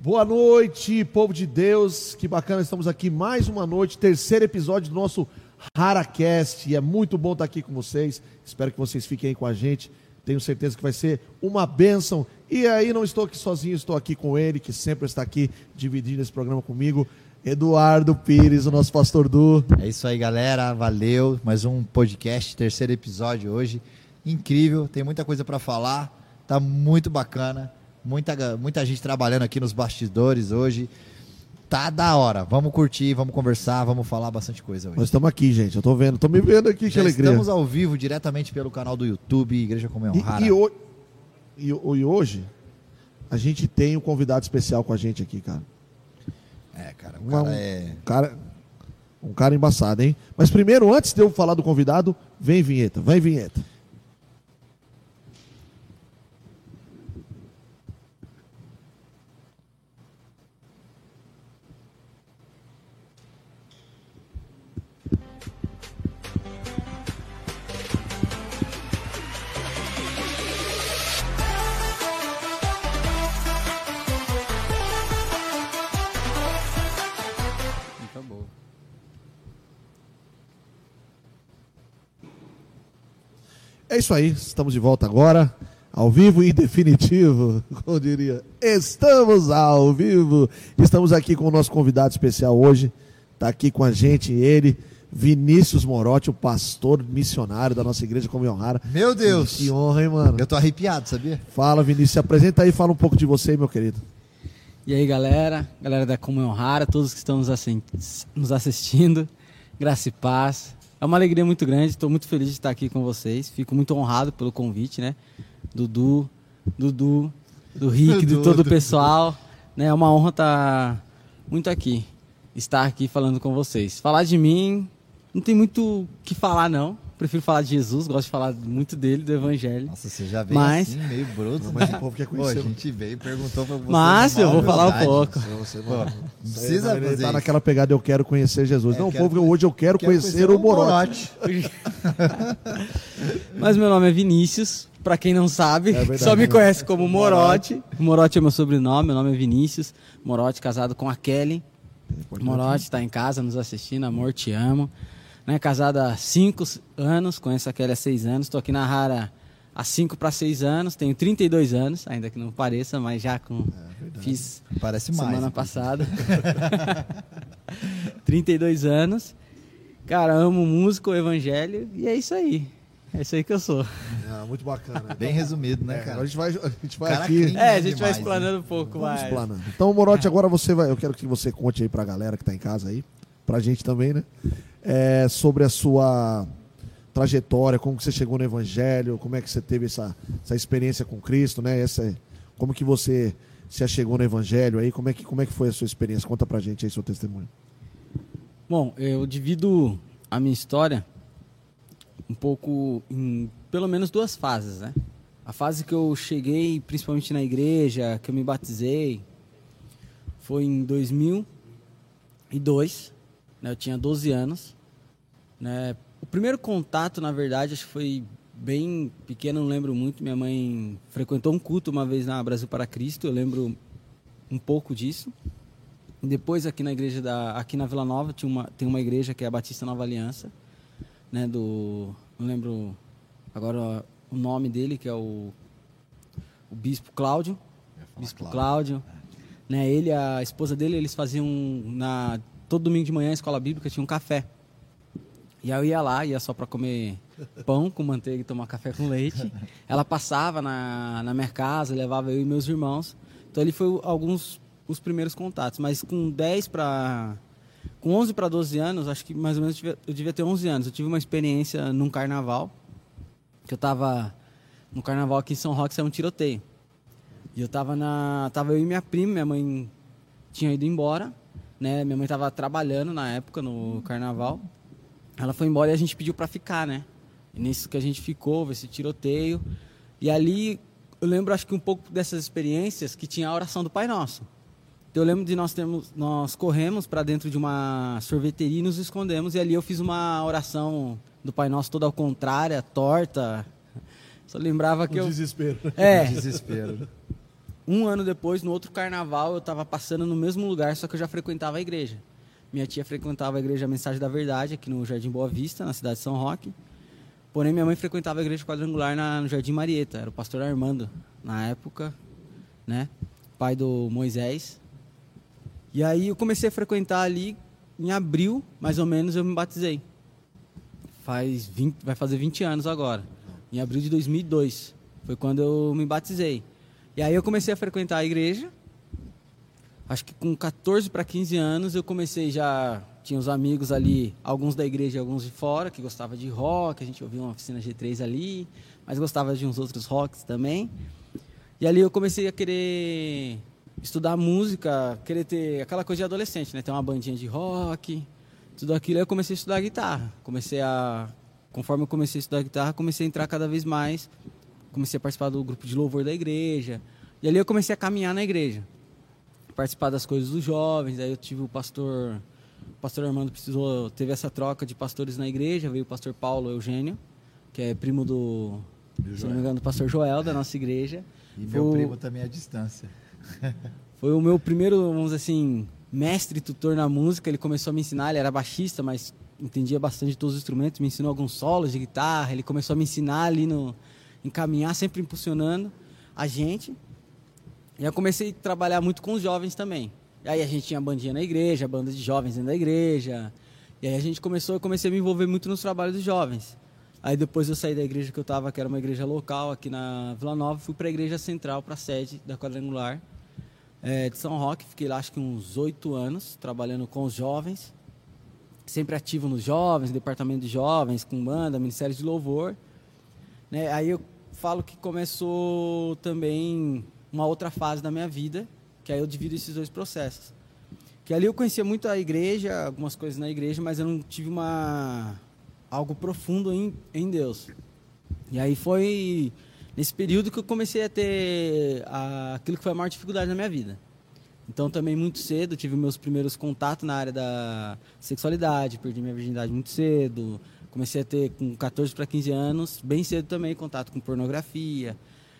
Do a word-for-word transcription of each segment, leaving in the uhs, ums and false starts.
Boa noite, povo de Deus, que bacana, estamos aqui mais uma noite, terceiro episódio do nosso HaraCast, e é muito bom estar aqui com vocês, espero que vocês fiquem aí com a gente, tenho certeza que vai ser uma bênção, e aí não estou aqui sozinho, estou aqui com ele, que sempre está aqui dividindo esse programa comigo, Eduardo Pires, o nosso pastor Du. É isso aí, galera, valeu, mais um podcast, terceiro episódio hoje, incrível, tem muita coisa para falar, tá muito bacana. Muita, muita gente trabalhando aqui nos bastidores hoje. Tá da hora. Vamos curtir, vamos conversar, vamos falar bastante coisa hoje. Nós estamos aqui, gente. Eu tô vendo, tô me vendo aqui, Já que alegria. Estamos ao vivo diretamente pelo canal do YouTube, Igreja Comunhão Hara. E, e, e, e hoje, a gente tem um convidado especial com a gente aqui, cara. É, cara, o Uma, cara é... Um cara, um cara embaçado, hein? Mas primeiro, antes de eu falar do convidado, vem vinheta, vem vinheta. É isso aí, estamos de volta agora, ao vivo e definitivo, como diria, estamos ao vivo, estamos aqui com o nosso convidado especial hoje, está aqui com a gente ele, Vinícius Morotti, o pastor missionário da nossa igreja Comunhão Hara. Meu Deus! Que honra, hein, mano? Eu tô arrepiado, sabia? Fala, Vinícius, se apresenta aí, fala um pouco de você, meu querido. E aí, galera, galera da Comunhão Hara, todos que estão nos assistindo, graça e paz. É uma alegria muito grande, estou muito feliz de estar aqui com vocês. Fico muito honrado pelo convite, né? Dudu, Dudu, do Rick, de todo o pessoal. Né? É uma honra estar muito aqui, estar aqui falando com vocês. Falar de mim, não tem muito o que falar, não. Prefiro falar de Jesus, gosto de falar muito dele, do Evangelho. Nossa, você já veio mas... assim, meio bruto. Mas o povo quer conhecer. Pô, a gente veio e perguntou pra você. Mas eu vou falar um pouco. Você, Pô, não ele precisa fazer tá isso. naquela pegada, eu quero conhecer Jesus. É, não, quero povo, hoje eu quero, quero conhecer, conhecer o Morotti. Mas meu nome é Vinícius, pra quem não sabe, É verdade, só me né? conhece como Morotti. Morotti é meu sobrenome, meu nome é Vinícius. Morotti, casado com a Kelly. Morotti tá em casa nos assistindo, amor, te amo. Né, casado há cinco anos, conheço a Kelly há seis anos, estou aqui na Hara há cinco para seis anos, tenho trinta e dois anos, ainda que não pareça, mas já com É fiz Parece mais. semana passada. trinta e dois anos. Cara, amo música, o evangelho, e é isso aí. É isso aí que eu sou. Ah, muito bacana. Bem resumido, né, É, cara? a gente vai, a gente vai Cara, aqui. crente. É, a gente vai demais, explanando um pouco Vamos mais. explanando. Então, Morotti, agora você vai. Eu quero que você conte aí pra galera que tá em casa aí, pra gente também, né? É, sobre a sua trajetória, como que você chegou no Evangelho, como é que você teve essa, essa experiência com Cristo, né? Essa, como que você se chegou no Evangelho aí, como é, que, como é que foi a sua experiência? Conta pra gente aí seu testemunho. Bom, eu divido a minha história um pouco em pelo menos duas fases, né? A fase que eu cheguei, principalmente na igreja, que eu me batizei, foi em dois mil e dois, né? Eu tinha doze anos, né? O primeiro contato, na verdade, acho que foi bem pequeno, não lembro muito. Minha mãe frequentou um culto uma vez na Brasil para Cristo, eu lembro um pouco disso. Depois, aqui na igreja da, aqui na Vila Nova, tinha uma, tem uma igreja que é a Batista Nova Aliança, né? Do, não lembro agora o nome dele, que é o, o Bispo Cláudio, Bispo Cláudio, né? Ele e a esposa dele, eles faziam na todo domingo de manhã, a escola bíblica tinha um café. E aí eu ia lá, ia só para comer pão com manteiga e tomar café com leite. Ela passava na, na minha casa, levava eu e meus irmãos. Então ele foi alguns os primeiros contatos, mas com dez para com onze para doze anos, acho que mais ou menos eu devia, eu devia ter onze anos. Eu tive uma experiência num carnaval, que eu estava no carnaval aqui em São Roque, saiu um tiroteio. E eu estava na tava eu e minha prima, minha mãe tinha ido embora, né? Minha mãe estava trabalhando na época no carnaval. Ela foi embora e a gente pediu para ficar, né? E nisso que a gente ficou, houve esse tiroteio. E ali eu lembro, acho que um pouco dessas experiências, que tinha a oração do Pai Nosso. Então, eu lembro de nós termos, nós corremos para dentro de uma sorveteria e nos escondemos. E ali eu fiz uma oração do Pai Nosso toda ao contrário, torta. Só lembrava que o eu... desespero. É. Desespero. um ano depois, no outro carnaval, eu estava passando no mesmo lugar, só que eu já frequentava a igreja. Minha tia frequentava a igreja Mensagem da Verdade, aqui no Jardim Boa Vista, na cidade de São Roque. Porém, minha mãe frequentava a igreja Quadrangular na, no Jardim Marieta. Era o pastor Armando, na época, né? Pai do Moisés. E aí eu comecei a frequentar ali, em abril, mais ou menos, eu me batizei. Faz vinte, vai fazer vinte anos agora. Em abril de dois mil e dois. Foi quando eu me batizei. E aí eu comecei a frequentar a igreja. Acho que com catorze para quinze anos eu comecei já... Tinha os amigos ali, alguns da igreja e alguns de fora, que gostavam de rock. A gente ouvia uma oficina G três ali, mas gostava de uns outros rocks também. E ali eu comecei a querer estudar música, querer ter aquela coisa de adolescente, né? Ter uma bandinha de rock, tudo aquilo. Aí eu comecei a estudar guitarra. Comecei a... Conforme eu comecei a estudar guitarra, comecei a entrar cada vez mais. Comecei a participar do grupo de louvor da igreja. E ali eu comecei a caminhar na igreja. Participar das coisas dos jovens. Aí eu tive o pastor... O pastor Armando precisou, teve essa troca de pastores na igreja, veio o pastor Paulo Eugênio, que é primo do, se não me engano, do pastor Joel, da nossa igreja. E foi meu o, primo também à distância. Foi o meu primeiro, vamos dizer assim, mestre tutor na música. Ele começou a me ensinar, ele era baixista, mas entendia bastante de todos os instrumentos, me ensinou alguns solos de guitarra, ele começou a me ensinar ali, no, encaminhar, sempre impulsionando a gente. E eu comecei a trabalhar muito com os jovens também. E aí a gente tinha bandinha na igreja, banda de jovens dentro da igreja. E aí a gente começou, eu comecei a me envolver muito nos trabalhos dos jovens. Aí depois eu saí da igreja que eu estava, que era uma igreja local aqui na Vila Nova, fui para a igreja central, para a sede da Quadrangular é, de São Roque. Fiquei lá acho que uns oito anos, trabalhando com os jovens. Sempre ativo nos jovens, departamento de jovens, com banda, ministério de louvor. Né? Aí eu falo que começou também uma outra fase da minha vida, que aí eu divido esses dois processos. Que ali eu conhecia muito a igreja, algumas coisas na igreja, mas eu não tive uma algo profundo em, em Deus. E aí foi nesse período que eu comecei a ter a, aquilo que foi a maior dificuldade na minha vida. Então também muito cedo tive meus primeiros contatos na área da sexualidade, perdi minha virgindade muito cedo, comecei a ter com catorze para quinze anos, bem cedo também, contato com pornografia.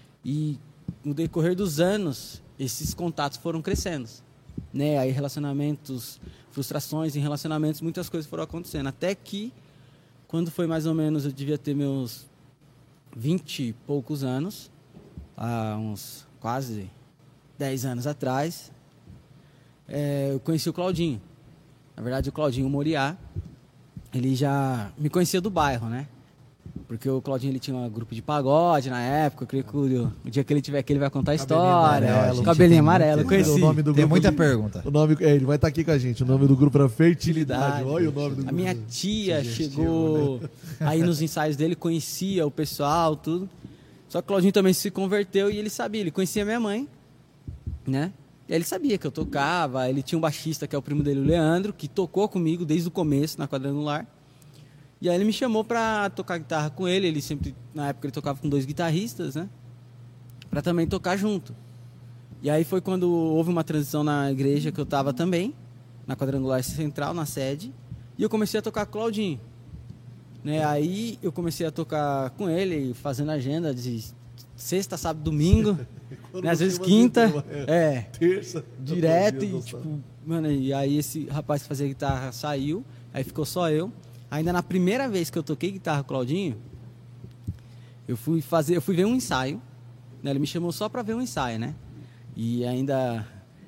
E no decorrer dos anos, esses contatos foram crescendo, né? Aí relacionamentos, frustrações em relacionamentos, muitas coisas foram acontecendo. Até que, quando foi mais ou menos, eu devia ter meus vinte e poucos anos, há uns quase dez anos atrás, é, eu conheci o Claudinho. Na verdade, o Claudinho Moriá, ele já me conhecia do bairro, né? Porque o Claudinho, ele tinha um grupo de pagode na época. Eu creio que o, o dia que ele tiver aqui, ele vai contar a história. Amarelo, Cabelinho amarelo, eu conheci. O nome do Tem grupo muita de- pergunta. O nome, é, ele vai estar aqui com a gente. O nome do grupo era Fertilidade. Olha o nome do grupo. A minha tia Sugestivo, chegou aí nos ensaios dele, conhecia o pessoal, tudo. Só que o Claudinho também se converteu e ele sabia, ele conhecia minha mãe, né? E ele sabia que eu tocava, ele tinha um baixista que é o primo dele, o Leandro, que tocou comigo desde o começo na Quadrangular. E aí ele me chamou pra tocar guitarra com ele, ele sempre, na época ele tocava com dois guitarristas, né? Pra também tocar junto. E aí foi quando houve uma transição na igreja que eu tava também, na Quadrangular Central, na sede, e eu comecei a tocar com o Claudinho. Né? Aí eu comecei a tocar com ele, fazendo agenda de sexta, sábado, domingo, Quando é né? Às você vezes manda quinta, tema, é, terça. direto, Meu e Deus do céu. tipo, mano, e aí esse rapaz que fazia guitarra saiu, aí ficou só eu. Ainda na primeira vez que eu toquei guitarra com o Claudinho, eu fui fazer, eu fui ver um ensaio, né? Ele me chamou só pra ver um ensaio, né? E ainda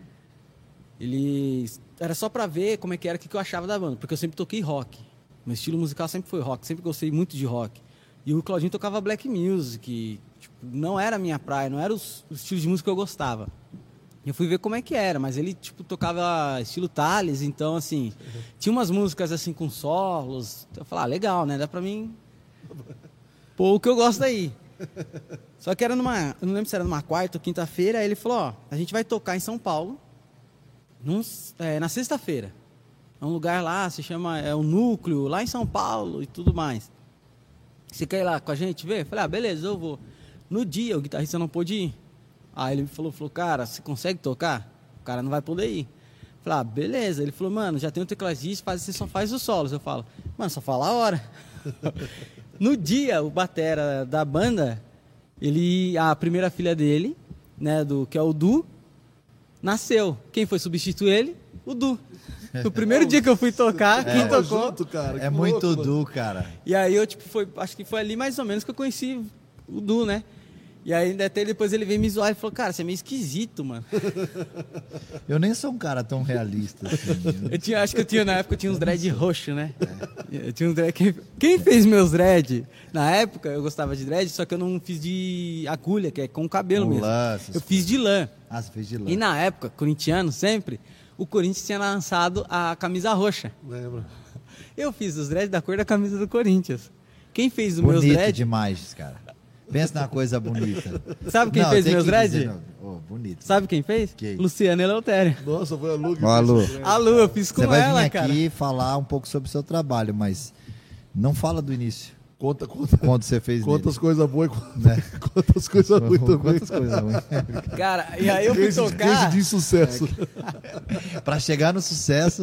ele era só pra ver como é que era, o que que eu achava da banda, porque eu sempre toquei rock. Meu estilo musical sempre foi rock, sempre gostei muito de rock. E o Claudinho tocava black music, tipo, não era a minha praia, não era os, os estilos de música que eu gostava. Eu fui ver como é que era, mas ele tipo tocava estilo Thales, então assim, tinha umas músicas assim com solos. Então eu falava, ah, legal, né? Dá pra mim pô, o que eu gosto aí. Só que era numa, eu não lembro se era numa quarta ou quinta-feira, aí ele falou, ó, a gente vai tocar em São Paulo num, é, na sexta-feira. É um lugar lá, se chama, é o Núcleo, lá em São Paulo e tudo mais. Você quer ir lá com a gente ver? Eu falei, ah, beleza, eu vou. No dia, o guitarrista não pôde ir. Aí ele me falou, falou, cara, você consegue tocar? O cara não vai poder ir. Eu falei, ah, beleza. Ele falou, mano, já tem um tecladista, faz, você só faz os solos. Eu falo, mano, só fala a hora. No dia, o batera da banda, ele, a primeira filha dele, né, do, que é o Du, nasceu. Quem foi substituir ele? O Du. O primeiro dia que eu fui tocar, quem Tava tocou... junto, cara. É que muito louco, mano. Du, cara. E aí eu, tipo, foi, acho que foi ali mais ou menos que eu conheci o Du, né? E aí até depois ele veio me zoar e falou, cara, você é meio esquisito, mano. Eu nem sou um cara tão realista assim. Eu tinha, acho que eu tinha, na época, eu tinha uns dread roxo, né? Eu tinha uns dread... Quem, quem fez meus dread? Na época, eu gostava de dread, só que eu não fiz de agulha, que é com cabelo Com mesmo. lã, essas Eu fiz de lã. Ah, você fez de lã. E na época, corintiano sempre, o Corinthians tinha lançado a camisa roxa. Lembra? Eu fiz os dread da cor da camisa do Corinthians. Quem fez os meus Bonito dread... demais, cara. Pensa numa coisa bonita. Sabe quem Não, fez tem meus que dread? dizer, não. Oh, bonito. Sabe quem fez? Quem? Luciana Eleutério. Nossa, foi a Lu que Ó, a fez Lu. esse trem. A Lu, eu fiz com Você vai ela, vir cara. aqui falar um pouco sobre o seu trabalho, mas não fala do início. Conta, conta, Quando você fez conta as nele. coisas boas e conta, Né? conta as coisas ruins também. Quantas coisas ruins. Cara, e aí eu fui Case- tocar... case de sucesso. Pra chegar no sucesso,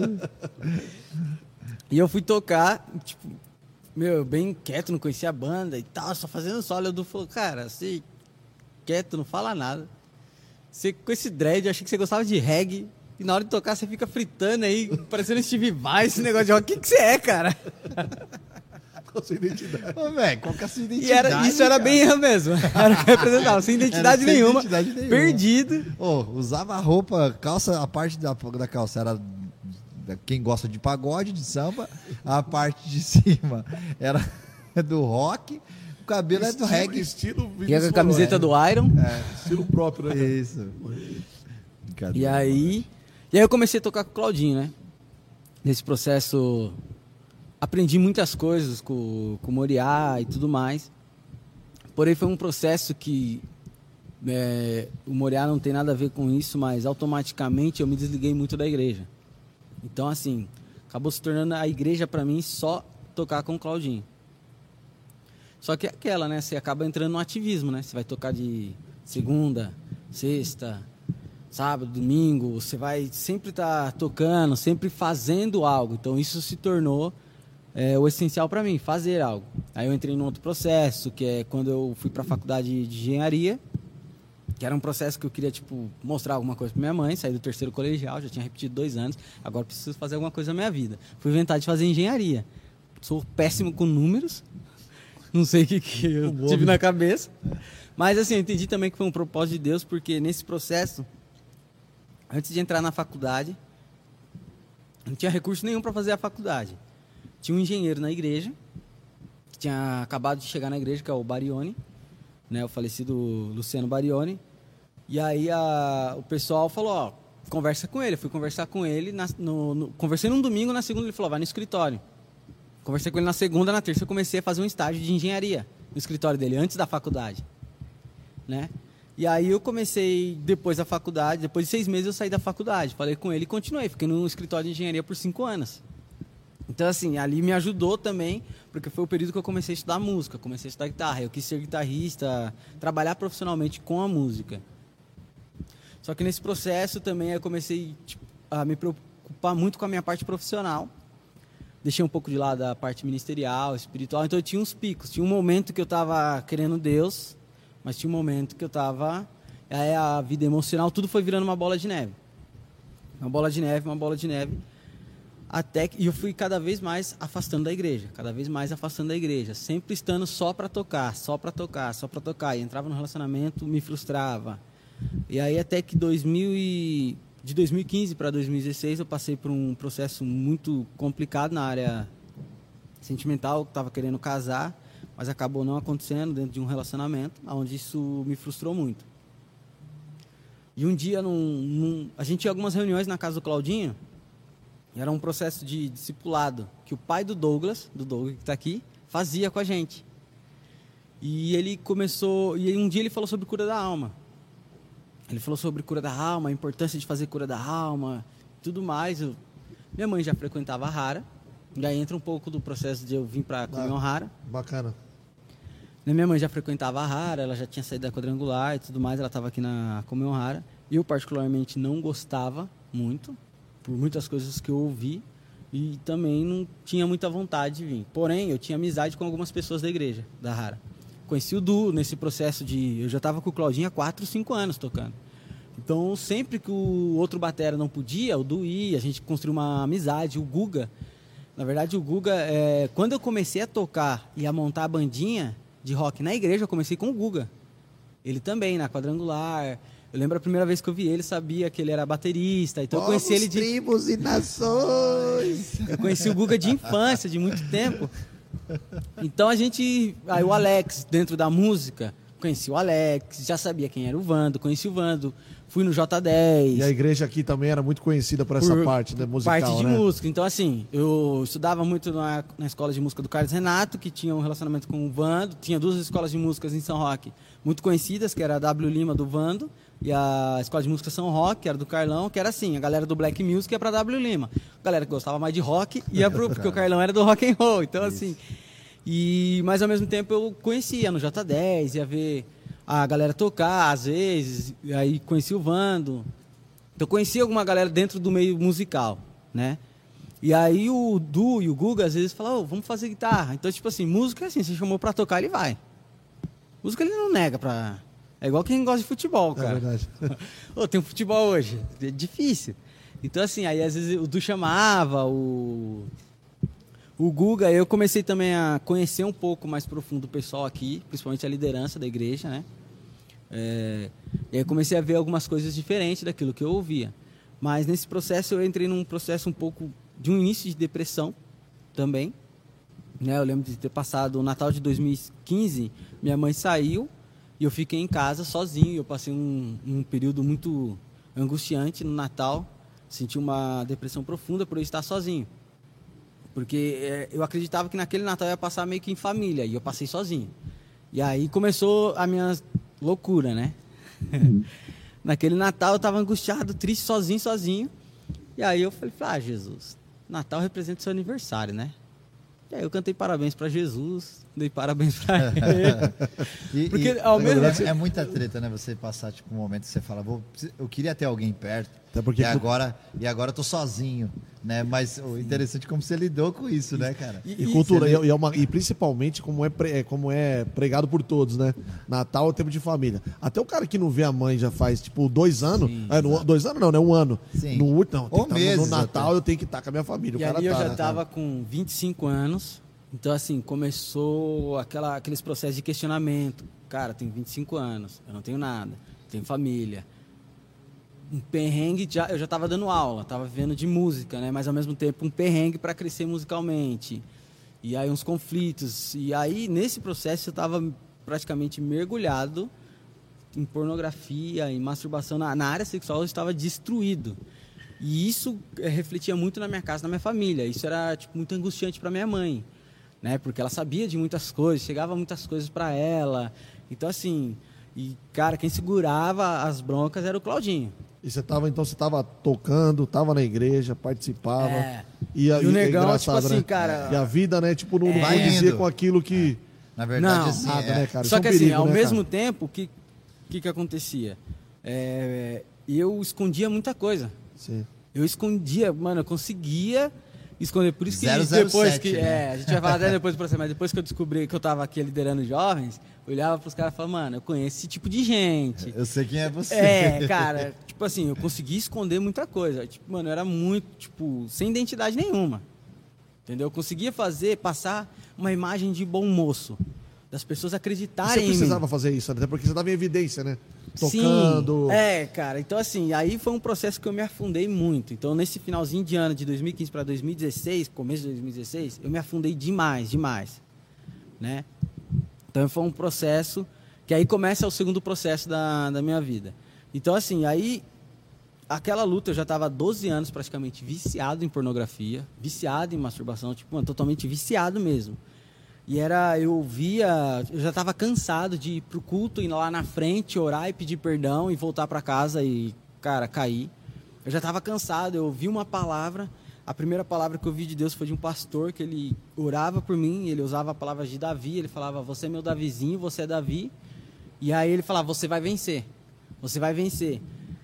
E eu fui tocar, tipo, meu, bem quieto, não conhecia a banda e tal, só fazendo solo. O Edu falou, cara, você quieto, não fala nada. Você com esse dread, eu achei que você gostava de reggae. E na hora de tocar, você fica fritando aí, parecendo Steve Vai, esse negócio de rock. O que, que você é, cara? Qual a sua identidade? ô, velho, qual que é a sua E identidade? era, isso era cara? bem eu mesmo. Era o que eu representava, sem identidade Era sem nenhuma, identidade nenhuma. perdido. Ô, usava roupa, calça, a parte da, da calça era da- quem gosta de pagode, de samba, a parte de cima era do rock, o cabelo é do Estilo- reggae. Estilo E a camiseta do Iron. Estilo próprio, né? cara? Isso. Cadê? E aí, e aí eu comecei a tocar com o Claudinho, né? Nesse processo, aprendi muitas coisas com, com o Moriá e tudo mais. Porém, foi um processo que é, o Moriá não tem nada a ver com isso, mas automaticamente eu me desliguei muito da igreja. Então, assim, acabou se tornando a igreja para mim só tocar com o Claudinho. Só que é aquela, né? Você acaba entrando no ativismo, né? Você vai tocar de segunda, sexta, sábado, domingo. Você vai sempre estar tocando, sempre fazendo algo. Então, isso se tornou é, o essencial para mim, fazer algo. Aí eu entrei num outro processo, que é quando eu fui para a faculdade de engenharia, que era um processo que eu queria, tipo, mostrar alguma coisa para minha mãe, saí do terceiro colegial, já tinha repetido dois anos, agora preciso fazer alguma coisa na minha vida. Fui inventar de fazer engenharia. Sou péssimo com números, não sei o que, que eu Um tive homem. na cabeça, mas assim, eu entendi também que foi um propósito de Deus, porque nesse processo, antes de entrar na faculdade, não tinha recurso nenhum para fazer a faculdade. Tinha um engenheiro na igreja, que tinha acabado de chegar na igreja, que é o Barione, né, o falecido Luciano Barione. E aí a, o pessoal falou, ó, conversa com ele. Eu fui conversar com ele, na, no, no, conversei num domingo, na segunda ele falou, vai no escritório. Conversei com ele na segunda, na terça eu comecei a fazer um estágio de engenharia no escritório dele, antes da faculdade, né? E aí eu comecei, depois da faculdade, depois de seis meses eu saí da faculdade, falei com ele e continuei, fiquei no escritório de engenharia por cinco anos. Então, assim, ali me ajudou também, porque foi o período que eu comecei a estudar música, comecei a estudar guitarra. Eu quis ser guitarrista, trabalhar profissionalmente com a música. Só que nesse processo também eu comecei tipo, a me preocupar muito com a minha parte profissional. Deixei um pouco de lado a parte ministerial, espiritual. Então eu tinha uns picos. Tinha um momento que eu estava querendo Deus, mas tinha um momento que eu estava... Aí a vida emocional, tudo foi virando uma bola de neve. Uma bola de neve, uma bola de neve. Até que, e eu fui cada vez mais afastando da igreja, cada vez mais afastando da igreja, sempre estando só para tocar, só para tocar, só para tocar. E entrava no relacionamento, me frustrava. E aí até que dois mil e, de dois mil e quinze para dois mil e dezesseis eu passei por um processo muito complicado na área sentimental, eu estava querendo casar, mas acabou não acontecendo dentro de um relacionamento, onde isso me frustrou muito. E um dia, num, num, a gente tinha algumas reuniões na casa do Claudinho. Era um processo de discipulado que o pai do Douglas, do Douglas que está aqui, fazia com a gente. E ele começou... E um dia ele falou sobre cura da alma. Ele falou sobre cura da alma, a importância de fazer cura da alma, tudo mais. Eu, minha mãe já frequentava a Rara. E aí entra um pouco do processo de eu vir para a Comunhão Rara. Bacana. Minha mãe já frequentava a Rara, ela já tinha saído da quadrangular e tudo mais. Ela estava aqui na Comunhão Rara. Eu, particularmente, não gostava muito, por muitas coisas que eu ouvi, e também não tinha muita vontade de vir. Porém, eu tinha amizade com algumas pessoas da igreja, da Rara. Conheci o Du nesse processo de... Eu já estava com o Claudinho há quatro, cinco anos tocando. Então, sempre que o outro batera não podia, o Du ia, a gente construiu uma amizade. O Guga, na verdade, o Guga... É, quando eu comecei a tocar e a montar a bandinha de rock na igreja, eu comecei com o Guga. Ele também, na Quadrangular. Eu lembro a primeira vez que eu vi ele, sabia que ele era baterista. Então eu conheci ele de... tribos e nações. Eu conheci o Guga de infância, de muito tempo. Então a gente... Aí o Alex, dentro da música, conheci o Alex, já sabia quem era o Vando, conheci o Vando, fui no J dez. E a igreja aqui também era muito conhecida por essa por parte, né, musical, parte de né? música. Então, assim, eu estudava muito na, na escola de música do Carlos Renato, que tinha um relacionamento com o Vando. Tinha duas escolas de músicas em São Roque muito conhecidas, que era a W Lima do Vando e a escola de música São Roque, que era do Carlão, que era assim, a galera do Black Music ia pra W Lima. A galera que gostava mais de rock ia pro... porque o Carlão era do rock and roll. Então, Isso. assim... E, mas, ao mesmo tempo, eu conhecia no J dez, ia ver a galera tocar, às vezes, aí conheci o Vando. Então, conhecia alguma galera dentro do meio musical, né? E aí o Du e o Guga, às vezes, falavam, oh, vamos fazer guitarra. Então, tipo assim, música é assim, você chamou pra tocar, ele vai. Música ele não nega pra... É igual quem gosta de futebol, cara. É verdade. oh, tem um futebol hoje. É difícil. Então, assim, aí às vezes o Du chamava, o... O Guga, eu comecei também a conhecer um pouco mais profundo o pessoal aqui, principalmente a liderança da igreja, né? É... E aí eu comecei a ver algumas coisas diferentes daquilo que eu ouvia. Mas nesse processo eu entrei num processo um pouco de um início de depressão também. Né? Eu lembro de ter passado o Natal de dois mil e quinze, minha mãe saiu e eu fiquei em casa sozinho. Eu passei um, um período muito angustiante no Natal, senti uma depressão profunda por eu estar sozinho. Porque é, eu acreditava que naquele Natal eu ia passar meio que em família, e eu passei sozinho. E aí começou a minha loucura, né? Naquele Natal eu estava angustiado, triste, sozinho, sozinho. E aí eu falei, ah, Jesus, Natal representa o seu aniversário, né? E aí eu cantei parabéns para Jesus, dei parabéns para ele. e, Porque e, ao mesmo é, é muita treta, né? Você passar tipo um momento que você fala, vou, eu queria ter alguém perto. Até porque e agora e agora eu tô sozinho, né? Mas o interessante é como você lidou com isso, né, cara? E, e cultura, e, é uma, e principalmente como é, pre, como é pregado por todos, né? Natal é o tempo de família. Até o cara que não vê a mãe já faz, tipo, dois anos. Sim, é, no, dois anos não, né? Um ano. Sim. No, não, Ou tá, meses, no Natal até. eu tenho que estar com a minha família. O e cara ali tá, eu já né, estava com vinte e cinco anos. Então, assim, começou aquela, aqueles processos de questionamento. Cara, tenho vinte e cinco anos, eu não tenho nada, tenho família. Um perrengue, já, eu já estava dando aula, estava vivendo de música, né? Mas, ao mesmo tempo, um perrengue para crescer musicalmente. E aí, uns conflitos. E aí, nesse processo, eu estava praticamente mergulhado em pornografia, em masturbação. Na, na área sexual, eu estava destruído. E isso é, refletia muito na minha casa, na minha família. Isso era, tipo, muito angustiante para minha mãe. Né? Porque ela sabia de muitas coisas, chegava muitas coisas para ela. Então, assim, e, cara, quem segurava as broncas era o Claudinho. E você tava, então, você tava tocando, tava na igreja, participava. É. E, a, E o e, negão, é tipo assim, né? cara... E a vida, né, tipo, não, É. não condizia com aquilo que... Na verdade, Não, assim, nada, é, né, cara? Só Isso que é um assim, perigo, ao né, mesmo cara? tempo, o que, que que acontecia? É, eu escondia muita coisa. Sim. Eu escondia, mano, eu conseguia esconder. Por isso que zero zero depois sete, que... né? É, a gente vai falar até depois do processo, mas depois que eu descobri que eu tava aqui liderando jovens, eu olhava pros caras e falava, mano, eu conheço esse tipo de gente. Eu sei quem é você. É, cara, tipo assim, eu conseguia esconder muita coisa. Tipo, mano, eu era muito, tipo, sem identidade nenhuma. Entendeu? Eu conseguia fazer, passar uma imagem de bom moço. Das pessoas E acreditarem você em mim. precisava fazer isso, até porque você estava em evidência, né? Tocando. Sim, é, cara. Então, assim, aí foi um processo que eu me afundei muito. Então, nesse finalzinho de ano, de dois mil e quinze para dois mil e dezesseis, começo de dois mil e dezesseis, eu me afundei demais, demais. Né? Então, foi um processo que aí começa o segundo processo da, da minha vida. Então, assim, aí, aquela luta, eu já estava há doze anos praticamente viciado em pornografia, viciado em masturbação, tipo, mano, totalmente viciado mesmo. E era, eu via, eu já estava cansado de ir pro culto, ir lá na frente, orar e pedir perdão e voltar para casa e, cara, cair. Eu já estava cansado, eu ouvi uma palavra, a primeira palavra que eu ouvi de Deus foi de um pastor, que ele orava por mim, ele usava a palavra de Davi, ele falava, você é meu Davizinho, você é Davi. E aí ele falava, você vai vencer, você vai vencer.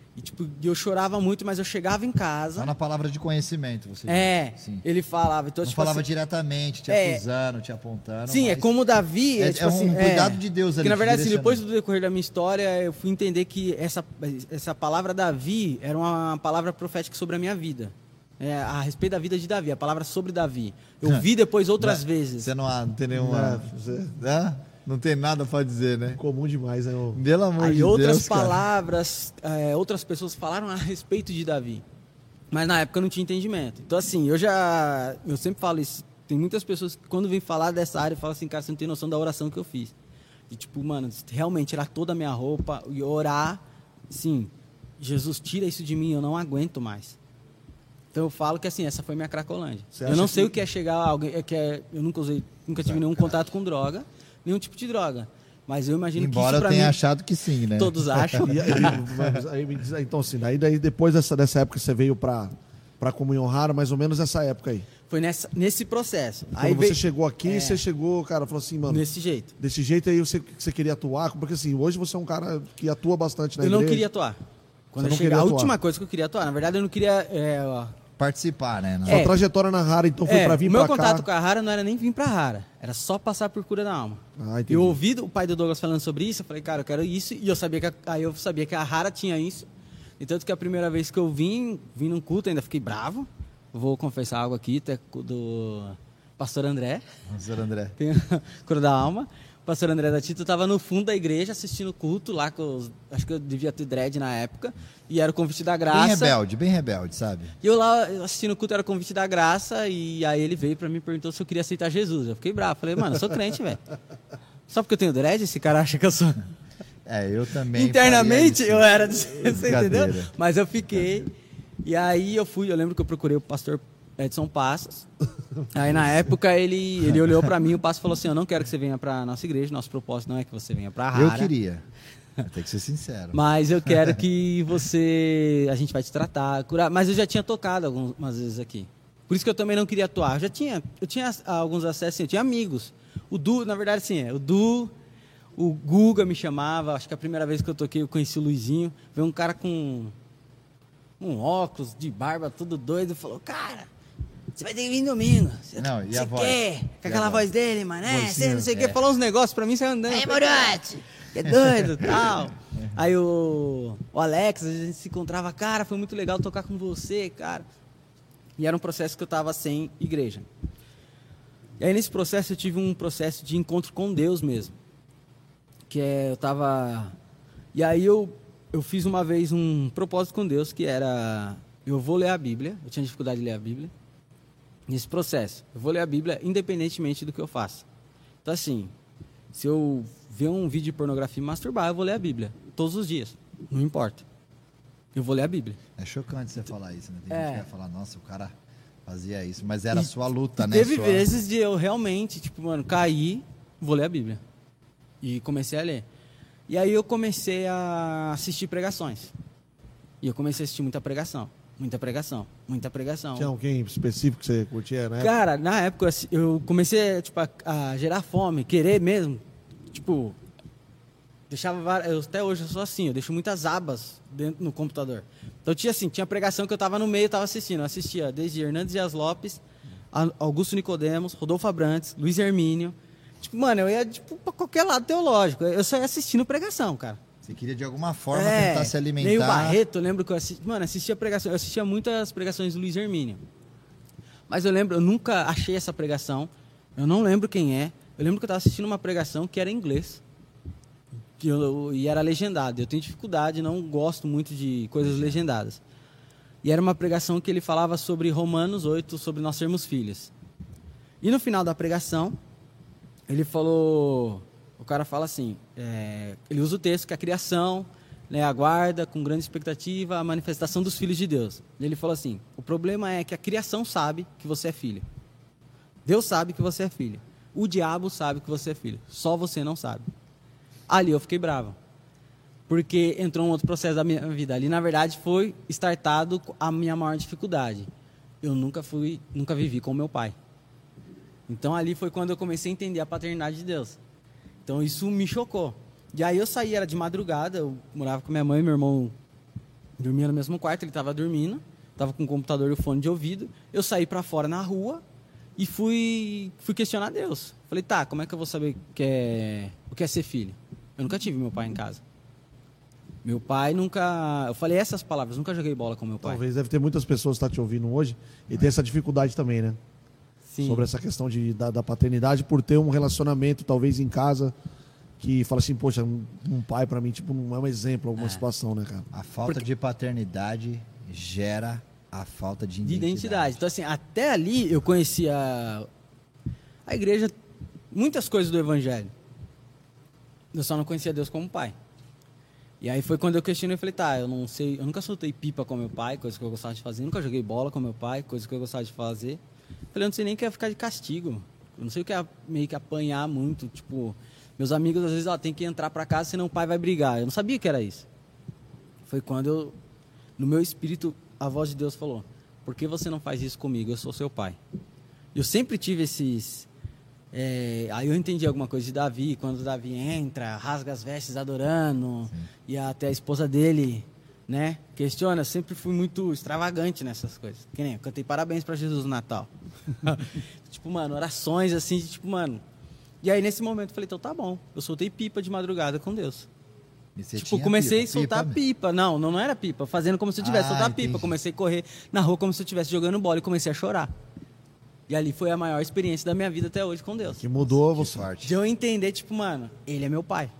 E, tipo, eu chorava muito, mas eu chegava em casa... Só na palavra de conhecimento, você É, diz. Sim. ele falava... Então, Não tipo, falava assim, diretamente, te é, acusando, te apontando. sim, é como Davi... É, É, tipo, é um assim, cuidado é, de Deus ali. Porque, na verdade, assim, direcionando. depois do decorrer da minha história, eu fui entender que essa, essa palavra Davi era uma palavra profética sobre a minha vida. É, a respeito da vida de Davi, a palavra sobre Davi. Eu vi depois outras Não, vezes. Você não, não tem nenhuma... Não, você- Hã? Não tem nada pra dizer, né? Comum demais, né? ô? Pelo amor Aí de outras Deus, cara. palavras, é, outras pessoas falaram a respeito de Davi. Mas na época eu não tinha entendimento. Então, assim, eu já... Eu sempre falo isso. Tem muitas pessoas que, quando vêm falar dessa área, falam assim, cara, você não tem noção da oração que eu fiz. E, tipo, mano, realmente tirar toda a minha roupa e orar, sim, Jesus, tira isso de mim, eu não aguento mais. Então eu falo que, assim, essa foi minha Cracolândia. Você Eu acha não sei que- o que é chegar a alguém... É que é, eu nunca usei, nunca tive nenhum contato com droga, nenhum tipo de droga. Mas eu imagino Embora que isso eu pra tenha mim, achado que sim, né? todos acham. E aí, mas aí me diz aí, então assim, aí daí depois dessa, dessa época você veio para para comunhão rara, mais ou menos essa época aí. Foi nessa, nesse processo. Quando Aí você veio, chegou aqui, É. você chegou, cara, falou assim, mano, nesse jeito. desse jeito aí você, você queria atuar, porque assim, hoje você é um cara que atua bastante na Eu igreja. não queria atuar. Quando Você eu não cheguei, queria a atuar. última coisa que eu queria atuar, na verdade eu não queria... É, ó, Participar, né? Não. Sua É. trajetória na rara, então, foi é, para vir o meu pra contato cá. com a Rara não era nem vir pra Rara, era só passar por cura da alma. Ah, entendi. Eu ouvi o pai do Douglas falando sobre isso, eu falei, cara, eu quero isso, e eu sabia que a, aí eu sabia que a Rara tinha isso. E tanto que a primeira vez que eu vim, vim num culto, ainda fiquei bravo. Vou confessar algo aqui, até do pastor André, Senhor André. tem a cura da alma. O pastor André da Tito estava no fundo da igreja assistindo o culto lá, com os, acho que eu devia ter dread na época, e era o convite da graça. Bem rebelde, bem rebelde, sabe? E eu lá assistindo o culto, era o convite da graça, e aí ele veio pra mim e perguntou se eu queria aceitar Jesus. Eu fiquei bravo, falei, mano, eu sou crente, velho. Só porque eu tenho dread, esse cara acha que eu sou... É, eu também. Internamente faria eu isso. era, de- você entendeu? Brincadeira. Mas eu fiquei, e aí eu fui, eu lembro que eu procurei o pastor Edson Passos. Aí na época ele, ele olhou pra mim, o Passos falou assim, eu não quero que você venha pra nossa igreja, nosso propósito não é que você venha pra Rara. Eu queria. Tem que ser sincero. Mas eu quero que você... A gente vai te tratar, curar. Mas eu já tinha tocado algumas vezes aqui. Por isso que eu também não queria atuar. Eu já tinha... Eu tinha alguns acessos, assim, eu tinha amigos. O Du, na verdade, assim, é. O Du, o Guga me chamava. Acho que a primeira vez que eu toquei, eu conheci o Luizinho. Veio um cara com um óculos, de barba, tudo doido. Falou, cara... Você vai ter que vir domingo. Você, Não, e você a voz? quer? E Com a aquela voz? voz dele, mané. Você Vozinha, não sei o é. que. Falou uns negócios pra mim, você andando. Aí, Eu falei, Morote! que doido tal. Aí o, o Alex, a gente se encontrava, cara, foi muito legal tocar com você, cara. E era um processo que eu estava sem igreja. E aí nesse processo eu tive um processo de encontro com Deus mesmo. Que é, eu tava... E aí eu, eu fiz uma vez um propósito com Deus, que era, eu vou ler a Bíblia, eu tinha dificuldade de ler a Bíblia. Nesse processo, eu vou ler a Bíblia independentemente do que eu faça. Então assim, se eu ver um vídeo de pornografia e masturbar, eu vou ler a Bíblia. Todos os dias. Não importa. Eu vou ler a Bíblia. É chocante você falar isso, né? Tem É. gente que vai falar, nossa, o cara fazia isso. Mas era a E sua luta, E né? teve Sua- vezes de eu realmente, tipo, mano, cair, vou ler a Bíblia. E comecei a ler. E aí eu comecei a assistir pregações. E eu comecei a assistir muita pregação. Muita pregação. Muita pregação. Tinha alguém específico que você curtia, né? Cara, na época eu assi- eu comecei tipo, a, a gerar fome, querer mesmo. Tipo, deixava várias, eu, até hoje eu sou assim, eu deixo muitas abas dentro no computador. Então tinha assim, tinha pregação que eu tava no meio, eu tava assistindo. Eu assistia desde Hernandes Dias Lopes, a- Augusto Nicodemos, Rodolfo Abrantes, Luiz Hermínio. Tipo, mano, eu ia tipo, pra qualquer lado teológico. Eu só ia assistindo pregação, cara. Você queria de alguma forma É, tentar se alimentar. Meio Barreto, eu lembro que eu assisti, mano, assistia pregação, eu assistia muitas pregações do Luiz Hermínio. Mas eu lembro, eu nunca achei essa pregação. Eu não lembro quem é. Eu lembro que eu estava assistindo uma pregação que era em inglês. Que eu, e era legendada. Eu tenho dificuldade, não gosto muito de coisas legendadas. E era uma pregação que ele falava sobre Romanos oito, sobre nós sermos filhos. E no final da pregação, ele falou... O cara fala assim, é, ele usa o texto que a criação, né, aguarda com grande expectativa a manifestação dos filhos de Deus. E ele falou assim, o problema é que a criação sabe que você é filho. Deus sabe que você é filho. O diabo sabe que você é filho. Só você não sabe. Ali eu fiquei bravo. Porque entrou um outro processo da minha vida. Ali, na verdade, foi startado a minha maior dificuldade. Eu nunca fui, nunca vivi com meu pai. Então ali foi quando eu comecei a entender a paternidade de Deus. Então isso me chocou. E aí eu saí, era de madrugada, eu morava com minha mãe e meu irmão Dormia no mesmo quarto, ele estava dormindo, estava com o computador e o fone de ouvido. Eu saí para fora na rua e fui, fui questionar Deus. Falei, tá, como é que eu vou saber que é, o que é ser filho? Eu nunca tive meu pai em casa. Meu pai nunca... Eu falei essas palavras, nunca joguei bola com meu pai. Talvez deve ter muitas pessoas que estão te ouvindo hoje e tem essa dificuldade também, né? Sim. Sobre essa questão de, da, da paternidade, por ter um relacionamento, talvez, em casa, que fala assim, poxa, um, um pai pra mim, tipo, não é um exemplo, alguma É. situação, né, cara? A falta Porque- de paternidade gera a falta de De identidade. identidade. Então, assim, até ali eu conhecia a igreja, muitas coisas do evangelho. Eu só não conhecia Deus como pai. E aí foi quando eu questionei, eu falei, tá, eu não sei, eu nunca soltei pipa com meu pai, coisa que eu gostava de fazer, nunca joguei bola com meu pai, coisa que eu gostava de fazer. Eu falei, eu não sei nem o que é ficar de castigo. Eu não sei o que é meio que apanhar muito, tipo, meus amigos às vezes, ó, tem que entrar pra casa, senão o pai vai brigar. Eu não sabia que era isso. Foi quando eu, no meu espírito, a voz de Deus falou, por que você não faz isso comigo? Eu sou seu pai. Eu sempre tive esses... É, aí eu entendi alguma coisa de Davi, quando Davi entra, rasga as vestes adorando, Sim. e até a esposa dele, né, questiona. Eu sempre fui muito extravagante nessas coisas. Que nem eu cantei parabéns pra Jesus no Natal. Tipo, mano, orações assim, de, tipo, mano. E aí nesse momento eu falei, então tá bom. Eu soltei pipa de madrugada com Deus. E você Tipo, tinha comecei pipa? a soltar pipa. pipa. Não, não, não era pipa. Fazendo como se eu tivesse Ah, soltar entendi. pipa. Comecei a correr na rua como se eu estivesse jogando bola e comecei a chorar. E ali foi a maior experiência da minha vida até hoje com Deus. Que mudou Que você. sorte. De eu entender, tipo, mano, ele é meu pai.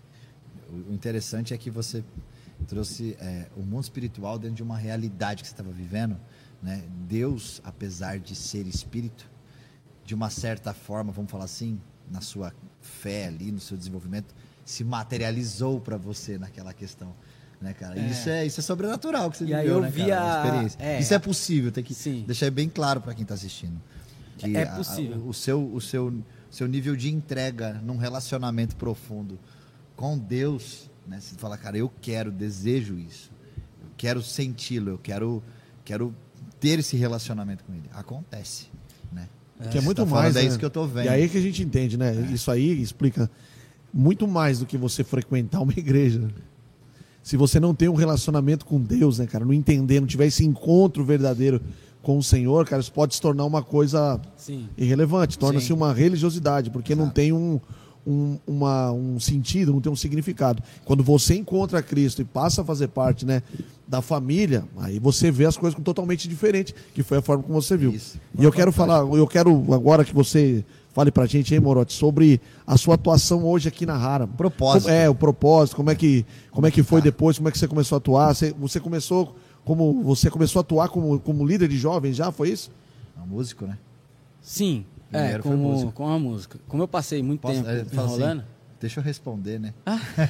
O interessante é que você trouxe é, o mundo espiritual dentro de uma realidade que você estava vivendo, né? Deus, apesar de ser espírito, de uma certa forma, vamos falar assim, na sua fé ali, no seu desenvolvimento, se materializou para você naquela questão, né, cara? É. Isso é isso é sobrenatural que você E viveu, aí eu né, vi cara? a- Uma experiência. é. Isso é possível, tem que Sim. deixar bem claro para quem está assistindo. Que É a- a- possível. o seu o seu seu nível de entrega num relacionamento profundo com Deus, né? Você fala, cara, eu quero, desejo isso. Eu quero senti-lo, eu quero quero ter esse relacionamento com ele. Acontece, né? Que é Você muito tá falando, mais, é né? isso que eu tô vendo. E aí que a gente entende, né? Isso aí explica muito mais do que você frequentar uma igreja. Se você não tem um relacionamento com Deus, né, cara? Não entender, não tiver esse encontro verdadeiro com o Senhor, cara, isso pode se tornar uma coisa Sim. irrelevante, torna-se Sim. uma religiosidade, porque não Exato. tem um, um, uma- um sentido, não tem um significado. Quando você encontra Cristo e passa a fazer parte, né, da família, aí você vê as coisas totalmente diferentes, que foi a forma como você viu. Isso. E eu quero falar, eu quero agora que você fale pra gente aí, Morote, sobre a sua atuação hoje aqui na Rara. Propósito. Como- é, o propósito, como é que, como é que foi tá? depois, como é que você começou a atuar? Você, você começou como você começou a atuar como, como líder de jovens já, foi isso? É um músico, né? Sim, é, Primeiro foi como, música. com a música. Como eu passei muito Posso- tempo é, fala assim, enrolando, deixa eu responder, né?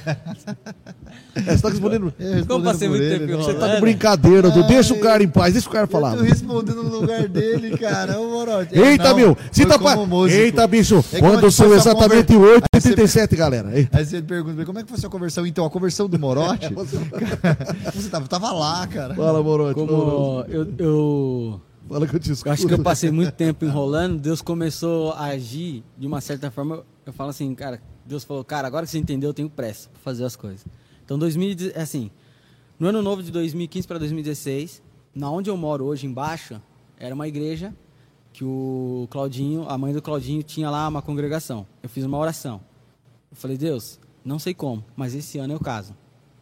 É, você tá respondendo. Eu respondendo como eu passei por muito ele, tempo né? Você tá enrolando, de brincadeira, Du. Ai, Deixa o cara em paz, deixa o cara falar. Eu tô respondendo no lugar dele, cara. Ô, Morote. Eita, Não, meu! Se foi tá como pa... músico. Eita, bicho! É como Quando que são foi sua exatamente conver- oito e Aí você- trinta e sete, galera. Eita. Aí você pergunta, como é que foi a sua conversão? Então, a conversão do Morote, você tava, tava lá, cara. Fala, Morote. como eu, eu, Fala que eu te escuto. eu acho que eu passei muito tempo enrolando, Deus começou a agir de uma certa forma. Eu, eu falo assim, cara, Deus falou, cara, agora que você entendeu, eu tenho pressa pra fazer as coisas. Então, dois mil e dez, assim, no ano novo de dois mil e quinze para dois mil e dezesseis, na onde eu moro hoje, embaixo, era uma igreja que o Claudinho, a mãe do Claudinho, tinha lá uma congregação. Eu fiz uma oração. Eu falei, Deus, não sei como, mas esse ano eu caso.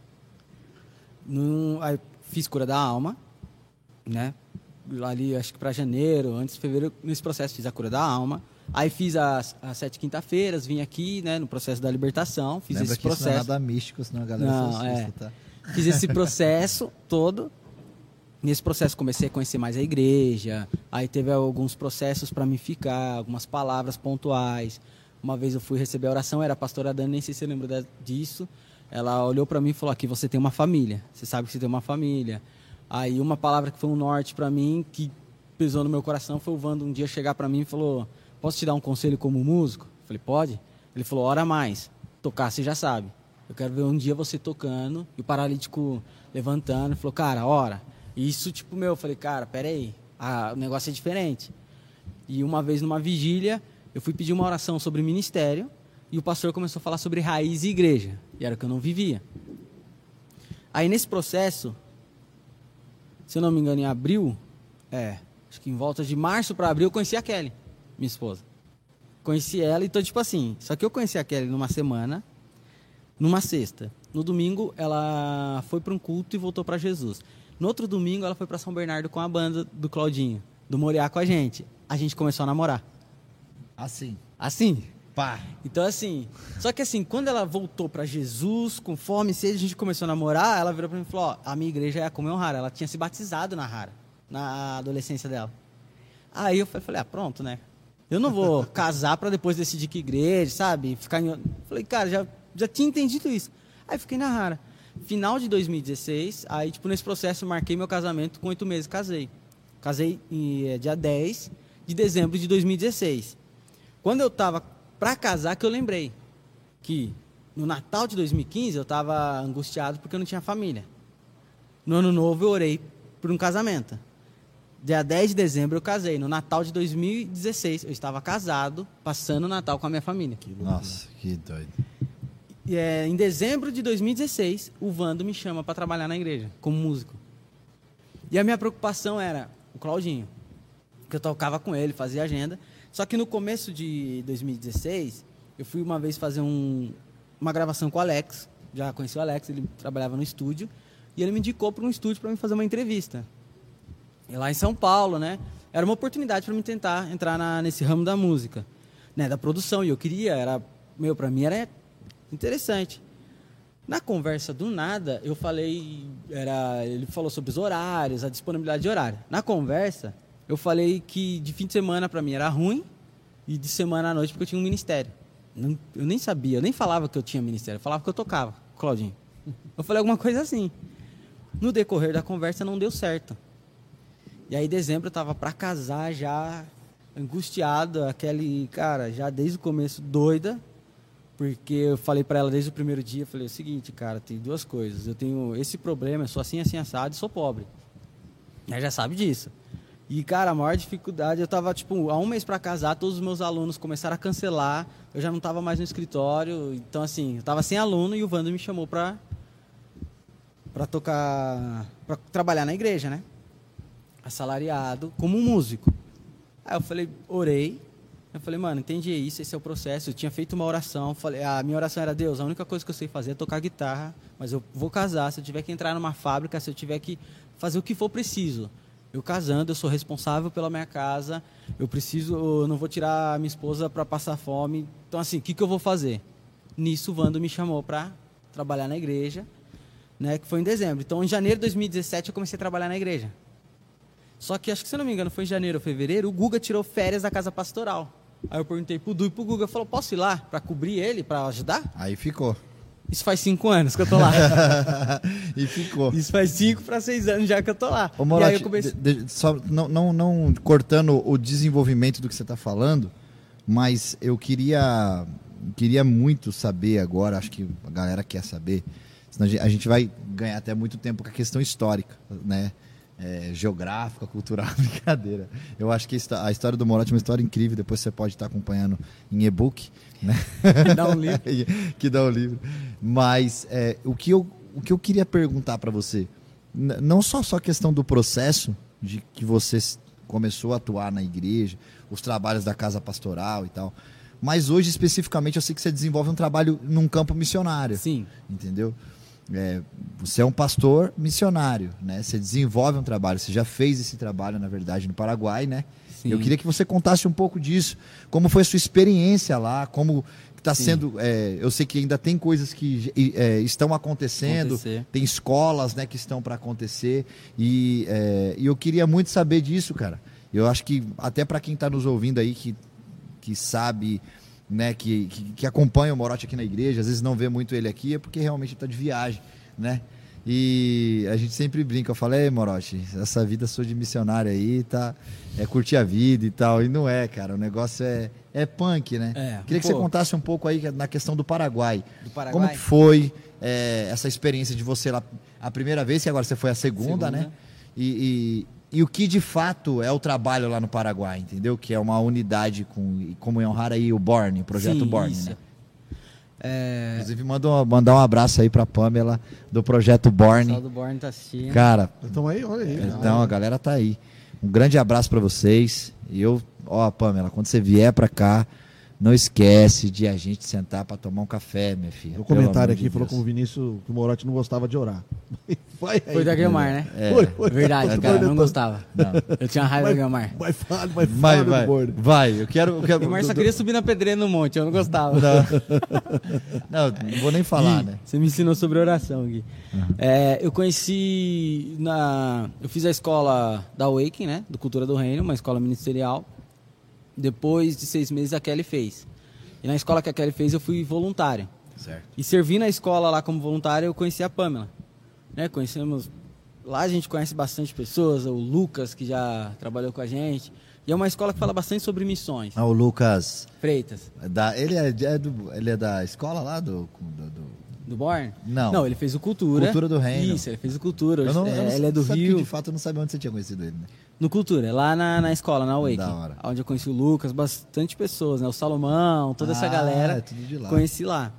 Num, aí fiz cura da alma, né? Ali, acho que para janeiro, antes de fevereiro, nesse processo fiz a cura da alma. Aí fiz as, as sete quinta-feiras, vim aqui, né, no processo da libertação, fiz Lembra esse que isso não é processo. nada místico, senão a galera Não, se assusta, é. tá? Fiz esse processo todo. Nesse processo comecei a conhecer mais a igreja. Aí teve alguns processos para me ficar, algumas palavras pontuais. Uma vez eu fui receber a oração, era a pastora Dani, nem sei se você lembra da- disso. Ela olhou para mim e falou: aqui você tem uma família. Você sabe que você tem uma família. Aí uma palavra que foi um norte para mim, que pesou no meu coração, foi o Vando um dia chegar para mim e falou: posso te dar um conselho como músico? Eu falei: pode. Ele falou: ora mais. Tocar você já sabe. Eu quero ver um dia você tocando e o paralítico levantando. Ele falou: cara, ora. E isso, tipo, meu, eu falei: cara, peraí, ah, o negócio é diferente. E uma vez numa vigília, eu fui pedir uma oração sobre ministério e o pastor começou a falar sobre raiz e igreja. E era o que eu não vivia. Aí nesse processo, se eu não me engano, em abril, é, acho que em volta de março para abril, eu conheci a Kelly, minha esposa. Conheci ela, então, tipo assim, só que eu conheci a Kelly numa semana, numa sexta. No domingo, ela foi para um culto e voltou para Jesus. No outro domingo, ela foi para São Bernardo com a banda do Claudinho, do Moriá com a gente. A gente começou a namorar. Assim. Assim. Pá. Então, assim, só que assim, quando ela voltou para Jesus, com fome e sede, a gente começou a namorar, ela virou para mim e falou, ó, a minha igreja é como é um Hara. Ela tinha se batizado na Hara, na adolescência dela. Aí eu falei, ah, pronto, né? Eu não vou casar para depois decidir que igreja, sabe? Ficar em... Falei, cara, já, já tinha entendido isso. Aí fiquei na Hara. Final de dois mil e dezesseis, aí, tipo, nesse processo, eu marquei meu casamento, com oito meses casei. Casei em, é, dia dez de dezembro de dois mil e dezesseis. Quando eu tava para casar, que eu lembrei que no Natal de dois mil e quinze eu tava angustiado porque eu não tinha família. No Ano Novo eu orei por um casamento. Dia dez de dezembro eu casei. No Natal de dois mil e dezesseis eu estava casado, passando o Natal com a minha família. Que Nossa, que doido. E, é, em dezembro de dois mil e dezesseis, o Vando me chama para trabalhar na igreja, como músico. E a minha preocupação era o Claudinho, que eu tocava com ele, fazia agenda. Só que no começo de dois mil e dezesseis, eu fui uma vez fazer um, uma gravação com o Alex. Já conheci o Alex, ele trabalhava no estúdio. E ele me indicou para um estúdio para mim fazer uma entrevista. E lá em São Paulo, né? Era uma oportunidade para mim tentar entrar na, nesse ramo da música, né? Da produção. E eu queria, era, meu, para mim era interessante. Na conversa do nada, eu falei, era, ele falou sobre os horários, a disponibilidade de horário. Na conversa, eu falei que de fim de semana para mim era ruim e de semana à noite porque eu tinha um ministério. Não, eu nem sabia, eu nem falava que eu tinha ministério, eu falava que eu tocava, Claudinho. Eu falei alguma coisa assim. No decorrer da conversa não deu certo. E aí, em dezembro, eu tava para casar já, angustiado, aquele, cara, já desde o começo, doida, porque eu falei para ela desde o primeiro dia, eu falei o seguinte, cara, tem duas coisas, eu tenho esse problema, eu sou assim, assim, assado e sou pobre. Ela já sabe disso. E, cara, a maior dificuldade, eu tava, tipo, há um mês para casar, todos os meus alunos começaram a cancelar, eu já não tava mais no escritório, então, assim, eu tava sem aluno e o Vando me chamou para para tocar, para trabalhar na igreja, né? Assalariado, como um músico. Aí eu falei, orei, eu falei, mano, entendi isso, esse é o processo. Eu tinha feito uma oração, falei, a minha oração era, Deus, a única coisa que eu sei fazer é tocar guitarra, mas eu vou casar, se eu tiver que entrar numa fábrica, se eu tiver que fazer o que for preciso. Eu casando, eu sou responsável pela minha casa, eu preciso, eu não vou tirar a minha esposa para passar fome. Então, assim, o que, que eu vou fazer? Nisso, o Vando me chamou para trabalhar na igreja, né, que foi em dezembro. Então, em janeiro de dois mil e dezessete, eu comecei a trabalhar na igreja. Só que, acho que se eu não me engano, foi em janeiro ou fevereiro, o Guga tirou férias da casa pastoral. Aí eu perguntei pro Du e pro Guga, falou, posso ir lá para cobrir ele, para ajudar? Aí ficou. Isso faz cinco anos que eu tô lá. E ficou. Isso faz cinco para seis anos já que eu tô lá. Ô, Morotti, e aí eu comecei... de, de, só, não, não, não cortando o desenvolvimento do que você está falando, mas eu queria, queria muito saber agora, acho que a galera quer saber, senão a gente vai ganhar até muito tempo com a questão histórica, né? É, geográfica, cultural, brincadeira. Eu acho que a história do Morotti é uma história incrível, depois você pode estar acompanhando em e-book, né? Que dá um livro. que dá um livro. Mas é, o, que eu, o que eu queria perguntar para você, não só só a questão do processo, de que você começou a atuar na igreja, os trabalhos da casa pastoral e tal, mas hoje especificamente eu sei que você desenvolve um trabalho num campo missionário. Sim. Entendeu? É, você é um pastor missionário, né? Você desenvolve um trabalho, você já fez esse trabalho, na verdade, no Paraguai, né? Sim. Eu queria que você contasse um pouco disso, como foi a sua experiência lá, como está sendo, é, eu sei que ainda tem coisas que é, estão acontecendo, Acontecer. Tem escolas, né, que estão para acontecer, e, é, e eu queria muito saber disso, cara. Eu acho que até para quem está nos ouvindo aí, que, que sabe... Né, que, que, que acompanha o Morotti aqui na igreja, às vezes não vê muito ele aqui, é porque realmente está de viagem, né? E a gente sempre brinca, eu falo, ei, Morotti, essa vida sua de missionário aí, tá, é curtir a vida e tal, e não é, cara, o negócio é, é punk, né? É, Queria que pô. você contasse um pouco aí na questão do Paraguai. Do Paraguai? Como que foi é, essa experiência de você lá, a primeira vez, que agora você foi a segunda, Segunda. né? E... e E o que de fato é o trabalho lá no Paraguai, entendeu? Que é uma unidade com Comunhão Hara e o Born, o projeto Sim, Born, isso. né? É... Inclusive, manda um, mandar um abraço aí pra Pamela, do Projeto O Born. pessoal do Born tá assistindo. Cara, Então aí, olha aí. então a galera tá aí. Um grande abraço pra vocês. E eu, ó, Pamela, quando você vier pra cá, não esquece de a gente sentar pra tomar um café, minha filha. No Pelo comentário amor aqui de falou Deus. com o Vinícius que o Morotti não gostava de orar. Vai aí. Foi da Guilmar, né? É. Foi, foi. Verdade, Foi cara, da- não gostava. Não. Eu tinha raiva da Vai, Guilmar. vai, fala, vai, Vai, fala vai, do Borne. vai. Eu quero. Eu quero Guilmar só queria subir na pedreira no monte, eu não gostava. Não, não vou nem falar, Gui, né? Você me ensinou sobre oração, Gui. É, eu conheci na. Eu fiz a escola da Awaken, né? Do Cultura do Reino, uma escola ministerial. Depois de seis meses a Kelly fez. E na escola que a Kelly fez eu fui voluntário. Certo. E servi na escola lá como voluntário, eu conheci a Pamela. Né? Conhecemos. Lá a gente conhece bastante pessoas, o Lucas, que já trabalhou com a gente. E é uma escola que fala bastante sobre missões. Ah, o Lucas. Freitas. é Da, ele, é, é do, ele é da escola lá do. do, do... Do Born? Não. Não, ele fez o Cultura. Cultura do Reino. Isso, ele fez o Cultura. Eu não, É, eu não ele é do sabe que, Rio. de fato, eu não sabia onde você tinha conhecido ele, né? No Cultura, lá na, na escola, na Awaken. Da hora. Onde eu conheci o Lucas, bastante pessoas, né? O Salomão, toda essa Ah, galera. é tudo de lá. Conheci lá.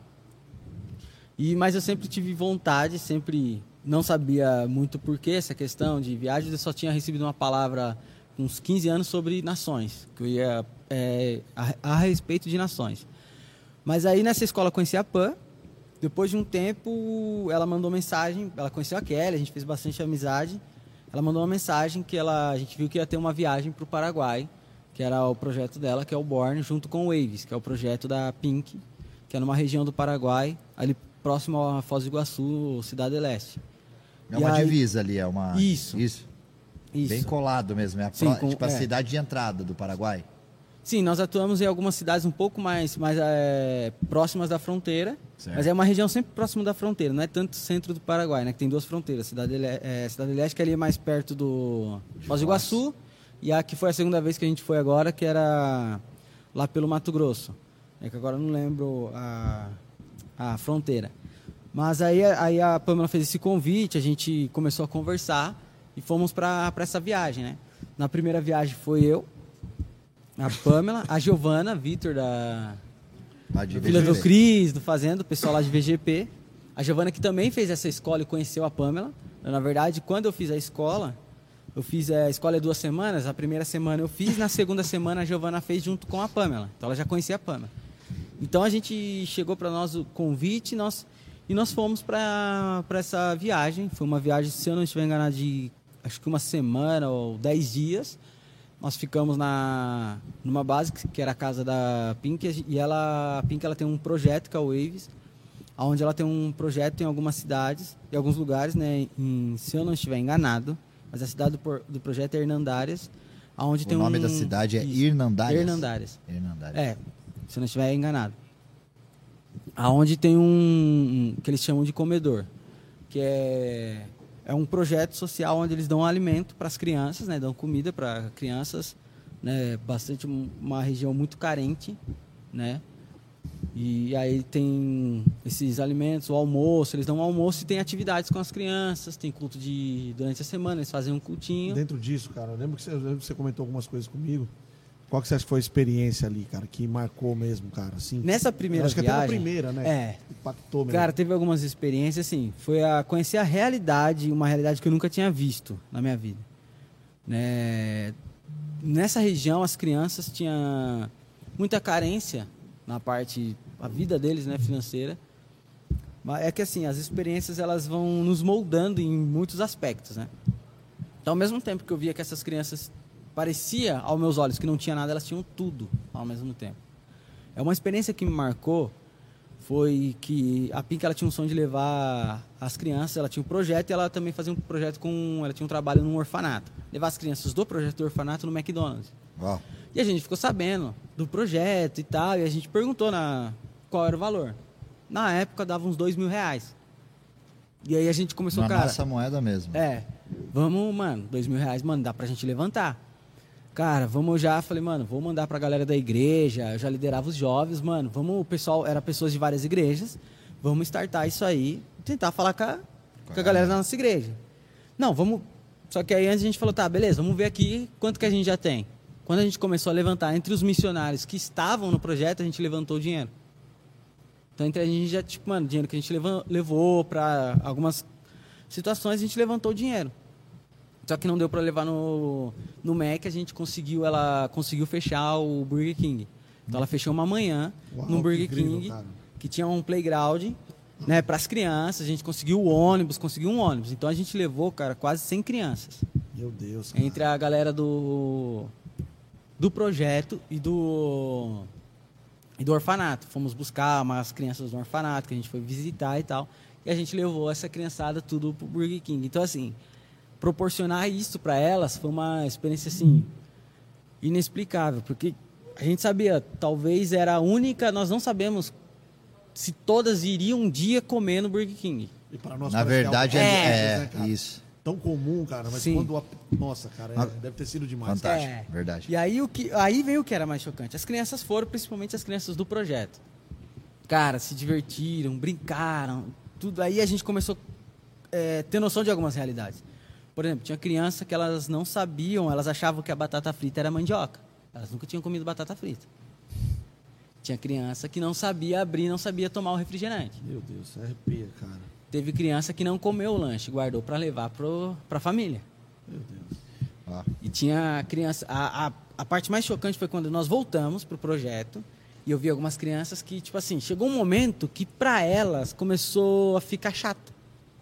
E, mas eu sempre tive vontade, sempre não sabia muito porquê essa questão de viagens. Eu só tinha recebido uma palavra com uns quinze anos sobre nações, que eu ia é, a, a respeito de nações. Mas aí nessa escola eu conheci a Pan. Depois de um tempo, ela mandou mensagem, ela conheceu a Kelly, a gente fez bastante amizade. Ela mandou uma mensagem que ela, a gente viu que ia ter uma viagem para o Paraguai, que era o projeto dela, que é o Born, junto com o Waves, que é o projeto da Pink, que é numa região do Paraguai, ali próximo a Foz do Iguaçu, Cidade do Leste. É E uma aí- divisa ali, é uma. Isso. Isso. Isso. Bem colado mesmo. É a, Sim, pro- com- tipo a é. cidade de entrada do Paraguai. Sim, nós atuamos em algumas cidades um pouco mais, mais é, próximas da fronteira, Certo. mas é uma região sempre próxima da fronteira, não é tanto centro do Paraguai, né? Que tem duas fronteiras, Cidade, Le- é, Cidade Leste, que ali é mais perto do De Foz do Iguaçu, e a que foi a segunda vez que a gente foi agora, que era lá pelo Mato Grosso, é que agora eu não lembro a, a fronteira. Mas aí, aí a Pamela fez esse convite, a gente começou a conversar e fomos para essa viagem, né? Na primeira viagem foi eu, a Pamela, a Giovana, Vitor, da Lá de filha do V G P. Cris, do Fazenda, o pessoal lá de V G P. A Giovana que também fez essa escola e conheceu a Pamela. Eu, na verdade, quando eu fiz a escola, eu fiz a escola é duas semanas, a primeira semana eu fiz, na segunda semana a Giovana fez junto com a Pamela. Então ela já conhecia a Pamela. Então a gente chegou para nós o convite nós, e nós fomos para essa viagem. Foi uma viagem, se eu não estiver enganado, de acho que uma semana ou dez dias. Nós ficamos na numa base que que era a casa da Pink, e ela, a Pink ela tem um projeto que é o Waves, onde ela tem um projeto em algumas cidades, em alguns lugares, né, em, se eu não estiver enganado, mas a cidade do, por- do projeto é Hernandárias, onde O tem nome um... da cidade é Isso, Hernandárias. Hernandárias. Hernandárias. É, se eu não estiver enganado. Aonde tem um, um que eles chamam de comedor, que é é um projeto social onde eles dão alimento para as crianças, né, dão comida para crianças, né, bastante uma região muito carente, né? E aí tem esses alimentos, o almoço, eles dão um almoço e tem atividades com as crianças, tem culto de durante a semana, eles fazem um cultinho. Dentro disso, cara, eu lembro que você, eu lembro que você comentou algumas coisas comigo. Qual que você acha que foi a experiência ali, cara, que marcou mesmo, cara? Assim, Nessa primeira eu acho que viagem, até na primeira, né? É. Impactou mesmo. Cara, teve algumas experiências, assim, foi a conhecer a realidade, uma realidade que eu nunca tinha visto na minha vida. Né? Nessa região, as crianças tinham muita carência na parte, a vida deles, né, financeira. Mas é que, assim, as experiências, elas vão nos moldando em muitos aspectos, né? Então, ao mesmo tempo que eu via que essas crianças, parecia aos meus olhos que não tinha nada, elas tinham tudo ao mesmo tempo. É uma experiência que me marcou, foi que a Pink ela tinha um sonho de levar as crianças, ela tinha um projeto e ela também fazia um projeto com, ela tinha um trabalho num orfanato, levar as crianças do projeto do orfanato no McDonald's. Uau. E a gente ficou sabendo do projeto e tal, e a gente perguntou na, qual era o valor. Na época dava uns dois mil reais. E aí a gente começou, Na cara... nossa moeda mesmo. É, vamos, mano, dois mil reais, mano, dá pra gente levantar. Cara, vamos já, falei, mano, vou mandar pra galera da igreja, eu já liderava os jovens, mano, vamos, o pessoal, era pessoas de várias igrejas, vamos startar isso aí, tentar falar com a, com a galera da nossa igreja. Não, vamos, só que aí antes a gente falou, tá, beleza, vamos ver aqui quanto que a gente já tem. Quando a gente começou a levantar entre os missionários que estavam no projeto, a gente levantou o dinheiro. Então, entre a gente já, tipo, mano, dinheiro que a gente levou, levou para algumas situações, a gente levantou o dinheiro. Só que não deu para levar no, no Mac, a gente conseguiu, ela conseguiu fechar o Burger King. Então, ela fechou uma manhã Uau, no Burger que incrível, King, cara. que tinha um playground, né, para as crianças. A gente conseguiu o ônibus, conseguiu um ônibus. Então, a gente levou, cara, quase cem crianças. Meu Deus, cara. Entre a galera do, do projeto e do, e do orfanato. Fomos buscar umas crianças do orfanato que a gente foi visitar e tal. E a gente levou essa criançada tudo pro Burger King. Então, assim, proporcionar isso para elas foi uma experiência, assim, inexplicável. Porque a gente sabia, talvez era a única, nós não sabemos se todas iriam um dia comer no Burger King. E para nós Na parece que verdade, algo- é, né, é, cara? isso. Tão comum, cara, mas Sim. quando... a- Nossa, cara, é- Ah, deve ter sido demais. Fantástico, É. verdade. E aí, o que, aí veio o que era mais chocante. As crianças foram, principalmente as crianças do projeto. Cara, se divertiram, brincaram, tudo. Aí a gente começou a é, ter noção de algumas realidades. Por exemplo, tinha criança que elas não sabiam, elas achavam que a batata frita era mandioca. Elas nunca tinham comido batata frita. Tinha criança que não sabia abrir, não sabia tomar o refrigerante. Meu Deus, é arrepia, cara. Teve criança que não comeu o lanche, guardou para levar para a família. Meu Deus. Ó, E tinha criança. A, a, a parte mais chocante foi quando nós voltamos pro projeto e eu vi algumas crianças que, tipo assim, chegou um momento que para elas começou a ficar chato.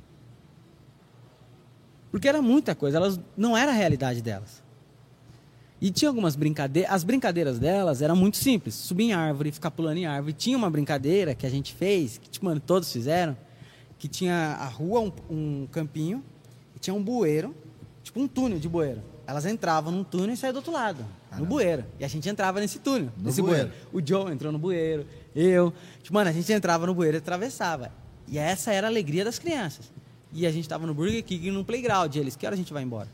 Porque era muita coisa, elas não era a realidade delas. E tinha algumas brincadeiras, as brincadeiras delas eram muito simples, subir em árvore, ficar pulando em árvore. Tinha uma brincadeira que a gente fez, que tipo, mano, todos fizeram, que tinha a rua, um, um campinho, e tinha um bueiro, tipo um túnel de bueiro. Elas entravam num túnel e saíam do outro lado, no bueiro. E a gente entrava nesse túnel, No nesse bueiro. bueiro. O Joe entrou no bueiro, eu. Tipo, mano, a gente entrava no bueiro e atravessava. E essa era a alegria das crianças. E a gente estava no Burger King, num playground. E eles, que hora a gente vai embora?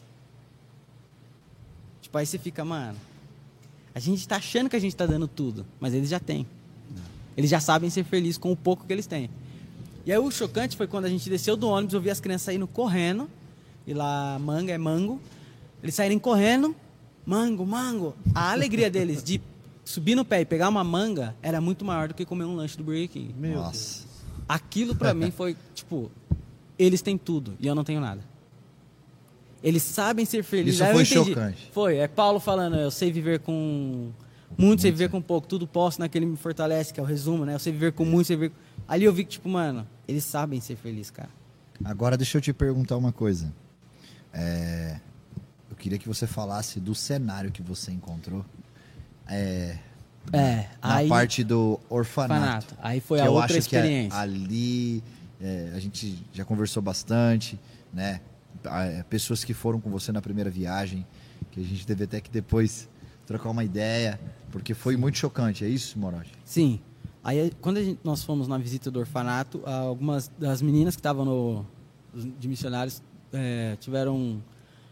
Tipo, aí você fica, mano, a gente tá achando que a gente tá dando tudo, mas eles já têm. Eles já sabem ser felizes com o pouco que eles têm. E aí o chocante foi quando a gente desceu do ônibus, eu vi as crianças saindo correndo, e lá manga é mango, eles saírem correndo, mango, mango. A alegria deles de subir no pé e pegar uma manga era muito maior do que comer um lanche do Burger King. Meu Deus. nossa. Aquilo pra mim foi, tipo, eles têm tudo e eu não tenho nada. Eles sabem ser felizes. Isso Aí eu foi entendi. chocante. Foi, é Paulo falando, eu sei viver com muito, sei viver com pouco, tudo posso naquele me fortalece, que é o resumo, né? Eu sei viver com muito, sei viver... Ali eu vi que, tipo, mano, eles sabem ser felizes, cara. Agora deixa eu te perguntar uma coisa. É, eu queria que você falasse do cenário que você encontrou. É, É, na aí... parte do orfanato. Orfanato. Aí foi que a eu outra acho que é experiência. ali é, a gente já conversou bastante, né? Ah, é, pessoas que foram com você na primeira viagem, que a gente teve até que depois trocar uma ideia, porque foi muito chocante, é isso, Morochi? Sim. Aí, quando a gente- nós fomos na visita do orfanato, algumas das meninas que estavam no, de missionários é, tiveram...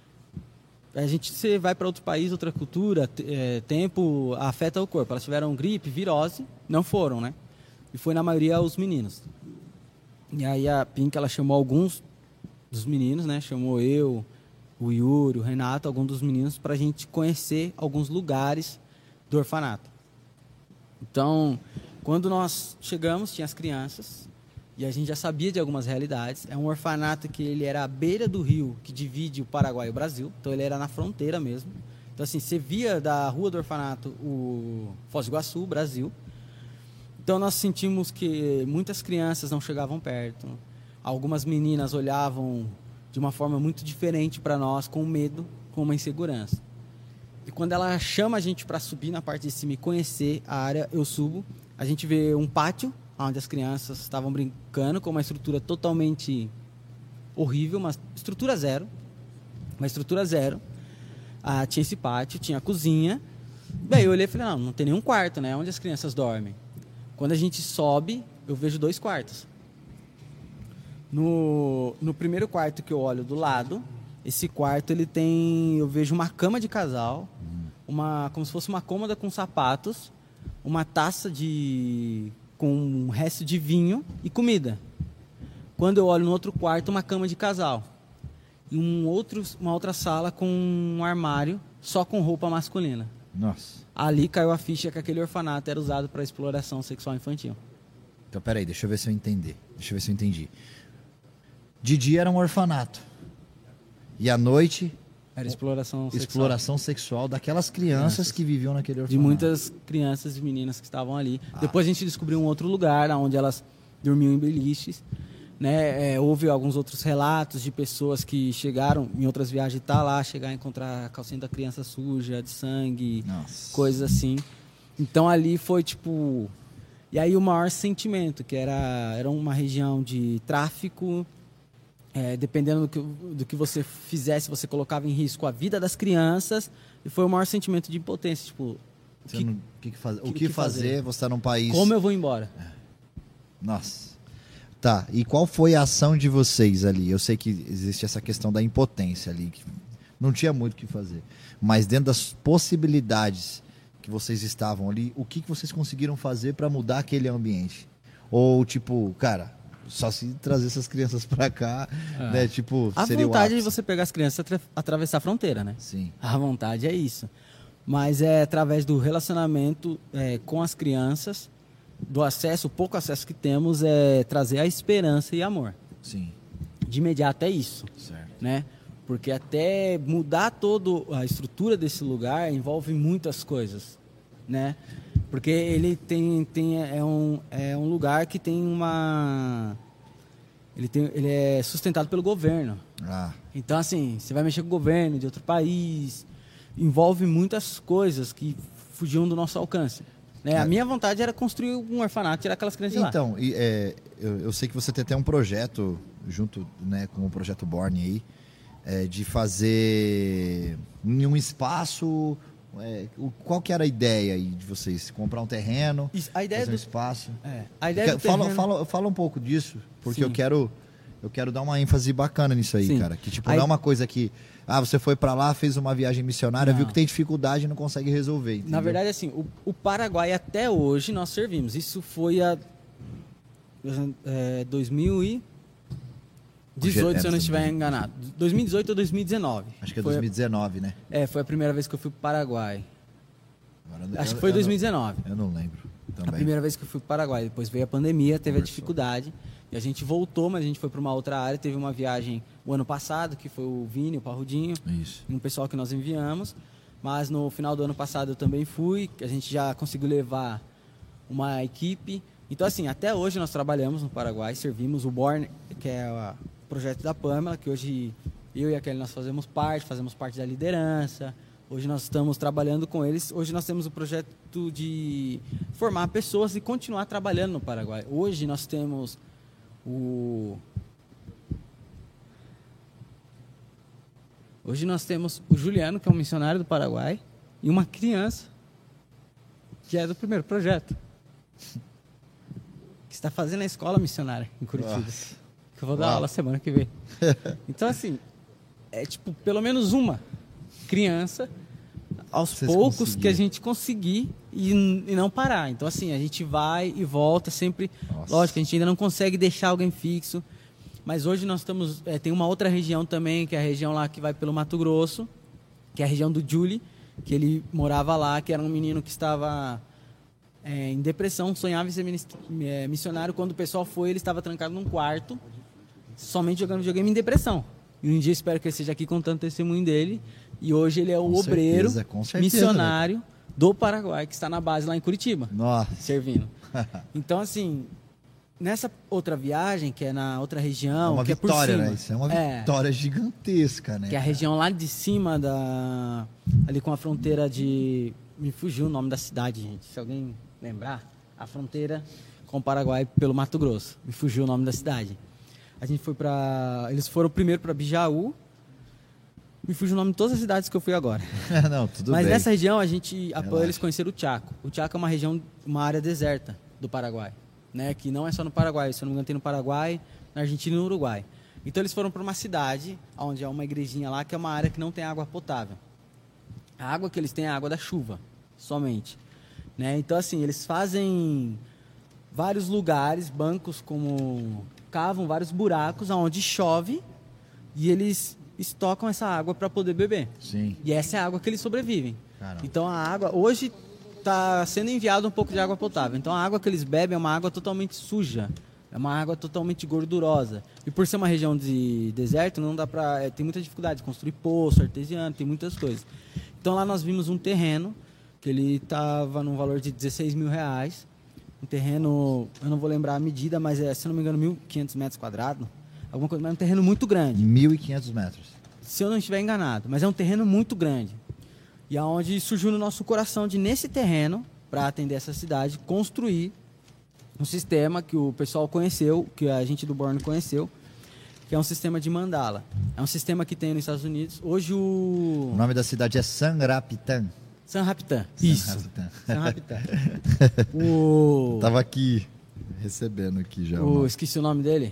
A gente, você vai para outro país, outra cultura, te- é, tempo afeta o corpo. Elas tiveram gripe, virose, não foram, né? E foi, na maioria, os meninos. E aí a Pink, ela chamou alguns dos meninos, né? Chamou eu, o Yuri, o Renato, alguns dos meninos, para a gente conhecer alguns lugares do orfanato. Então, quando nós chegamos, tinha as crianças, e a gente já sabia de algumas realidades. É um orfanato que ele era à beira do rio, que divide o Paraguai e o Brasil, então ele era na fronteira mesmo. Então, assim, você via da rua do orfanato o Foz do Iguaçu, Brasil. Então, nós sentimos que muitas crianças não chegavam perto. Algumas meninas olhavam de uma forma muito diferente para nós, com medo, com uma insegurança. E quando ela chama a gente para subir na parte de cima e conhecer a área, eu subo. A gente vê um pátio, onde as crianças estavam brincando, com uma estrutura totalmente horrível, uma estrutura zero. Uma estrutura zero. Ah, tinha esse pátio, tinha a cozinha. Daí eu olhei e falei, não, não tem nenhum quarto, né? Onde as crianças dormem? Quando a gente sobe, eu vejo dois quartos. No, no primeiro quarto que eu olho do lado, esse quarto ele tem, eu vejo uma cama de casal, uma, como se fosse uma cômoda com sapatos, uma taça de com um resto de vinho e comida. Quando eu olho no outro quarto, uma cama de casal e um outro, uma outra sala com um armário só com roupa masculina. Nossa. Ali caiu a ficha que aquele orfanato era usado para exploração sexual infantil. Então, peraí, deixa eu ver se eu entender. Deixa eu ver se eu entendi. De dia era um orfanato. E à noite, Era exploração sexual. exploração sexual daquelas crianças, Crianças. que viviam naquele orfanato. De muitas crianças e meninas que estavam ali. Depois a gente descobriu um outro lugar onde elas dormiam em beliches. Né? É, houve alguns outros relatos de pessoas que chegaram em outras viagens, tá lá, chegar a encontrar a calcinha da criança suja, de sangue, Nossa. coisas assim. Então ali foi tipo... E aí o maior sentimento, que era, era uma região de tráfico, é, dependendo do que, do que você fizesse, você colocava em risco a vida das crianças, e foi o maior sentimento de impotência, tipo... Você que- não- que que faz- que- o que, que fazer? fazer? Você está num país... Como eu vou embora? Nossa. Tá, e qual foi a ação de vocês ali? Eu sei que existe essa questão da impotência ali, que não tinha muito o que fazer. Mas dentro das possibilidades que vocês estavam ali, o que, que vocês conseguiram fazer para mudar aquele ambiente? Ou tipo, cara, só se trazer essas crianças para cá, É. né? Tipo, A seria o vontade de ápice. você pegar as crianças e atra- atravessar a fronteira, né? Sim. A vontade é isso. Mas é através do relacionamento é, com as crianças, do acesso, o pouco acesso que temos, é trazer a esperança e amor. Sim. De imediato é isso, Certo. né? Porque até mudar toda a estrutura desse lugar envolve muitas coisas, né? Porque ele tem, tem é, um, é um lugar que tem uma... Ele, tem, ele é sustentado pelo governo. Ah, Então, assim, você vai mexer com o governo de outro país, envolve muitas coisas que fugiam do nosso alcance. Né? É. A minha vontade era construir um orfanato e tirar aquelas crianças de lá. então, e, é, eu, eu sei que você tem até um projeto, junto, né, com o Projeto Born aí, é, de fazer em um espaço... é, o- qual que era a ideia aí de vocês? Comprar um terreno, Isso, a ideia fazer um do, espaço? é, a ideia do fala, terreno- fala, fala um pouco disso, porque Sim. eu quero, eu quero dar uma ênfase bacana nisso aí, Sim. cara. Que tipo, Aí- não é uma coisa que... Ah, você foi pra lá, fez uma viagem missionária, Não. viu que tem dificuldade e não consegue resolver, entendeu? Na verdade, assim, o, o Paraguai até hoje nós servimos. Isso foi a é, dois mil e dezoito, se eu não estiver enganado. dois mil e dezoito ou dois mil e dezenove. Acho que é Foi dois a- mil e dezenove, né? É, foi a primeira vez que eu fui pro Paraguai. Agora eu- Acho que eu- foi eu dois mil e não- dezenove. Eu não lembro. A Também. primeira vez que eu fui para o Paraguai. Depois veio a pandemia, teve a Conversou. dificuldade. E a gente voltou, mas a gente foi para uma outra área. Teve uma viagem o ano passado, que foi o Vini, o Parrudinho, Isso. um pessoal que nós enviamos. Mas no final do ano passado eu também fui. A gente já conseguiu levar uma equipe. Então, assim, até hoje nós trabalhamos no Paraguai, servimos o Born, que é o projeto da Pamela, que hoje eu e a Kelly nós fazemos parte, fazemos parte da liderança. Hoje nós estamos trabalhando com eles. Hoje nós temos o projeto de formar pessoas e continuar trabalhando no Paraguai. Hoje nós temos o... Hoje nós temos o Juliano, que é um missionário do Paraguai, e uma criança, que é do primeiro projeto, que está fazendo a escola missionária em Curitiba. Nossa. Que eu vou dar Uau. aula semana que vem. Então, assim, é tipo, pelo menos uma criança, aos Vocês poucos, conseguiram. que a gente conseguir e, e não parar. Então, assim, a gente vai e volta sempre. Nossa. Lógico, a gente ainda não consegue deixar alguém fixo. Mas hoje nós estamos... é, tem uma outra região também, que é a região lá que vai pelo Mato Grosso, que é a região do Julie, que ele morava lá, que era um menino que estava é, em depressão, sonhava em ser minis- é, missionário. Quando o pessoal foi, ele estava trancado num quarto, somente jogando videogame em depressão. E um dia espero que ele esteja aqui contando o testemunho dele. E hoje ele é o Com obreiro certeza, com certeza, missionário do Paraguai, que está na base lá em Curitiba, Nossa. servindo. Então, assim, nessa outra viagem, que é na outra É região, uma que vitória, é por cima, né? Isso é uma É. vitória gigantesca, né? que é a região lá de cima da... ali com a fronteira de... me fugiu o nome da cidade, gente. Se alguém lembrar, a fronteira com o Paraguai pelo Mato Grosso. Me fugiu o nome da cidade. A gente foi pra... Eles foram primeiro para Bijaú. Me fugiu o nome de todas as cidades que eu fui agora. Não, tudo Mas bem. nessa região a gente apoia Relaxa. eles conheceram o Chaco. O Chaco é uma região, uma área deserta do Paraguai, né? Que não é só no Paraguai, se eu não me engano tem no Paraguai, na Argentina e no Uruguai. Então eles foram para uma cidade, onde é uma igrejinha lá, que é uma área que não tem água potável. A água que eles têm é a água da chuva, somente. Né? Então assim, eles fazem vários lugares, bancos como... cavam vários buracos onde chove e eles estocam essa água para poder beber. Sim. E essa é a água que eles sobrevivem. Caramba. Então a água, hoje tá sendo enviado um pouco de água potável. Então a água que eles bebem é uma água totalmente suja, é uma água totalmente gordurosa. E por ser uma região de deserto, não dá para, é, tem muita dificuldade de construir poço artesiano, tem muitas coisas. Então lá nós vimos um terreno que ele estava num valor de dezesseis mil reais. Um terreno, eu não vou lembrar a medida, mas é, se não me engano, mil e quinhentos metros quadrados. Alguma coisa, mas é um terreno muito grande. mil e quinhentos metros. Se eu não estiver enganado, mas é um terreno muito grande. E aonde surgiu no nosso coração de, nesse terreno, para atender essa cidade, construir um sistema que o pessoal conheceu, que a gente do Borne conheceu, que é um sistema de mandala. É um sistema que tem nos Estados Unidos. Hoje o... O nome da cidade é Sanrapitan. Sanrapitan. Isso. Sanrapitan. Sanrapitan. o... Tava aqui, recebendo aqui já. O... Esqueci o nome dele.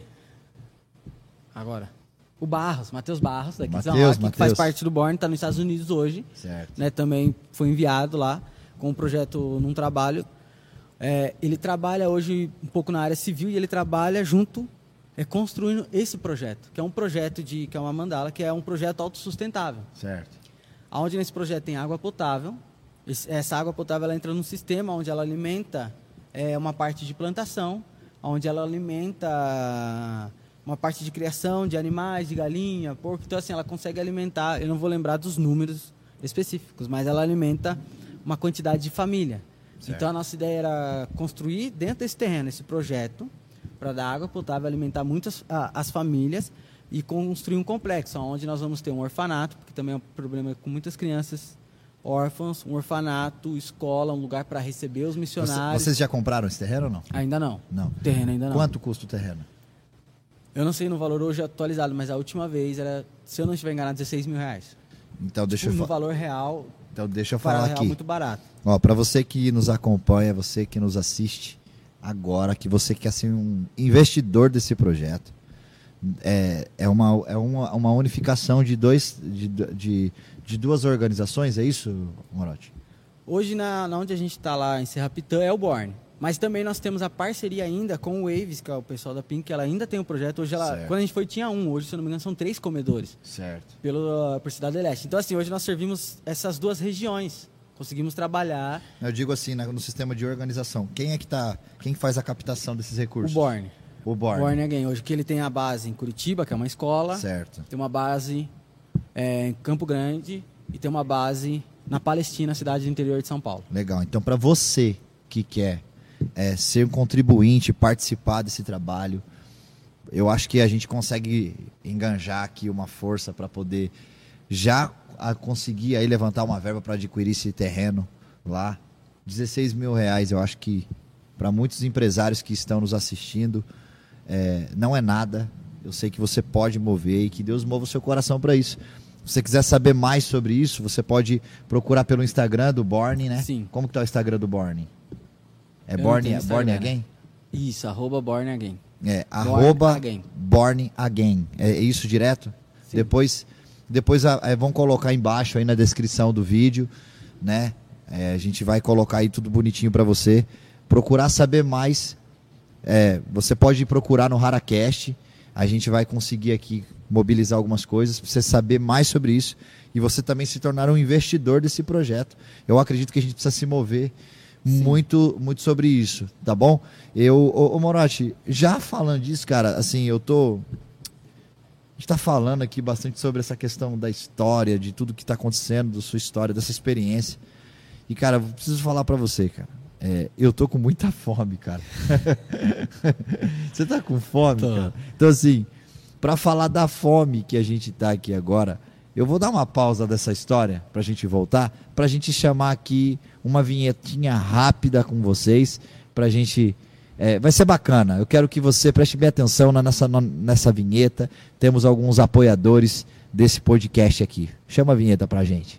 Agora. O Barros, Matheus Barros, daqui de São Mateus, Roque, que Mateus. faz parte do Borne, está nos Estados Unidos hoje. Certo. Né, também foi enviado lá com um projeto num trabalho. É, ele trabalha hoje um pouco na área civil e ele trabalha junto, é, construindo esse projeto, que é um projeto de, que é uma mandala, que é um projeto autossustentável. Certo. Onde nesse projeto tem água potável. Esse, essa água potável ela entra num sistema onde ela alimenta é, uma parte de plantação, onde ela alimenta uma parte de criação de animais, de galinha, porco. Então, assim, ela consegue alimentar, eu não vou lembrar dos números específicos, mas ela alimenta uma quantidade de família. Certo. Então, a nossa ideia era construir dentro desse terreno, esse projeto, para dar água potável, alimentar muitas a, as famílias e construir um complexo, onde nós vamos ter um orfanato, porque também é um problema com muitas crianças órfãos, um orfanato, escola, um lugar para receber os missionários. Vocês já compraram esse terreno ou não? Ainda não. Não. O terreno ainda não. Quanto custa o terreno? Eu não sei no valor hoje atualizado, mas a última vez era, se eu não estiver enganado, dezesseis mil reais. Então deixa Tipo, eu no falar. valor real, Então deixa eu valor falar real aqui. muito barato. Ó, para você que nos acompanha, você que nos assiste agora, que você quer ser um investidor desse projeto, é, é, uma, é uma, uma unificação de, dois, de, de, de duas organizações, é isso, Morotti? Hoje, na, na onde a gente está lá em Serrapitã, é o Borne. Mas também nós temos a parceria ainda com o Waves, que é o pessoal da Pink, que ela ainda tem um projeto. Hoje ela, Certo. quando a gente foi, tinha um. Hoje, se eu não me engano, são três comedores Certo. pelo, por Cidade do Leste. Então, assim, hoje nós servimos essas duas regiões. Conseguimos trabalhar Eu digo assim, na- no sistema de organização, quem é que tá, quem faz a captação desses o recursos? Borne. O Borne. Borne Again. Hoje que ele tem a base em Curitiba, que é uma escola. Certo. Tem uma base é, em Campo Grande e tem uma base na Palestina, cidade do interior de São Paulo. Legal. Então, para você que quer é, ser um contribuinte, participar desse trabalho, eu acho que a gente consegue enganjar aqui uma força para poder já a conseguir aí levantar uma verba para adquirir esse terreno lá. dezesseis mil reais, eu acho que para muitos empresários que estão nos assistindo, é, não é nada. Eu sei que você pode mover e que Deus mova o seu coração para isso. Se você quiser saber mais sobre isso, você pode procurar pelo Instagram do Borne, né? Sim. Como que tá o Instagram do Borne? É Eu não Borne, tenho Borne Instagram. Again? Isso, arroba Borne Again. É, Borne arroba Again. Borne Again. É isso direto? Sim. Depois, depois a, é, vão colocar embaixo aí na descrição do vídeo, né? É, a gente vai colocar aí tudo bonitinho para você. Procurar saber mais, é, você pode procurar no HaraCast. A gente vai conseguir aqui mobilizar algumas coisas para você saber mais sobre isso e você também se tornar um investidor desse projeto. Eu acredito que a gente precisa se mover muito, muito sobre isso, tá bom? Eu, ô, ô Morotti, já falando disso, cara, assim, eu tô... A gente tá falando aqui bastante sobre essa questão da história, de tudo que tá acontecendo, da sua história, dessa experiência. E, cara, eu preciso falar para você, cara. É, eu tô com muita fome, cara. Você tá com fome, Tô. cara? Então, assim, para falar da fome que a gente tá aqui agora, eu vou dar uma pausa dessa história pra gente voltar, pra gente chamar aqui uma vinhetinha rápida com vocês, pra gente... É, vai ser bacana, eu quero que você preste bem atenção na, nessa, na- nessa vinheta. Temos alguns apoiadores desse podcast aqui. Chama a vinheta pra gente.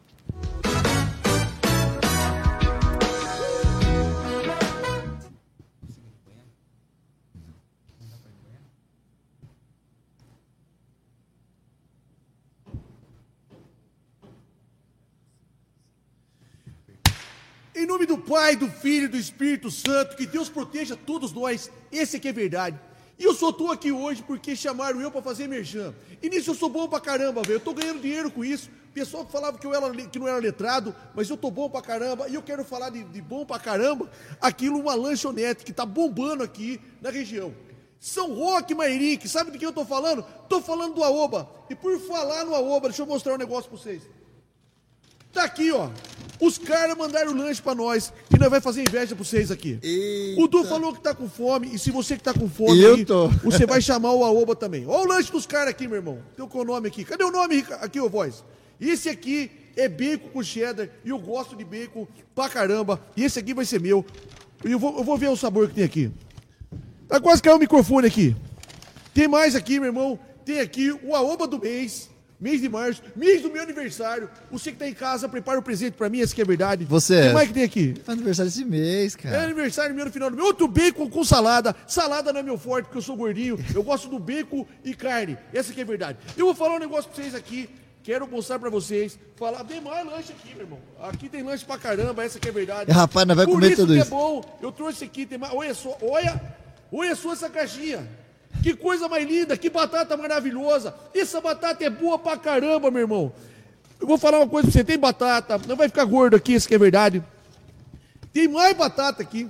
Em nome do Pai, do Filho e do Espírito Santo, que Deus proteja todos nós. Esse aqui é verdade. E eu só tô aqui hoje porque chamaram eu para fazer merchan. E nisso eu sou bom pra caramba, velho. Eu tô ganhando dinheiro com isso. O pessoal que falava que eu era, que não era letrado, mas eu tô bom pra caramba. E eu quero falar de, de bom pra caramba, aquilo, uma lanchonete que tá bombando aqui na região. São Roque, Mairink, sabe de quem eu tô falando? Tô falando do Aoba. E por falar no Aoba, deixa eu mostrar um negócio pra vocês. Tá aqui, ó. Os caras mandaram o lanche pra nós e nós vai fazer inveja pra vocês aqui. Eita. O Du falou que tá com fome, e se você que tá com fome Eu aí, tô. você vai chamar o Aoba também. Olha o lanche dos caras aqui, meu irmão. Tem o nome aqui. Cadê o nome aqui, ô voz? Esse aqui é bacon com cheddar e eu gosto de bacon pra caramba. E esse aqui vai ser meu. E eu vou, eu vou ver o sabor que tem aqui. Tá quase caiu o microfone aqui. Tem mais aqui, meu irmão. Tem aqui o Aoba do mês. Mês de março, mês do meu aniversário. Você que tá em casa, prepara o presente pra mim, essa que é verdade. Você. O que mais que tem aqui? Faz aniversário esse mês, cara. É aniversário meu no final do mês. Outro bacon com salada. Salada não é meu forte, porque eu sou gordinho. Eu gosto do bacon e carne. Essa que é verdade. Eu vou falar um negócio pra vocês aqui. Quero mostrar pra vocês. Falar, tem mais lanche aqui, meu irmão. Aqui tem lanche pra caramba, essa que é verdade. Rapaz, nós vai Por comer isso tudo que isso. é bom. Eu trouxe aqui, tem mais. Olha só, olha. Olha só essa caixinha. Que coisa mais linda, que batata maravilhosa. Essa batata é boa pra caramba, meu irmão. Eu vou falar uma coisa pra você, tem batata, não vai ficar gordo aqui, isso que é verdade. Tem mais batata aqui.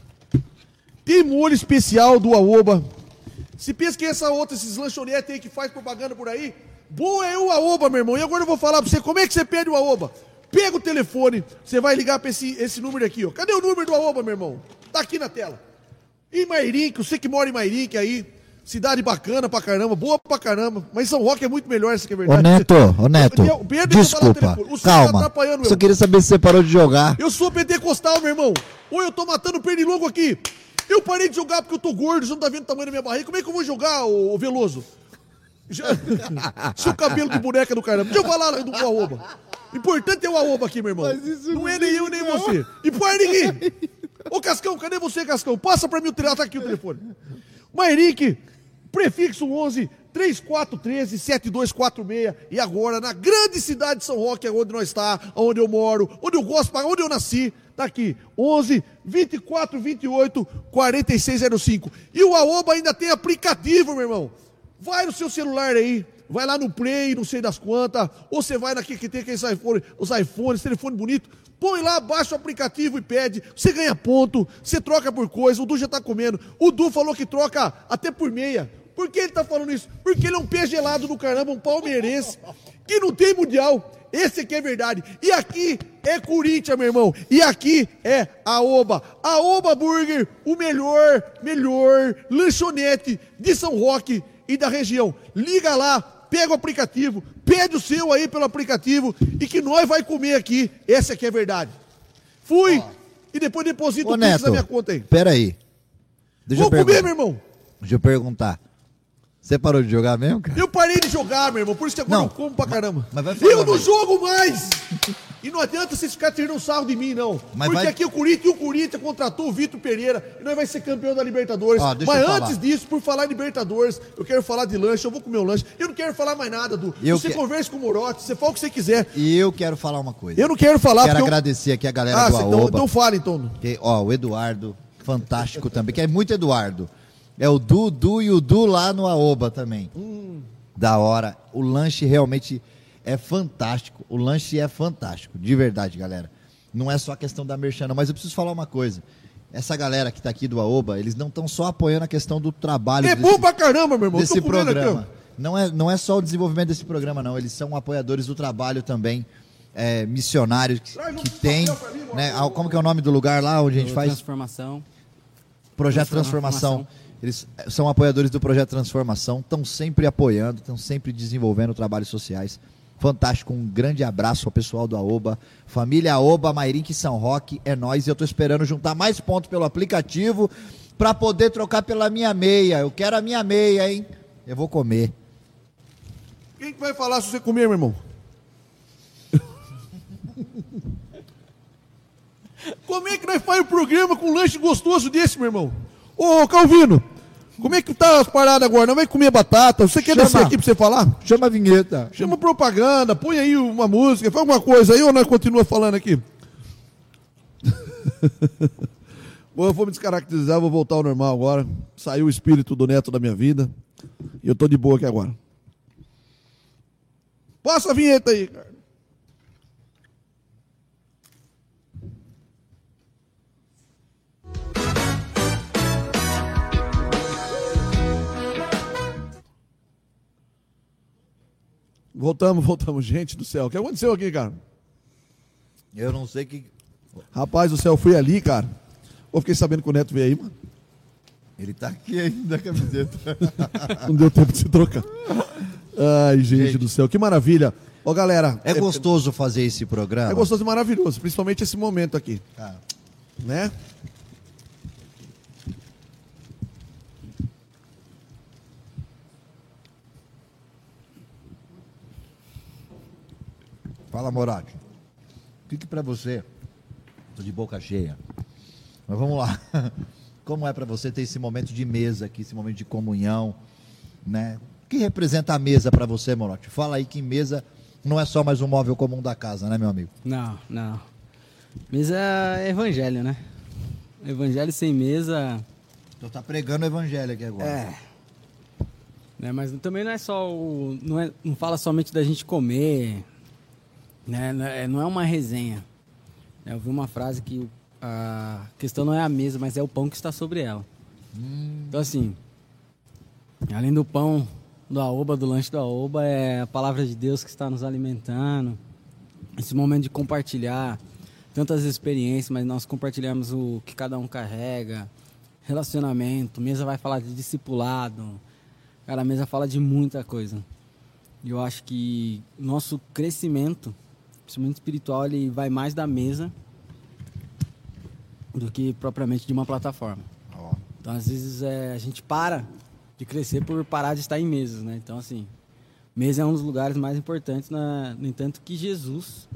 Tem molho especial do Aoba. Se pensa que essa outra, esses lanchonetes aí que faz propaganda por aí, boa é o Aoba, meu irmão. E agora eu vou falar pra você, como é que você pede o Aoba? Pega o telefone, você vai ligar pra esse, esse número aqui, ó. Cadê o número do Aoba, meu irmão? Tá aqui na tela. Em Mairink, você que mora em Mairink aí, cidade bacana pra caramba, boa pra caramba, mas São Roque é muito melhor, isso que é verdade. Ô Neto, ô Neto, Eu- Pedro, deixa eu falar no desculpa, telefone. O senhor tá calma. atrapalhando Só eu. queria saber se você parou de jogar. Eu sou pentecostal, meu irmão. Ou eu tô matando pernilongo aqui. Eu parei de jogar porque eu tô gordo, você não tá vendo o tamanho da minha barriga. Como é que eu vou jogar, ô, ô Veloso? Já... Seu cabelo de boneca do caramba. Deixa eu falar do Aoba. Importante é o Aoba aqui, meu irmão. Não é nem eu, nem você. E para de rir. Ô, Cascão, cadê você, Cascão? Passa pra mim o telefone. Tá aqui o telefone. Mairique, prefixo onze, três quatro um três, sete dois quatro seis. E agora, na grande cidade de São Roque, é onde nós está, onde eu moro, onde eu gosto, onde eu nasci, tá aqui, onze, vinte e quatro, vinte e oito, quarenta e seis zero cinco. E o Aoba ainda tem aplicativo, meu irmão. Vai no seu celular aí, vai lá no Play, não sei das quantas, ou você vai naquele que tem aqueles iPhone, os iPhones, telefone bonito, põe lá, baixa o aplicativo e pede, você ganha ponto, você troca por coisa, o Du já tá comendo, o Du falou que troca até por meia. Por que ele tá falando isso? Porque ele é um pé gelado do caramba, um palmeirense, que não tem mundial, esse aqui é verdade, e aqui é Corinthians, meu irmão, e aqui é Aoba, Aoba Burger, o melhor, melhor lanchonete de São Roque e da região. Liga lá, pega o aplicativo, pede o seu aí pelo aplicativo e que nós vai comer aqui. Essa aqui é verdade. Fui Ó. e depois deposito Ô, o Pix Neto, na minha conta aí. pera aí. Deixa Vou eu comer, perguntar. meu irmão. Deixa eu perguntar. Você parou de jogar mesmo, cara? Eu parei de jogar, meu irmão, por isso que agora Não, eu como pra caramba. mas vai falar, eu não mas- jogo mais! E não adianta vocês ficarem tirando sarro de mim, não. Mas Porque vai- aqui o Corinthians, e o Corinthians contratou o Vitor Pereira e nós vai ser campeão da Libertadores. Ó, deixa Mas eu falar. antes disso, por falar em Libertadores, eu quero falar de lanche, eu vou comer o lanche. Eu não quero falar mais nada, Du. Eu Você que- conversa com o Morote, você fala o que você quiser. E eu quero falar uma coisa. Eu não quero falar Quero porque eu- agradecer aqui a galera Ah, do cê- então, Aoba. então fala, então. Que, ó, o Eduardo, fantástico também, que é muito Eduardo. É o Dudu e o Du lá no Aoba também. Hum. Da hora. O lanche realmente é fantástico. O lanche é fantástico, de verdade, galera. Não é só a questão da merchan, não, mas eu preciso falar uma coisa. Essa galera que tá aqui do Aoba, eles não estão só apoiando a questão do trabalho É desse, bom pra caramba, meu irmão. desse Tô comendo programa. aqui, Não é, não é só o desenvolvimento desse programa, não. Eles são apoiadores do trabalho também, é, missionários que, Traz um que tem. papel pra mim, Né, mano. como que é o nome do lugar lá onde a gente faz? Transformação. Projeto Transformação. Transformação. Eles são apoiadores do Projeto Transformação, estão sempre apoiando, estão sempre desenvolvendo trabalhos sociais. Fantástico, um grande abraço ao pessoal do Aoba. Família Aoba, Mairink e São Roque, é nóis. E eu estou esperando juntar mais pontos pelo aplicativo para poder trocar pela minha meia. Eu quero a minha meia, hein? Eu vou comer. Quem que vai falar se você comer, meu irmão? Como é que nós faz o programa com um lanche gostoso desse, meu irmão? Ô, Calvino, como é que tá as paradas agora? Não vai comer batata? Você quer Chama. descer aqui pra você falar? Chama a vinheta. Chama propaganda, põe aí uma música, faz alguma coisa aí ou nós continua falando aqui? Bom, eu vou me descaracterizar, vou voltar ao normal agora. Saiu o espírito do neto da minha vida. E eu tô de boa aqui agora. Passa a vinheta aí, cara. Voltamos, voltamos. Gente do céu, o que aconteceu aqui, cara? Eu não sei que... Rapaz do céu, eu fui ali, cara. Eu fiquei sabendo que o Neto veio aí, mano. Ele tá aqui ainda, a camiseta. Não deu tempo de se trocar. Ai, gente, Gente. do céu, que maravilha. Ó, galera. É gostoso fazer esse programa? É gostoso e maravilhoso, principalmente esse momento aqui. Ah. Né? Fala, Moratti. O que que pra você... Tô de boca cheia. Mas vamos lá. Como é pra você ter esse momento de mesa aqui, esse momento de comunhão, né? O que representa a mesa pra você, Moratti? Fala aí que mesa não é só mais um móvel comum da casa, né, meu amigo? Não, não. Mesa é evangelho, né? Evangelho sem mesa... Então tá pregando o evangelho aqui agora. É. Né, mas também não é só o... Não, é, não fala somente da gente comer, né? Não é, não é uma resenha. Eu vi uma frase que a questão não é a mesa, mas é o pão que está sobre ela. Hum. Então, assim, além do pão do Aoba, do lanche do Aoba, é a palavra de Deus que está nos alimentando. Esse momento de compartilhar tantas experiências, mas nós compartilhamos o que cada um carrega, relacionamento, mesa vai falar de discipulado, cara, a mesa fala de muita coisa. E eu acho que nosso crescimento, principalmente espiritual, ele vai mais da mesa do que propriamente de uma plataforma. Oh. Então, às vezes, é, a gente para de crescer por parar de estar em mesas, né? Então, assim, mesa é um dos lugares mais importantes, na, no entanto que Jesus,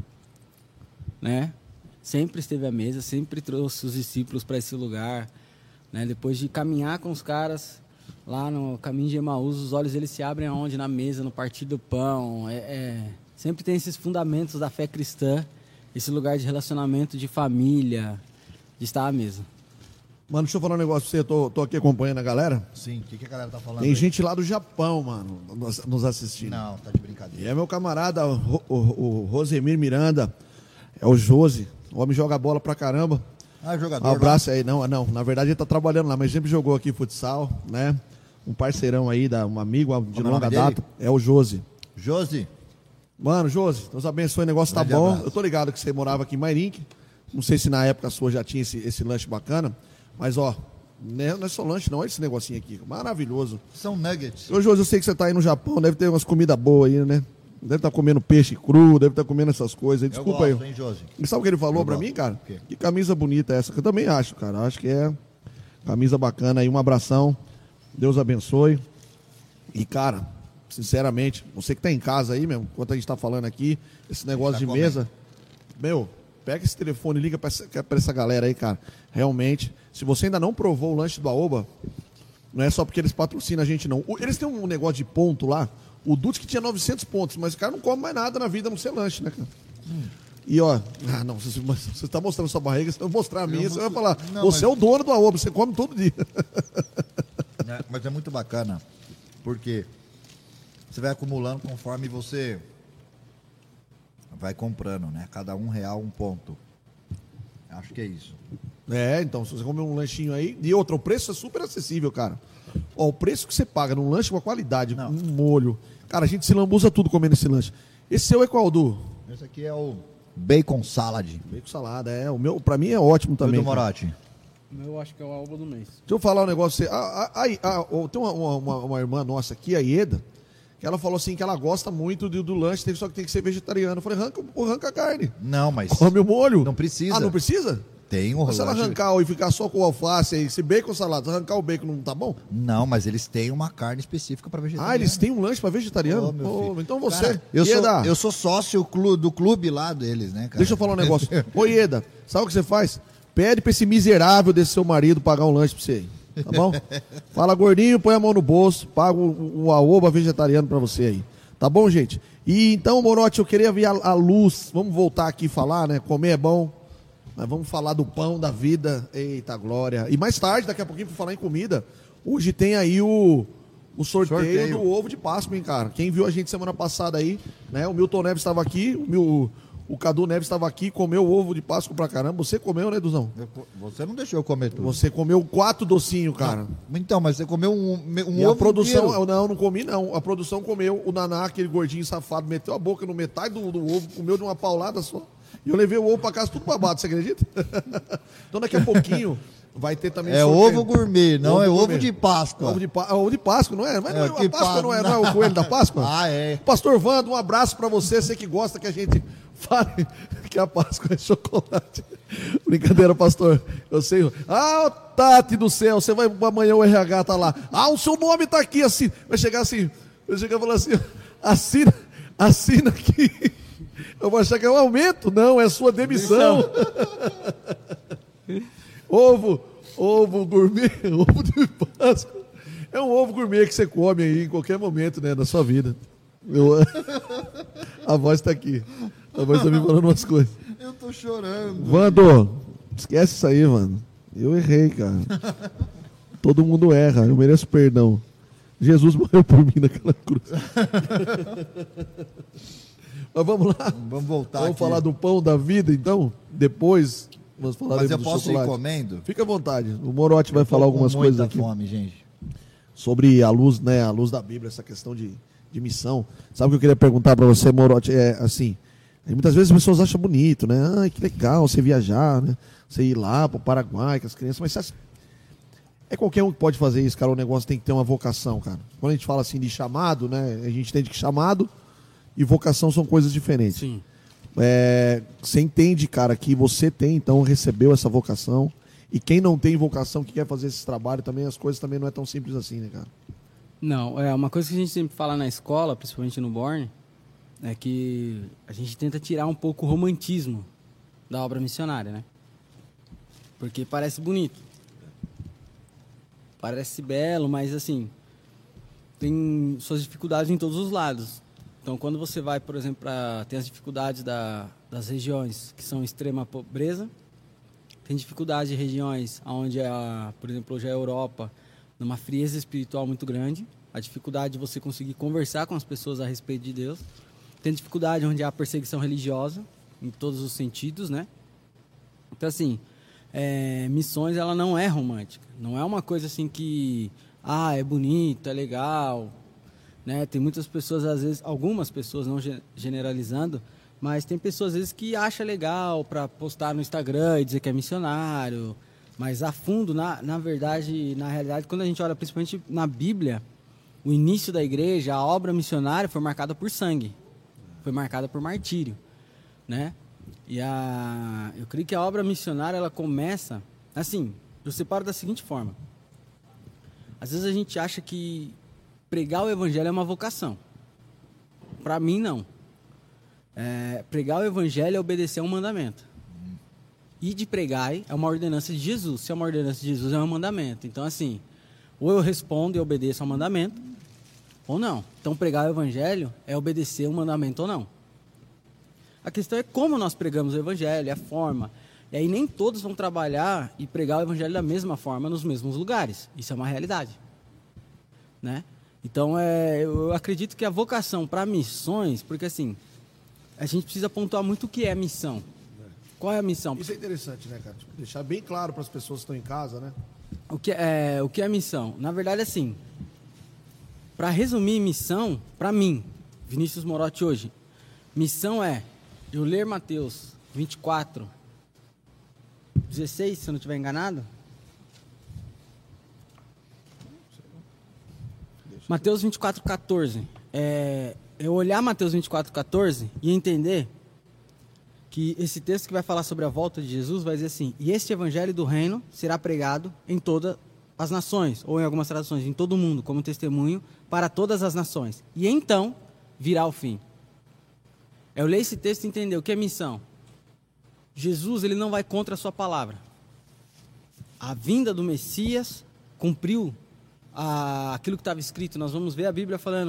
né, sempre esteve à mesa, sempre trouxe os discípulos para esse lugar, né? Depois de caminhar com os caras lá no caminho de Emaús, os olhos eles se abrem aonde? Na mesa, no partir do pão, é... é... Sempre tem esses fundamentos da fé cristã, esse lugar de relacionamento, de família, de estar à mesa. Mano, deixa eu falar um negócio pra você, eu tô, tô aqui acompanhando a galera. Sim, o que, que a galera tá falando? Tem aí? gente lá do Japão, mano, nos, nos assistindo. Não, tá de brincadeira. E é meu camarada, o, o, o Rosemir Miranda, é o Josi, o homem joga bola pra caramba. Ah, jogador. Um abraço lá. Aí, não, não, na verdade ele tá trabalhando lá, mas sempre jogou aqui futsal, né? Um parceirão aí, da, um amigo de Como longa é data, é o Josi. Josi? Mano, Josi, Deus abençoe, o negócio tá Grande bom. abraço. Eu tô ligado que você morava aqui em Mairink. Não sei se na época sua já tinha esse, esse lanche bacana. Mas, ó, não é, não é só lanche, não. Olha esse negocinho aqui. Maravilhoso. São nuggets. Ô, Josi, eu sei que você tá aí no Japão. Deve ter umas comidas boas aí, né? Deve estar tá comendo peixe cru, deve estar tá comendo essas coisas aí. Desculpa eu gosto, aí. Hein, Josi? E sabe o que ele falou Eu pra gosto. mim, cara? O quê? Que camisa bonita é essa. Que eu também acho, cara. Acho que é camisa bacana aí. Um abração. Deus abençoe. E, cara, sinceramente, você que tá em casa aí mesmo, enquanto a gente tá falando aqui, esse negócio tá de comendo. mesa, meu, pega esse telefone e liga pra essa, pra essa galera aí, cara. Realmente, se você ainda não provou o lanche do Aoba, não é só porque eles patrocinam a gente, não. O- Eles têm um negócio de ponto lá, o Dutz que tinha novecentos pontos, mas o cara não come mais nada na vida, a não ser lanche, né, cara? Hum. E, ó, ah, não, você, você tá mostrando sua barriga, você vai mostrar a minha, Eu você vai mostro- falar, Não, você mas- é o dono do Aoba, você come todo dia. É, mas é muito bacana, porque você vai acumulando conforme você vai comprando, né? Cada um real, um ponto. Acho que é isso. É, então, se você comer um lanchinho aí. E outra, o preço é super acessível, cara. Ó, o preço que você paga num lanche com a qualidade, Não. com um molho. Cara, a gente se lambuza tudo comendo esse lanche. Esse seu é qual, Du? Esse aqui é o bacon salad. Bacon salada, é. O meu, pra mim é ótimo também. Também, cara. Moratti. Eu acho que é o Aoba do mês. Deixa eu falar um negócio pra você. Ah, ah, ah, ah, ó, tem uma, uma, uma irmã nossa aqui, a Ieda, que ela falou assim que ela gosta muito do, do lanche, só que tem que ser vegetariano. Eu falei, arranca, arranca a carne. Não, mas Come o molho. não precisa. Ah, não precisa? Tem um Mas se ela lanche- arrancar e ficar só com o alface aí, esse bacon salada, arrancar o bacon não tá bom? Não, mas eles têm uma carne específica para vegetariano. Ah, eles têm um lanche pra vegetariano? Ô, meu Ô, filho. então você, Cara, eu, sou, Ieda, eu sou sócio clu- do clube lá deles, né, cara? deixa eu falar um negócio. Ô, Ieda, sabe o que você faz? Pede pra esse miserável desse seu marido pagar um lanche pra você aí, tá bom? Fala, gordinho, põe a mão no bolso, paga um, um Aoba vegetariano pra você aí. Tá bom, gente? E então, Morotti, eu queria ver a, a luz. Vamos voltar aqui e falar, né? Comer é bom, Nós vamos falar do pão da vida. Eita glória. E mais tarde, daqui a pouquinho, por falar em comida, hoje tem aí o, o sorteio, sorteio do ovo de Páscoa, hein, cara? Quem viu a gente semana passada aí, né? O Milton Neves estava aqui, o, Mil, o Cadu Neves estava aqui, comeu o ovo de Páscoa pra caramba. Você comeu, né, Duzão? Eu, você não deixou eu comer tudo. Você comeu quatro docinhos, cara. Não, então, mas você comeu um, um e ovo a produção, inteiro. eu não, não comi não. A produção comeu, o Naná, aquele gordinho safado, meteu a boca no metade do, do ovo, comeu de uma paulada só. E eu levei o ovo pra casa tudo babado, você acredita? Então daqui a pouquinho vai ter também É sorteio. Ovo gourmet, não ovo é gourmet. Ovo de Páscoa. Ovo de, pa... ovo de Páscoa, não é? Mas é, não é, a Páscoa não é, não é o coelho da Páscoa? Ah, é. Pastor Wando, um abraço pra você, você que gosta que a gente fale que a Páscoa é chocolate. Brincadeira, pastor. Eu sei. Ah, Tati do céu, você vai amanhã o R H tá lá. Ah, o seu nome tá aqui assim. Vai chegar assim, vai chegar e falar assim, assina, assina aqui. Eu vou achar que é um aumento. Não, é sua demissão. ovo, ovo gourmet, ovo de Páscoa. É um ovo gourmet que você come aí em qualquer momento, né, da sua vida. Eu... A voz tá aqui. A voz tá me falando umas coisas. Eu tô chorando. Vando, esquece isso aí, mano. Eu errei, cara. Todo mundo erra, eu mereço perdão. Jesus morreu por mim naquela cruz. Mas vamos lá. Vamos voltar Vamos aqui. falar do pão da vida, então? Depois, vamos falar Mas eu do posso chocolate. ir comendo? Fica à vontade. O Morote vai falar algumas com coisas muita aqui. Fome, gente. Sobre a luz, né? A luz da Bíblia, essa questão de, de missão. Sabe o que eu queria perguntar para você, Morote? É assim, muitas vezes as pessoas acham bonito, né? Ah, que legal você viajar, né? Você ir lá para o Paraguai com as crianças, mas você... é qualquer um que pode fazer isso, cara. O negócio tem que ter uma vocação, cara. Quando a gente fala assim de chamado, né? A gente entende que chamado e vocação são coisas diferentes. Sim. É, você entende, cara, que você tem, então, recebeu essa vocação. E quem não tem vocação, que quer fazer esse trabalho, também as coisas também não é tão simples assim, né, cara? Não, é uma coisa que a gente sempre fala na escola, principalmente no Born, é que a gente tenta tirar um pouco o romantismo da obra missionária, né? Porque parece bonito. Parece belo, mas assim, tem suas dificuldades em todos os lados. Então, quando você vai, por exemplo, pra, tem as dificuldades da, das regiões que são extrema pobreza, tem dificuldade de regiões onde, a, por exemplo, hoje a Europa, numa frieza espiritual muito grande, a dificuldade de você conseguir conversar com as pessoas a respeito de Deus, tem dificuldade onde há perseguição religiosa, em todos os sentidos, né? Então, assim, é, missões, ela não é romântica, não é uma coisa assim que, ah, é bonito, é legal... Né? Tem muitas pessoas, às vezes, algumas pessoas, não generalizando, mas tem pessoas, às vezes, que acham legal para postar no Instagram e dizer que é missionário, mas a fundo, na, na verdade, na realidade, quando a gente olha principalmente na Bíblia, o início da igreja, a obra missionária foi marcada por sangue, foi marcada por martírio, né? E a, eu creio que a obra missionária, ela começa, assim, eu separo da seguinte forma, às vezes a gente acha que pregar o evangelho é uma vocação. Para mim, não. É, pregar o evangelho é obedecer a um mandamento. E de pregar é uma ordenança de Jesus. Se é uma ordenança de Jesus, é um mandamento. Então, assim, ou eu respondo e obedeço ao mandamento, ou não. Então, pregar o evangelho é obedecer um mandamento ou não. A questão é como nós pregamos o evangelho, a forma. E aí nem todos vão trabalhar e pregar o evangelho da mesma forma nos mesmos lugares. Isso é uma realidade, né? Então, é, eu acredito que a vocação para missões, porque assim, a gente precisa pontuar muito o que é missão. Qual é a missão? Isso é interessante, né, cara? Tipo, deixar bem claro para as pessoas que estão em casa, né? O que é, o que é missão? Na verdade, assim, para resumir missão, para mim, Vinícius Morotti hoje, missão é eu ler Mateus vinte e quatro, dezesseis, se eu não estiver enganado. Mateus vinte e quatro, quatorze. É, eu olhar Mateus vinte e quatro, quatorze e entender que esse texto que vai falar sobre a volta de Jesus vai dizer assim: e este evangelho do reino será pregado em todas as nações, ou em algumas traduções, em todo o mundo, como testemunho para todas as nações. E então virá o fim. Eu leio esse texto e entender o que é missão. Jesus, ele não vai contra a sua palavra. A vinda do Messias cumpriu a, aquilo que estava escrito. Nós vamos ver a Bíblia falando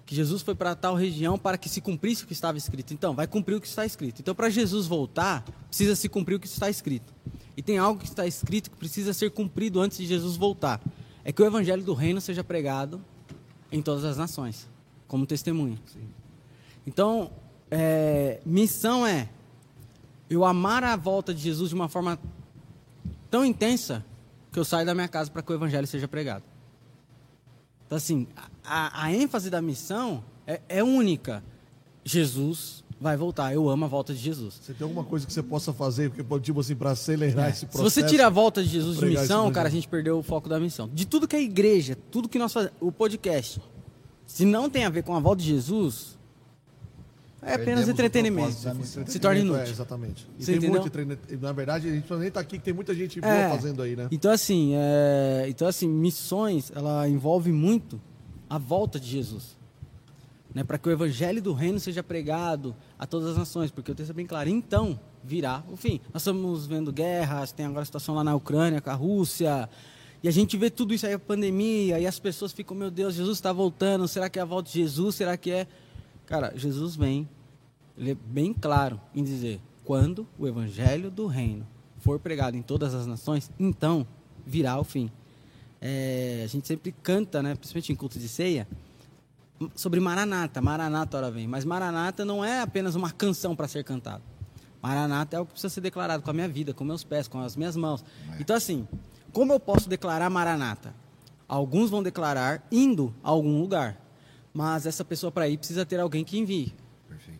que Jesus foi para tal região para que se cumprisse o que estava escrito. Então, vai cumprir o que está escrito. Então, para Jesus voltar, precisa se cumprir o que está escrito. E tem algo que está escrito que precisa ser cumprido antes de Jesus voltar. É que o evangelho do reino seja pregado em todas as nações, como testemunha. Sim. Então, é, missão é eu amar a volta de Jesus de uma forma tão intensa que eu saio da minha casa para que o evangelho seja pregado. Então, assim, a, a ênfase da missão é, é única. Jesus vai voltar. Eu amo a volta de Jesus. Você tem alguma coisa que você possa fazer, tipo assim, para acelerar é. esse processo? Se você tira a volta de Jesus de missão, cara, a gente perdeu o foco da missão. De tudo que é igreja, tudo que nós fazemos, o podcast, se não tem a ver com a volta de Jesus, é apenas entretenimento. Se torna inútil. É, exatamente. E você tem entendeu? muito, na verdade, a gente nem está aqui, que tem muita gente boa é, fazendo aí, né? Então, assim, é, então, assim, missões, ela envolve muito a volta de Jesus. Né, para que o evangelho do reino seja pregado a todas as nações, porque o texto é bem claro, então virá o fim. Nós estamos vendo guerras, tem agora a situação lá na Ucrânia com a Rússia, e a gente vê tudo isso aí, a pandemia, e as pessoas ficam, meu Deus, Jesus está voltando, será que é a volta de Jesus, será que é... Cara, Jesus vem, ele é bem claro em dizer, quando o evangelho do reino for pregado em todas as nações, então virá o fim. É, a gente sempre canta, né, principalmente em culto de ceia, sobre Maranata, Maranata, ora vem. Mas Maranata não é apenas uma canção para ser cantada. Maranata é algo que precisa ser declarado com a minha vida, com meus pés, com as minhas mãos. É. Então, assim, como eu posso declarar Maranata? Alguns vão declarar indo a algum lugar, mas essa pessoa para ir precisa ter alguém que envie. Perfeito.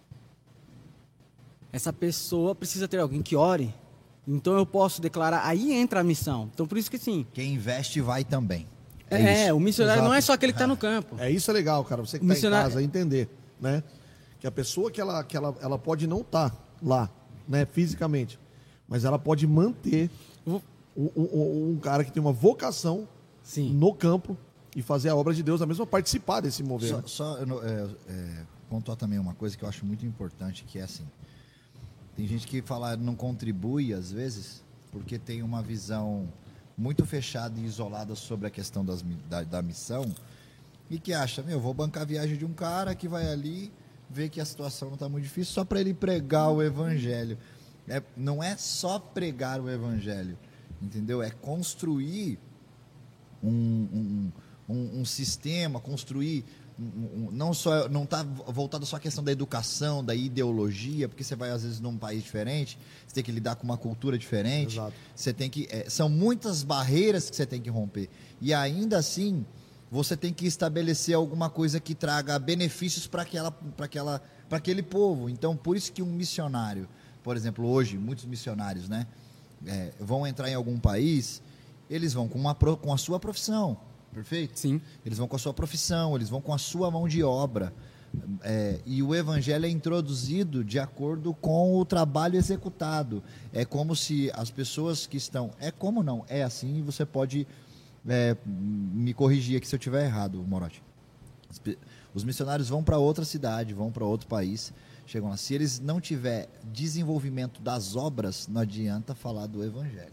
Essa pessoa precisa ter alguém que ore. Então eu posso declarar, aí entra a missão. Então por isso que sim. Quem investe vai também. É, é o missionário Exato. Não é só aquele que está no campo. É, isso é legal, cara. Você que está missionário... em casa, entender, né? Que a pessoa que ela, que ela, ela pode não estar tá lá, né, fisicamente, mas ela pode manter um, um, um cara que tem uma vocação Sim. no campo e fazer a obra de Deus, a mesma participar desse mover. Só, só é, é, pontuar também uma coisa que eu acho muito importante, que é assim, tem gente que fala não contribui às vezes, porque tem uma visão muito fechada e isolada sobre a questão das, da, da missão, e que acha, meu, vou bancar a viagem de um cara que vai ali ver que a situação não está muito difícil só para ele pregar o evangelho. É, não é só pregar o evangelho, entendeu? É construir um, um, um, um sistema, construir um, um, não só, não está voltado só à questão da educação, da ideologia, porque você vai às vezes num país diferente, você tem que lidar com uma cultura diferente. Exato. Você tem que, é, são muitas barreiras que você tem que romper, e ainda assim você tem que estabelecer alguma coisa que traga benefícios para aquela, para aquela, para aquele povo. Então, por isso que um missionário, por exemplo, hoje muitos missionários, né, é, vão entrar em algum país, eles vão com, uma, com a sua profissão, perfeito? Sim. Eles vão com a sua profissão, eles vão com a sua mão de obra. É, e o evangelho é introduzido de acordo com o trabalho executado. É como se as pessoas que estão... É como não? É assim, você pode é, me corrigir aqui se eu estiver errado, Morotti. Os missionários vão para outra cidade, vão para outro país, chegam lá. Se eles não tiver desenvolvimento das obras, não adianta falar do evangelho.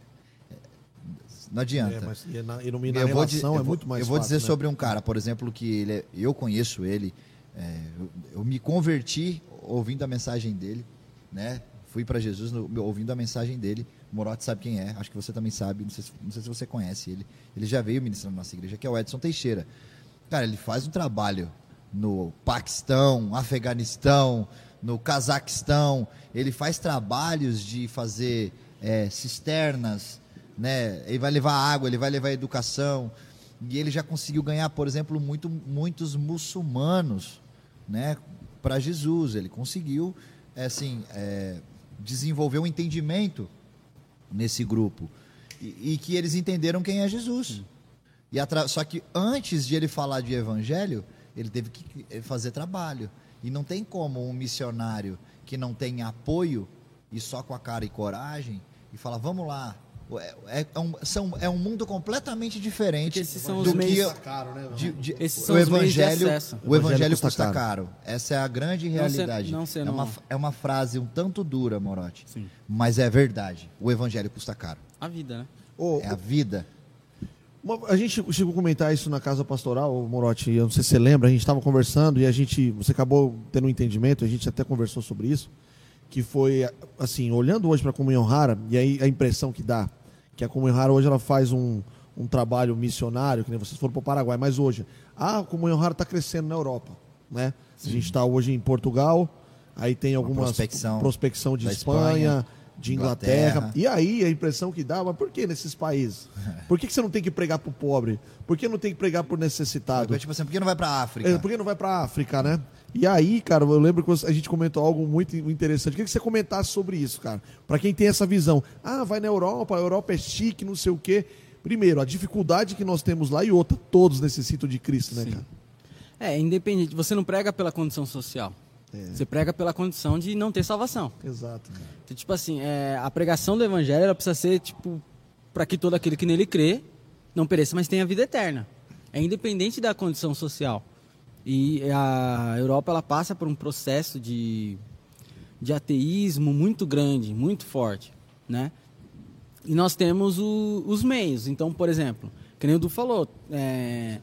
Não adianta. É, mas e na, e no, e na eu relação vou, é muito mais Eu vou fácil, dizer né? sobre um cara, por exemplo, que ele é, eu conheço ele, é, eu, eu me converti ouvindo a mensagem dele, né? Fui para Jesus no, ouvindo a mensagem dele. O Morotti sabe quem é, acho que você também sabe, não sei, não sei se você conhece ele. Ele já veio ministrando na nossa igreja, que é o Edson Teixeira. Cara, ele faz um trabalho no Paquistão, Afeganistão, no Cazaquistão. Ele faz trabalhos de fazer é, cisternas, né? Ele vai levar água, ele vai levar educação, e ele já conseguiu ganhar, por exemplo, muito, muitos muçulmanos, né, para Jesus. Ele conseguiu é, assim, é, desenvolver um entendimento nesse grupo, e, e que eles entenderam quem é Jesus. E atra... Só que antes de ele falar de evangelho, ele teve que fazer trabalho, e não tem como um missionário que não tem apoio e só com a cara e coragem e falar, vamos lá. É, é, um, são, é um mundo completamente diferente esses são do os que meios, caro, né, de, de, esses são o os evangelho. meios de acesso. O evangelho custa, custa caro. caro. Essa é a grande realidade. Não sei, não sei, é, uma, é uma frase um tanto dura, Morotti. Sim. Mas é verdade. O evangelho custa caro. A vida, né? O, é a vida. Uma- a gente chegou a comentar isso na casa pastoral, Morotti, eu não sei se você lembra, a gente estava conversando e a gente, você acabou tendo um entendimento, a gente até conversou sobre isso, que foi, assim, olhando hoje para a Comunhão Rara, e aí a impressão que dá, que a Comunhão Rara hoje ela faz um, um trabalho missionário, que nem vocês foram para o Paraguai, mas hoje, a Comunhão Rara está crescendo na Europa, né? A gente está hoje em Portugal, aí tem algumas prospecção prospecção de da Espanha, Espanha, de Inglaterra. Inglaterra. E aí a impressão que dá, mas por que nesses países? Por que, que você não tem que pregar para o pobre? Por que não tem que pregar por necessitado? Tipo assim, por que não vai pra África? É, por que não vai para a África, né? E aí, cara, eu lembro que a gente comentou algo muito interessante. Eu queria que você comentasse sobre isso, cara. Para quem tem essa visão. Ah, vai na Europa, a Europa é chique, não sei o quê. Primeiro, a dificuldade que nós temos lá e outra, todos necessitam de Cristo, né, Sim. cara? É, independente. Você não prega pela condição social. É. Você prega pela condição de não ter salvação. Exato. Então, tipo assim, é, a pregação do evangelho ela precisa ser, tipo, para que todo aquele que nele crê não pereça, mas tenha vida eterna. É independente da condição social. E a Europa, ela passa por um processo de, de ateísmo muito grande, muito forte, né? E nós temos o, os meios. Então, por exemplo, que nem o Du falou, é,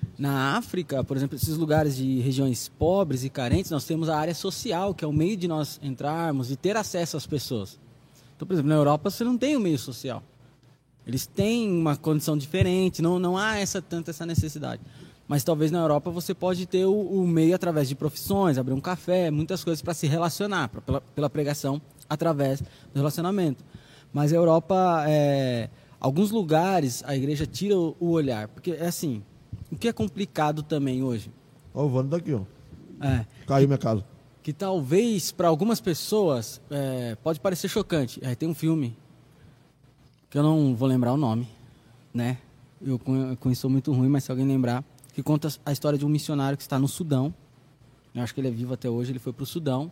na África, por exemplo, esses lugares de regiões pobres e carentes, nós temos a área social, que é o meio de nós entrarmos e ter acesso às pessoas. Então, por exemplo, na Europa você não tem o meio social. Eles têm uma condição diferente, não, não há essa, tanta essa necessidade. Mas talvez na Europa você pode ter o, o meio através de profissões, abrir um café, muitas coisas para se relacionar, pra, pela, pela pregação através do relacionamento. Mas a Europa, é, alguns lugares, a igreja tira o, o olhar. Porque, é assim, o que é complicado também hoje? Ó, o Vando daqui, ó. É, Caiu minha casa. que talvez para algumas pessoas é, pode parecer chocante. É, tem um filme, que eu não vou lembrar o nome, né? Eu conheço muito ruim, mas se alguém lembrar, que conta a história de um missionário que está no Sudão. Eu acho que ele é vivo até hoje, ele foi para o Sudão.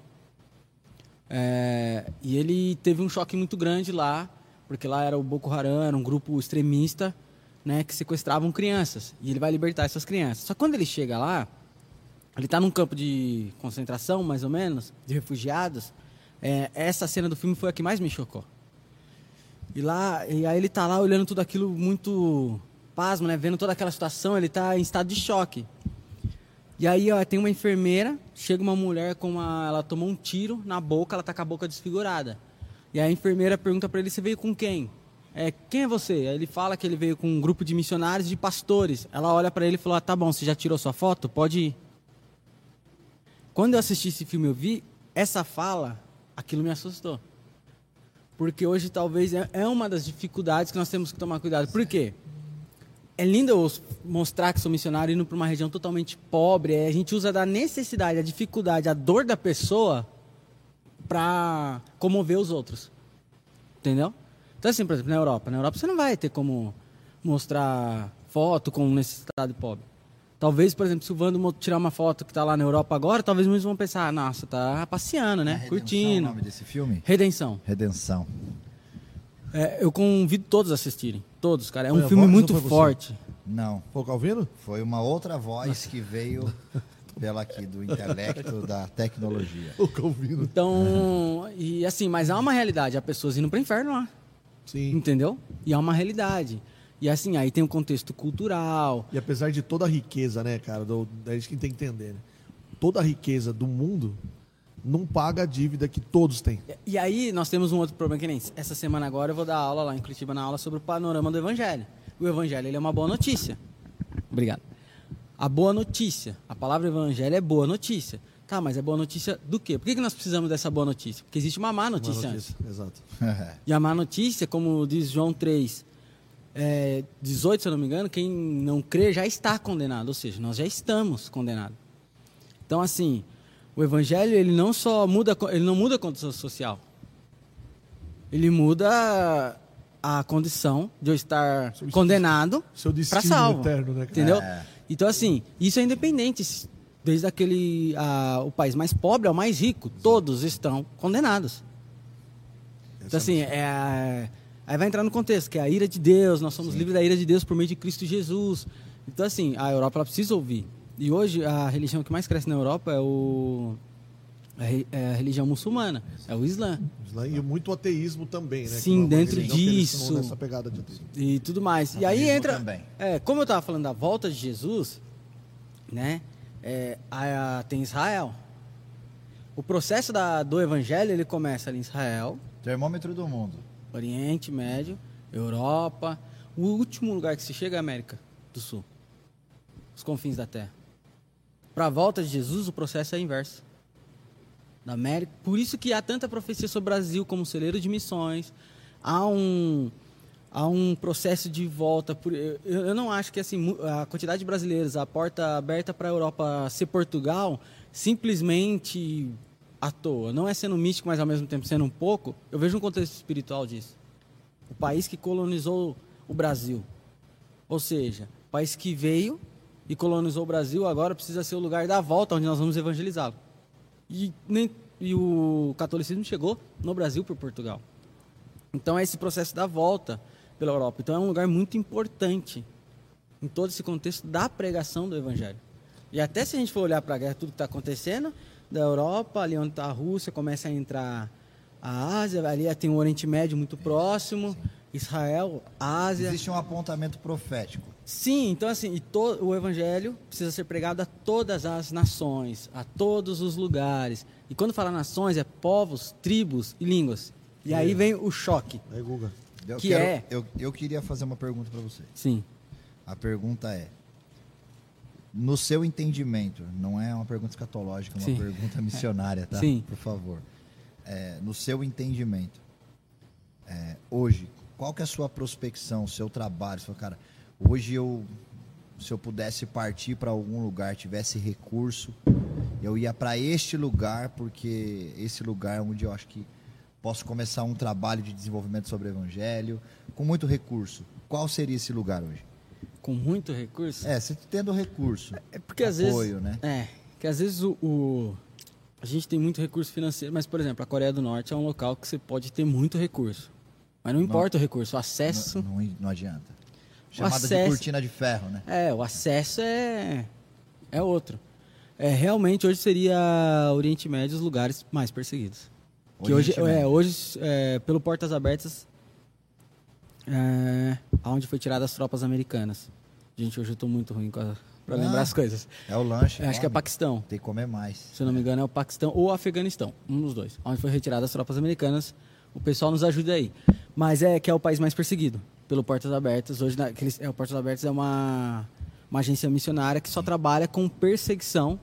É, e ele teve um choque muito grande lá, porque lá era o Boko Haram, era um grupo extremista, né, que sequestravam crianças. E ele vai libertar essas crianças. Só que quando ele chega lá, ele está num campo de concentração, mais ou menos, de refugiados. É, essa cena do filme foi a que mais me chocou. E, lá, e aí ele está lá olhando tudo aquilo muito pasmo, né, vendo toda aquela situação, ele está em estado de choque. E aí, ó, tem uma enfermeira, chega uma mulher com uma... Ela tomou um tiro na boca, ela tá com a boca desfigurada. E a enfermeira pergunta para ele, você veio com quem? É, quem é você? Aí ele fala que ele veio com um grupo de missionários e de pastores. Ela olha para ele e falou, ah, tá bom, você já tirou sua foto? Pode ir. Quando eu assisti esse filme, eu vi essa fala, aquilo me assustou. Porque hoje talvez é, é uma das dificuldades que nós temos que tomar cuidado. Por quê? É lindo eu mostrar que sou missionário indo para uma região totalmente pobre. A gente usa da necessidade, a dificuldade, a dor da pessoa para comover os outros. Entendeu? Então, assim, por exemplo, na Europa. Na Europa você não vai ter como mostrar foto com um necessitado pobre. Talvez, por exemplo, se o Vando tirar uma foto que está lá na Europa agora, talvez muitos vão pensar, ah, nossa, tá passeando, né? É Curtindo. É o nome desse filme? Redenção. Redenção. É, eu convido todos a assistirem. Todos, cara. É Foi um a filme voz muito ou foi você? forte. Não, Foi o Calvino? foi uma outra voz que veio pela aqui do intelecto da tecnologia. O Calvino. Então, e assim, mas há uma realidade. Há pessoas indo para o inferno lá. Sim. Entendeu? E há uma realidade. E assim, aí tem um contexto cultural. E apesar de toda a riqueza, né, cara, do, é isso que tem que entender, né? Toda a riqueza do mundo não paga a dívida que todos têm. E aí nós temos um outro problema que nem essa semana agora eu vou dar aula lá em Curitiba na aula sobre o panorama do evangelho. O evangelho ele é uma boa notícia. Obrigado. A boa notícia. A palavra evangelho é boa notícia. Tá, mas é boa notícia do quê? Por que que nós precisamos dessa boa notícia? Porque existe uma má notícia, Uma antes. notícia. Exato. E a má notícia, como diz João três, é, dezoito, se eu não me engano, quem não crê já está condenado. Ou seja, nós já estamos condenados. Então, assim, o evangelho ele não só muda, ele não muda a condição social. Ele muda a condição de eu estar Seu condenado Seu para destino salvo. eterno, né, cara? Entendeu? É. Então, assim, isso é independente. Desde aquele, a, o país mais pobre ao mais rico, todos estão condenados. Então, assim, é, aí vai entrar no contexto, que é a ira de Deus, nós somos Sim. livres da ira de Deus por meio de Cristo Jesus. Então, assim, a Europa ela precisa ouvir. E hoje, a religião que mais cresce na Europa é o, É a religião muçulmana, é o Islã. E muito ateísmo também, né? Sim, dentro disso. Nessa pegada de ateísmo. E tudo mais. E aí entra... É, como eu estava falando da volta de Jesus, né? É, a, a, tem Israel. O processo da, do evangelho, ele começa ali em Israel. Termômetro do mundo. Oriente Médio, Europa. O último lugar que se chega é a América do Sul. Os confins da Terra. Para a volta de Jesus, o processo é inverso. Da América. Por isso que há tanta profecia sobre o Brasil como celeiro de missões. Há um, há um processo de volta. Por, eu, eu não acho que assim, a quantidade de brasileiros, a porta aberta para a Europa ser Portugal, simplesmente à toa. Não é sendo místico, mas ao mesmo tempo sendo um pouco. Eu vejo um contexto espiritual disso. O país que colonizou o Brasil. Ou seja, o país que veio e colonizou o Brasil agora precisa ser o lugar da volta onde nós vamos evangelizá-lo. E, nem, e o catolicismo chegou no Brasil por Portugal. Então é esse processo da volta pela Europa. Então é um lugar muito importante em todo esse contexto da pregação do evangelho. E até se a gente for olhar para a guerra, tudo que está acontecendo, da Europa, ali onde está a Rússia, começa a entrar a Ásia, ali tem o Oriente Médio muito próximo, sim. Israel, Ásia. Existe um apontamento profético. Sim, então assim, e to, o evangelho precisa ser pregado a todas as nações, a todos os lugares. E quando fala nações, é povos, tribos e línguas. E é. aí vem o choque. Aí, Guga. Eu, que quero, é... eu, eu queria fazer uma pergunta para você. Sim. A pergunta é, no seu entendimento, não é uma pergunta escatológica, é uma Sim. pergunta missionária, tá? Sim. Por favor. É, no seu entendimento, é, hoje, qual que é a sua prospecção, o seu trabalho? Você fala, cara, hoje eu, se eu pudesse partir para algum lugar, tivesse recurso, eu ia para este lugar, porque esse lugar é onde eu acho que posso começar um trabalho de desenvolvimento sobre o evangelho, com muito recurso. Qual seria esse lugar hoje? Com muito recurso? É, você tendo recurso. É porque às apoio, vezes, né? É, que às vezes o, o, a gente tem muito recurso financeiro, mas, por exemplo, a Coreia do Norte é um local que você pode ter muito recurso. Mas não importa não, o recurso, o acesso... Não, não, não adianta. Chamada acesso, de cortina de ferro, né? É, o acesso é, é outro. É, realmente, hoje seria Oriente Médio os lugares mais perseguidos. Que hoje, é, hoje é, pelo Portas Abertas, é, onde foi tirada as tropas americanas. Gente, hoje eu estou muito ruim para ah, lembrar as coisas. É o lanche. É, acho que é Paquistão. Tem que comer mais. Se eu não me engano, é o Paquistão ou o Afeganistão. Um dos dois. Onde foi retirada as tropas americanas. O pessoal nos ajuda aí. Mas é que é o país mais perseguido pelo Portas Abertas. Hoje, naqueles, é, o Portas Abertas é uma, uma agência missionária que só trabalha com perseguição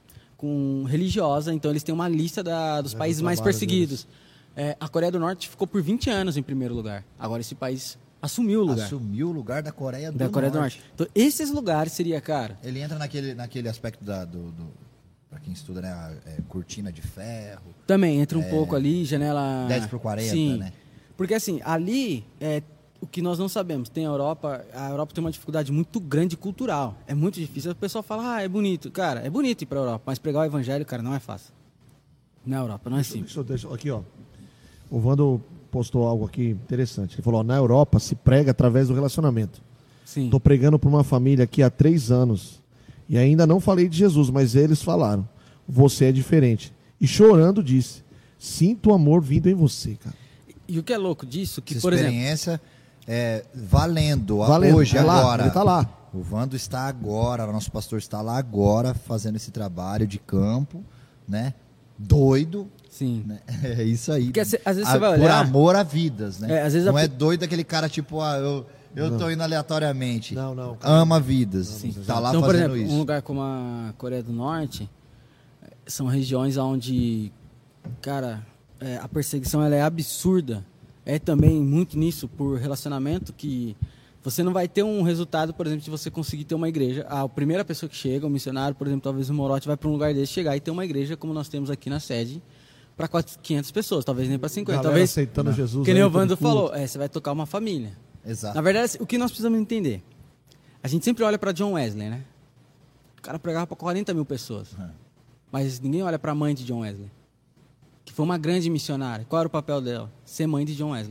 com religiosa. Então, eles têm uma lista da, dos é, países mais perseguidos. É, a Coreia do Norte ficou por vinte anos em primeiro lugar. Agora, esse país assumiu o lugar. Assumiu o lugar da Coreia do da Norte. Coreia do Norte. Então, esses lugares seria, cara... Ele entra naquele, naquele aspecto da, do... do... para quem estuda, né, é, cortina de ferro. Também entra um é, pouco ali, janela... dez por quarenta, Sim. né? Porque assim, ali, é, o que nós não sabemos, tem a Europa, a Europa tem uma dificuldade muito grande cultural. É muito difícil. O pessoal fala, ah, é bonito. Cara, é bonito ir para a Europa, mas pregar o evangelho, cara, não é fácil. Na Europa, não é simples. Deixa, deixa, aqui, ó. O Vando postou algo aqui interessante. Ele falou, ó, na Europa se prega através do relacionamento. Sim. Estou pregando para uma família aqui há três anos. E ainda não falei de Jesus, mas eles falaram, você é diferente. E chorando disse, sinto o amor vindo em você, cara. E, e o que é louco disso, que Essa por exemplo... experiência é valendo, valendo hoje, é lá, agora. Ele está lá. O Vando está agora, o nosso pastor está lá agora, fazendo esse trabalho de campo, né? Doido. Sim. Né? É isso aí. Porque às vezes a, você vai por olhar... amor a vidas, né? É, às vezes não a... é doido aquele cara tipo, ah, eu... Eu não. tô indo aleatoriamente. Não, não. Cara, ama vidas. Sim. Tá lá então, fazendo por exemplo, isso. um lugar como a Coreia do Norte são regiões onde, cara, é, a perseguição ela é absurda. É também muito nisso por relacionamento que você não vai ter um resultado, por exemplo, de você conseguir ter uma igreja. A primeira pessoa que chega, o missionário, por exemplo, talvez o Morote vai para um lugar desse chegar e ter uma igreja como nós temos aqui na sede. Para quinhentas pessoas, talvez nem para cinquenta. Galera talvez aceitando Jesus. Que nem o Vando falou, é, você vai tocar uma família. Exato. Na verdade, o que nós precisamos entender? A gente sempre olha para John Wesley, né? O cara pregava para quarenta mil pessoas. Uhum. Mas ninguém olha para a mãe de John Wesley, que foi uma grande missionária. Qual era o papel dela? Ser mãe de John Wesley.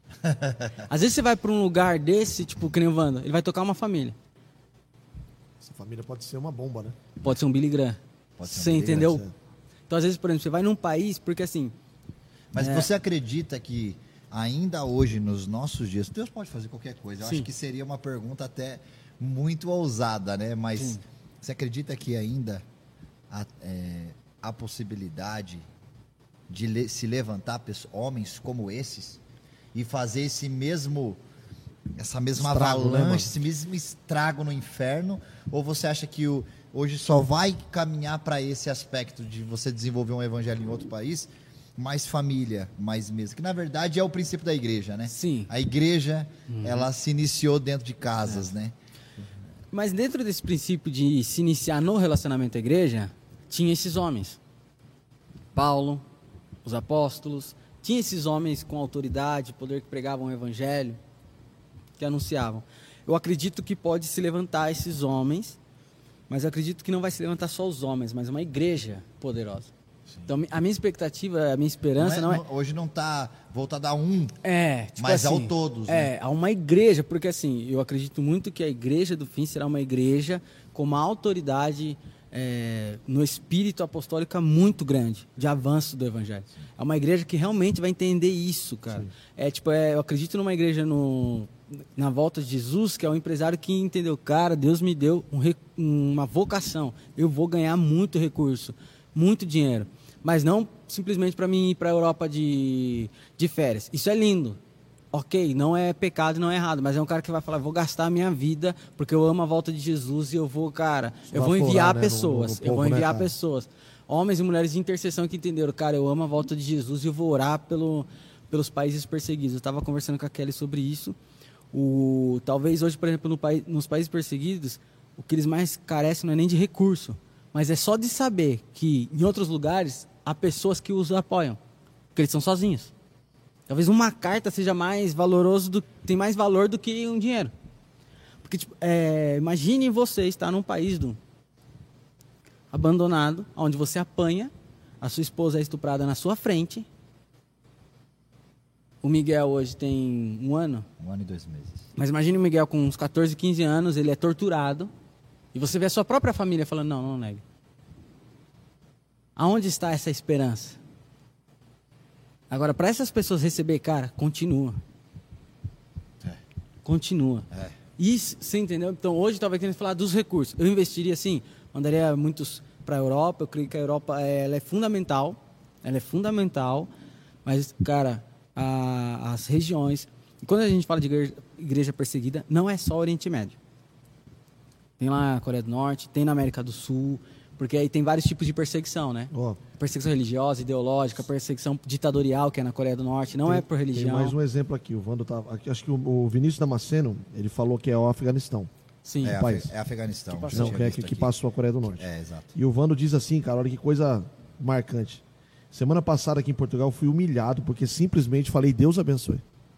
Às vezes você vai para um lugar desse, tipo, que nem o Vando, ele vai tocar uma família. Essa família pode ser uma bomba, né? Pode ser um Billy Graham. Pode ser um você Billy entendeu? Graham. Então, às vezes, por exemplo, você vai num país, porque assim... Mas é... você acredita que ainda hoje, nos nossos dias, Deus pode fazer qualquer coisa? Eu Sim. acho que seria uma pergunta até muito ousada, né? Mas Sim. você acredita que ainda há, é, há possibilidade de le- se levantar pessoas, homens como esses e fazer esse mesmo... essa mesma Estrago, né, avalanche, esse mesmo estrago no inferno? Ou você acha que o, hoje só vai caminhar para esse aspecto de você desenvolver um evangelho em outro país, mais família, mais mesmo? Que na verdade é o princípio da igreja, né? Sim. A igreja, uhum. ela se iniciou dentro de casas, é. né? Mas dentro desse princípio de se iniciar no relacionamento à igreja, tinha esses homens. Paulo, os apóstolos, tinha esses homens com autoridade, poder, que pregavam o evangelho, que anunciavam. Eu acredito que pode se levantar esses homens, mas eu acredito que não vai se levantar só os homens, mas uma igreja poderosa. Sim. Então, a minha expectativa, a minha esperança não é... Não é hoje não está voltado a um, é, tipo mas assim, ao todos. É, né? a uma igreja, porque assim, eu acredito muito que a igreja do fim será uma igreja com uma autoridade é, no espírito apostólico muito grande, de avanço do evangelho. Sim. É uma igreja que realmente vai entender isso, cara. Sim. É, tipo, é, eu acredito numa igreja no... na volta de Jesus, que é um empresário que entendeu, cara, Deus me deu um, uma vocação, eu vou ganhar muito recurso, muito dinheiro, mas não simplesmente para mim ir para a Europa de, de férias. Isso é lindo, ok, não é pecado, não é errado, mas é um cara que vai falar, vou gastar a minha vida porque eu amo a volta de Jesus e eu vou, cara, Só eu vou enviar forar, pessoas, né, no, no eu vou enviar né, pessoas, homens e mulheres de intercessão que entenderam, cara, eu amo a volta de Jesus e eu vou orar pelo, pelos países perseguidos. Eu estava conversando com a Kelly sobre isso. O, talvez hoje, por exemplo, no país, nos países perseguidos, o que eles mais carecem não é nem de recurso, mas é só de saber que em outros lugares há pessoas que os apoiam, porque eles são sozinhos. Talvez uma carta seja mais valoroso, do, tem mais valor do que um dinheiro. Porque tipo, é, imagine você estar num país do, abandonado, onde você apanha, a sua esposa é estuprada na sua frente. O Miguel hoje tem um ano. Um ano e dois meses. Mas imagine o Miguel com uns catorze, quinze anos, ele é torturado. E você vê a sua própria família falando, não, não negue. Aonde está essa esperança? Agora, para essas pessoas receber, cara, continua. É. Continua. É. Isso, você entendeu? Então, hoje, talvez querendo falar dos recursos. Eu investiria, assim, mandaria muitos para a Europa. Eu creio que a Europa ela é fundamental. Ela é fundamental. Mas, cara... A, as regiões. E quando a gente fala de igreja, igreja perseguida, não é só o Oriente Médio. Tem lá na Coreia do Norte, tem na América do Sul, porque aí tem vários tipos de perseguição, né? Oh. Perseguição religiosa, ideológica, perseguição ditatorial, que é na Coreia do Norte, não tem, é por religião. Tem mais um exemplo aqui, o Vando tá, aqui, acho que o, o Vinícius Damasceno, ele falou que é o Afeganistão. Sim. É, o país. é Afeganistão. Que não, que, é, que, que passou a Coreia do Norte. É, exato. E o Vando diz assim, cara, olha que coisa marcante. Semana passada aqui em Portugal eu fui humilhado porque simplesmente falei Deus abençoe.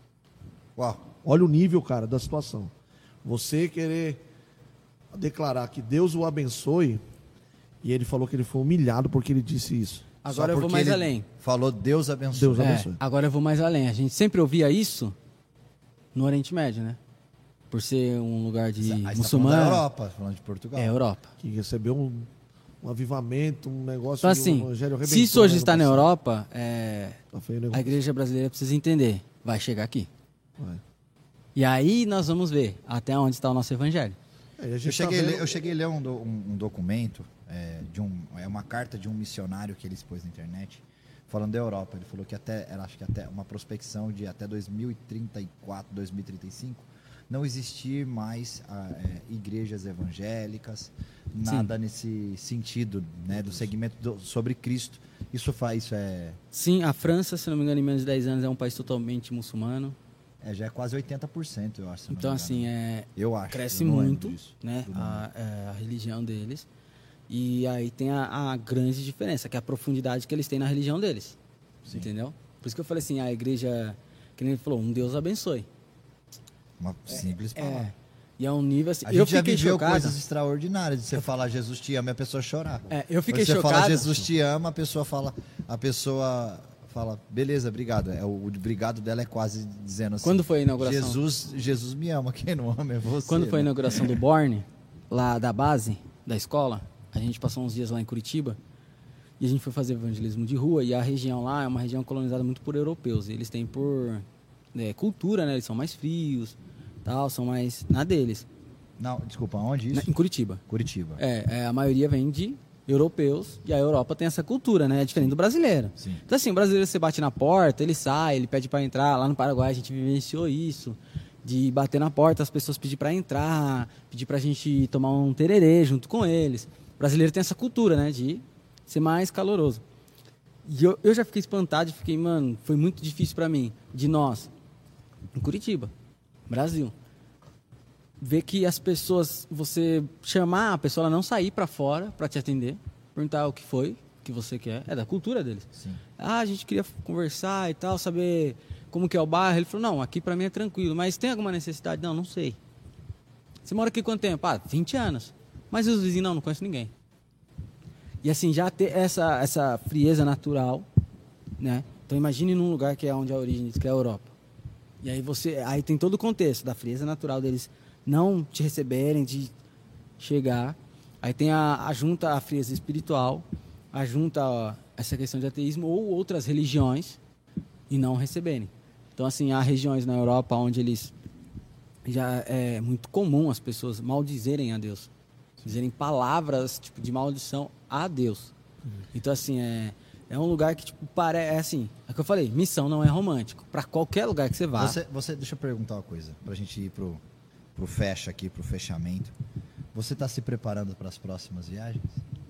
Uau. Olha o nível, cara, da situação. Você querer declarar que Deus o abençoe, e ele falou que ele foi humilhado porque ele disse isso. Agora eu vou mais ele além. Falou Deus abençoe. Deus abençoe. É, agora eu vou mais além. A gente sempre ouvia isso no Oriente Médio, né? Por ser um lugar de Aí muçulmano. Tá falando da Europa, falando de Portugal. É, Europa. Que recebeu um, um avivamento, um negócio então, assim, um evangelho se isso hoje está na Europa, é, tá feio o a igreja brasileira precisa entender. Vai chegar aqui. Vai. E aí nós vamos ver até onde está o nosso evangelho. É, eu, cheguei tá ler, vendo... eu cheguei a ler um, do, um, um documento, é, de um, é uma carta de um missionário que ele expôs na internet, falando da Europa. Ele falou que até, acho que até uma prospecção de até dois mil e trinta e quatro, dois mil e trinta e cinco, não existir mais é, igrejas evangélicas, nada Sim. nesse sentido, né, do segmento do, sobre Cristo. Isso faz, isso é... Sim, a França, se não me engano, em menos de dez anos é um país totalmente muçulmano. É, já é quase oitenta por cento, eu acho. Então, assim, é, eu acho, cresce eu muito, né, a, a religião deles. E aí tem a, a grande diferença, que é a profundidade que eles têm na religião deles. Sim. Entendeu? Por isso que eu falei assim, a igreja, que ele falou, um Deus abençoe. Uma simples é, palavra. É. E é um nível assim. A eu gente já fiquei viveu chocado. coisas extraordinárias. De você falar Jesus te ama e a pessoa chorar. É, eu fiquei você chocado. Você fala Jesus te ama, a pessoa fala, a pessoa fala, beleza, obrigado. É, o obrigado dela é quase dizendo assim. Quando foi a inauguração? Jesus, Jesus me ama, quem não ama é você. Quando foi a né? inauguração do Born, lá da base, da escola, a gente passou uns dias lá em Curitiba. E a gente foi fazer evangelismo de rua, e a região lá é uma região colonizada muito por europeus. Eles têm por é, cultura, né? Eles são mais frios, tal, são mais na deles. Não, desculpa, onde isso? Na, em Curitiba. Curitiba. É, é, a maioria vem de europeus, e a Europa tem essa cultura, né? É diferente do brasileiro. Sim. Então assim, o brasileiro, você bate na porta, ele sai, ele pede para entrar. Lá no Paraguai a gente vivenciou isso, de bater na porta, as pessoas pedir para entrar, pedir pra gente tomar um tererê junto com eles. O brasileiro tem essa cultura, né? De ser mais caloroso. E eu, eu já fiquei espantado, fiquei, mano, foi muito difícil para mim, de nós, em Curitiba, Brasil, ver que as pessoas, você chamar a pessoa, ela não sair para fora para te atender, perguntar o que foi que você quer, é da cultura deles. Sim. Ah, a gente queria conversar e tal, saber como que é o bairro. Ele falou, não, aqui para mim é tranquilo, mas tem alguma necessidade? Não, não sei. Você mora aqui quanto tempo? Ah, vinte anos. Mas os vizinhos, não, não conheço ninguém. E assim, já ter essa, essa frieza natural, né? Então imagine num lugar que é onde a origem diz, que é a Europa. E aí você, aí tem todo o contexto da frieza natural deles não te receberem, de chegar. Aí tem a, a junta a frieza espiritual, a junta a essa questão de ateísmo ou outras religiões e não receberem. Então assim, há regiões na Europa onde eles já é muito comum as pessoas maldizerem a Deus. Dizerem palavras tipo, de maldição a Deus. Uhum. Então, assim, é, é um lugar que, tipo, parece... É assim, é o que eu falei, missão não é romântico. Para qualquer lugar que você vá... Você, você, deixa eu perguntar uma coisa, pra gente ir pro, pro fecha aqui, pro fechamento. Você está se preparando para as próximas viagens?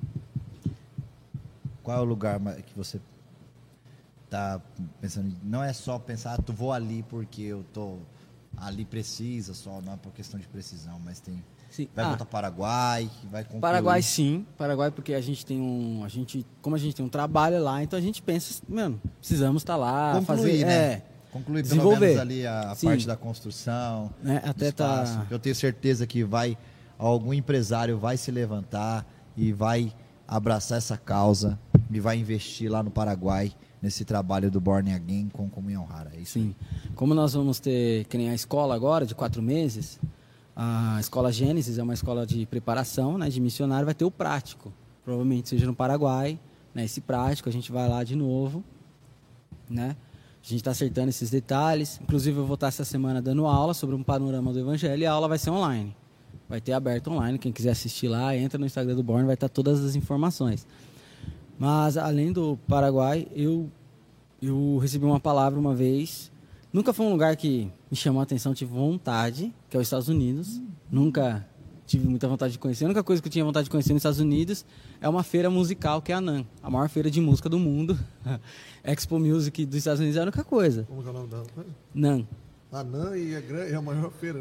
Qual é o lugar que você está pensando? Não é só pensar, ah, tu vou ali porque eu tô... Ali precisa só, não é por questão de precisão, mas tem... Sim. Vai ah, voltar Paraguai, vai concluir. Paraguai sim, Paraguai porque a gente tem um, a gente, como a gente tem um trabalho lá, então a gente pensa, mano, precisamos estar lá, concluir, fazer, né? É, concluir pelo desenvolver. menos ali a, a Sim. parte da construção, né? Até espaço. tá. Eu tenho certeza que vai algum empresário vai se levantar e vai abraçar essa causa e vai investir lá no Paraguai nesse trabalho do Born Again com comunhão rara. É isso. Sim. Como nós vamos ter, que nem a escola agora de quatro meses. A escola Gênesis é uma escola de preparação, né, de missionário, vai ter o prático, provavelmente seja no Paraguai, né, esse prático, a gente vai lá de novo, né, a gente está acertando esses detalhes, inclusive eu vou estar essa semana dando aula sobre um panorama do Evangelho e a aula vai ser online, vai ter aberto online, quem quiser assistir lá, entra no Instagram do Born, vai estar todas as informações. Mas além do Paraguai, eu, eu recebi uma palavra uma vez. Nunca foi um lugar que me chamou a atenção, tive vontade, que é os Estados Unidos. Hum. Nunca tive muita vontade de conhecer. A única coisa que eu tinha vontade de conhecer nos Estados Unidos é uma feira musical, que é a NAMM, a maior feira de música do mundo. Expo Music dos Estados Unidos é a única coisa. Como que é o nome dela? NAMM. A NAMM e é, é a maior feira.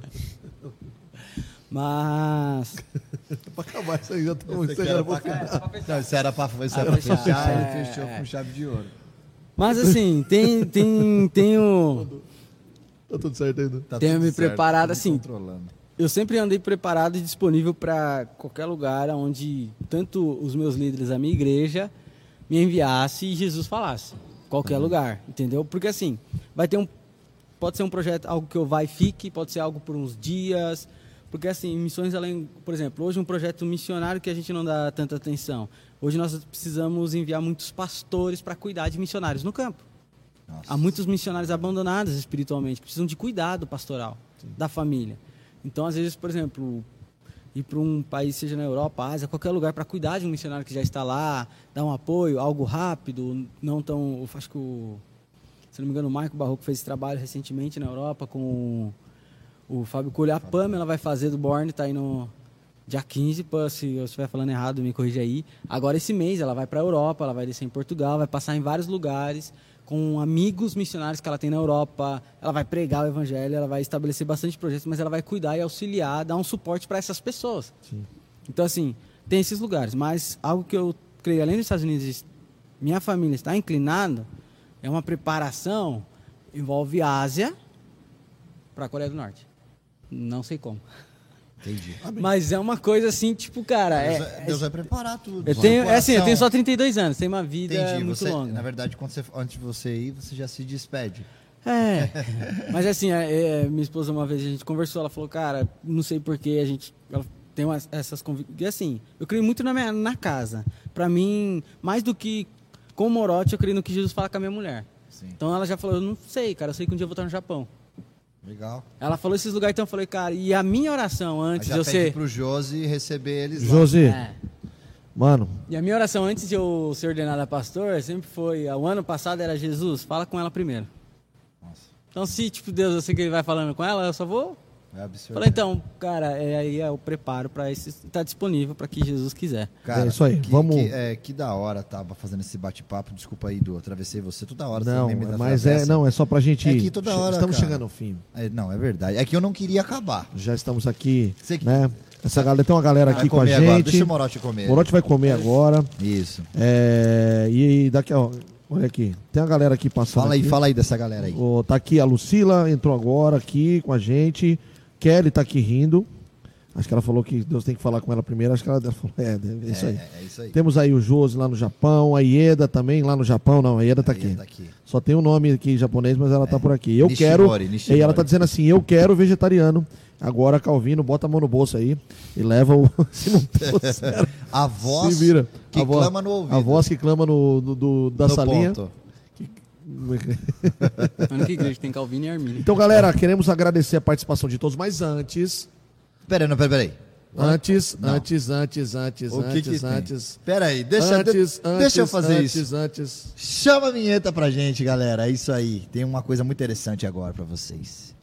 Mas... é pra acabar isso aí, já estamos encerrando. Não, isso era pra, isso era Ah, pra fechar. fechar, É, ele fechou é. com chave de ouro. Mas assim, tem, tem, tem o... Tá tudo certo ainda? Tá Tenho tudo me certo, preparado, tudo assim. controlando. Eu sempre andei preparado e disponível para qualquer lugar onde tanto os meus líderes, a minha igreja, me enviasse e Jesus falasse. Qualquer uhum. lugar, entendeu? Porque assim, vai ter um... Pode ser um projeto, algo que eu vá e fique, pode ser algo por uns dias... Porque, assim, missões além... Por exemplo, hoje um projeto missionário que a gente não dá tanta atenção. Hoje nós precisamos enviar muitos pastores para cuidar de missionários no campo. Nossa. Há muitos missionários abandonados espiritualmente, que precisam de cuidado pastoral, sim, da família. Então, às vezes, por exemplo, ir para um país, seja na Europa, Ásia, qualquer lugar, para cuidar de um missionário que já está lá, dar um apoio, algo rápido, não tão... Eu acho que o... Se não me engano, o Marco Barroco fez esse trabalho recentemente na Europa com... O Fábio Coelho, a Pamela vai fazer do Born, tá aí no dia quinze, se eu estiver falando errado, me corrija aí. Agora esse mês ela vai para a Europa, ela vai descer em Portugal, vai passar em vários lugares com amigos missionários que ela tem na Europa. Ela vai pregar o evangelho, ela vai estabelecer bastante projetos, mas ela vai cuidar e auxiliar, dar um suporte para essas pessoas. Sim. Então assim, tem esses lugares, mas algo que eu creio, além dos Estados Unidos, minha família está inclinada, é uma preparação, envolve a Ásia para a Coreia do Norte. Não sei como. Entendi. Mas é uma coisa assim, tipo, cara... Deus, é, Deus é, vai preparar tudo. Eu tenho, é assim, eu tenho só trinta e dois anos, tenho uma vida Entendi. muito Você, longa. na verdade, quando você, antes de você ir, você já se despede. É, mas assim, é, é, minha esposa uma vez a gente conversou, ela falou, cara, não sei porquê, a gente... Ela tenho as- essas convicções. E assim, eu creio muito na, minha, na casa. Pra mim, mais do que com o Morote, eu creio no que Jesus fala com a minha mulher. Sim. Então ela já falou, eu não sei, cara, eu sei que um dia eu vou estar no Japão. Legal. Ela falou esses lugares, então eu falei, cara, e a minha oração Aí antes já de eu pede ser... pro Josi receber eles lá. Josi, É. mano, E a minha oração antes de eu ser ordenado a pastor sempre foi, o ano passado era Jesus, fala com ela primeiro. Nossa, Então se, tipo, Deus, eu sei que ele vai falando com ela, eu só vou... é absurdo. Falei, então, cara, é, aí é o preparo para esse... Tá disponível para que Jesus quiser. Cara, É isso aí, Que, vamos- Que, é, que da hora tava fazendo esse bate-papo. Desculpa aí, Du, atravessei você toda hora. você não, também me mas é, atravessa. não, é só pra gente... É que toda hora, Estamos cara. chegando ao fim. É, não, é verdade. É que eu não queria acabar. Já estamos aqui, Você que- né? Essa galera, tem uma galera Vai aqui com a comer agora. gente. Deixa o Morote comer. Morote vai comer agora. Isso. É, e daqui, ó, olha aqui, tem uma galera aqui passando. Fala aí, aqui. fala aí dessa galera aí. Ó, tá aqui a Lucila, entrou agora aqui com a gente. Kelly tá aqui rindo. Acho que ela falou que Deus tem que falar com ela primeiro. Acho que ela falou, é, é isso é, aí. É, é isso aí. Temos aí o Josi lá no Japão, a Ieda também lá no Japão. Não, a Ieda tá Aí aqui. tá aqui. Só tem o um nome aqui japonês, mas ela tá por aqui. Eu Nishimori, quero. Nishimori. E ela tá dizendo assim: eu quero vegetariano. Agora, Calvino, bota a mão no bolso aí e leva o. Se não trouxer, A voz se vira. que a voz, clama no ouvido. A voz que clama no, do, do- da No salinha. ponto. A única igreja que tem Calvino e Armínio. Então, galera, queremos agradecer a participação de todos, mas antes. Pera aí, não, pera, pera aí. Antes, Não. antes, antes, antes, O que antes, que tem? antes. Pera aí, deixa, antes, de- antes, deixa eu fazer antes, isso. Antes, Chama a vinheta pra gente, galera. É isso aí. Tem uma coisa muito interessante agora pra vocês.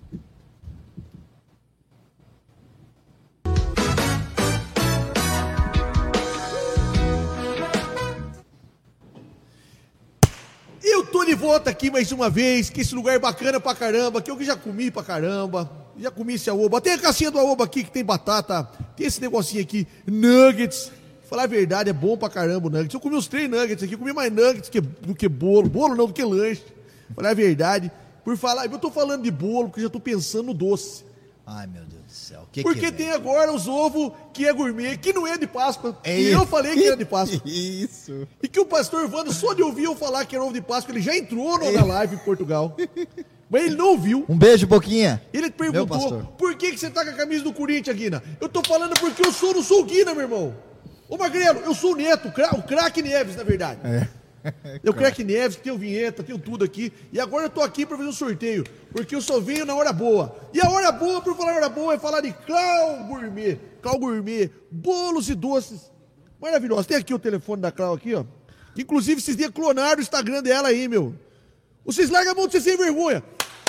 Eu tô de volta aqui mais uma vez, que esse lugar é bacana pra caramba, que eu já comi pra caramba, já comi esse aoba. Tem a cassinha do aoba aqui que tem batata, tem esse negocinho aqui, nuggets. Falar a verdade, é bom pra caramba o nuggets. Eu comi uns três nuggets aqui, comi mais nuggets que, do que bolo, bolo não, do que lanche. Falar a verdade. Por falar, eu tô falando de bolo, porque eu já tô pensando no doce. Ai, meu Deus do céu. Que Porque que é, tem velho? agora os ovos que é gourmet, que não é de Páscoa. É E isso. eu falei que era de Páscoa. Isso. E que o pastor Vando, só de ouvir eu falar que era ovo de Páscoa, ele já entrou no- na live em Portugal. Mas ele não ouviu. Um beijo, Boquinha. Ele Meu perguntou, pastor. por que, que você tá com a camisa do Corinthians, Guina? Eu tô falando porque eu sou, não sou o Guina, meu irmão. Ô Magrelo, eu sou o Neto, o cra- o craque Neves, na verdade. É. Eu craque Neves, tenho vinheta, tenho tudo aqui. E agora eu tô aqui pra fazer um sorteio, porque eu só venho na hora boa. E a hora boa, por falar hora boa, é falar de Clau Gourmet. Clau Gourmet, bolos e doces maravilhosos. Tem aqui o telefone da Clau aqui, ó. Inclusive, esses dias clonaram o Instagram dela aí, meu. Vocês largam a mão de ser sem vergonha.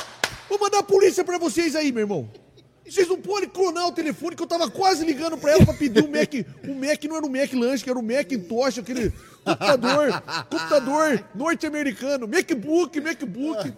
Vou mandar a polícia pra vocês aí, meu irmão. Vocês não podem clonar o telefone, que eu tava quase ligando pra ela pra pedir um Mac. Um Mac não era um Mac Lanche, que era um Macintosh, aquele computador, computador norte-americano. MacBook, MacBook.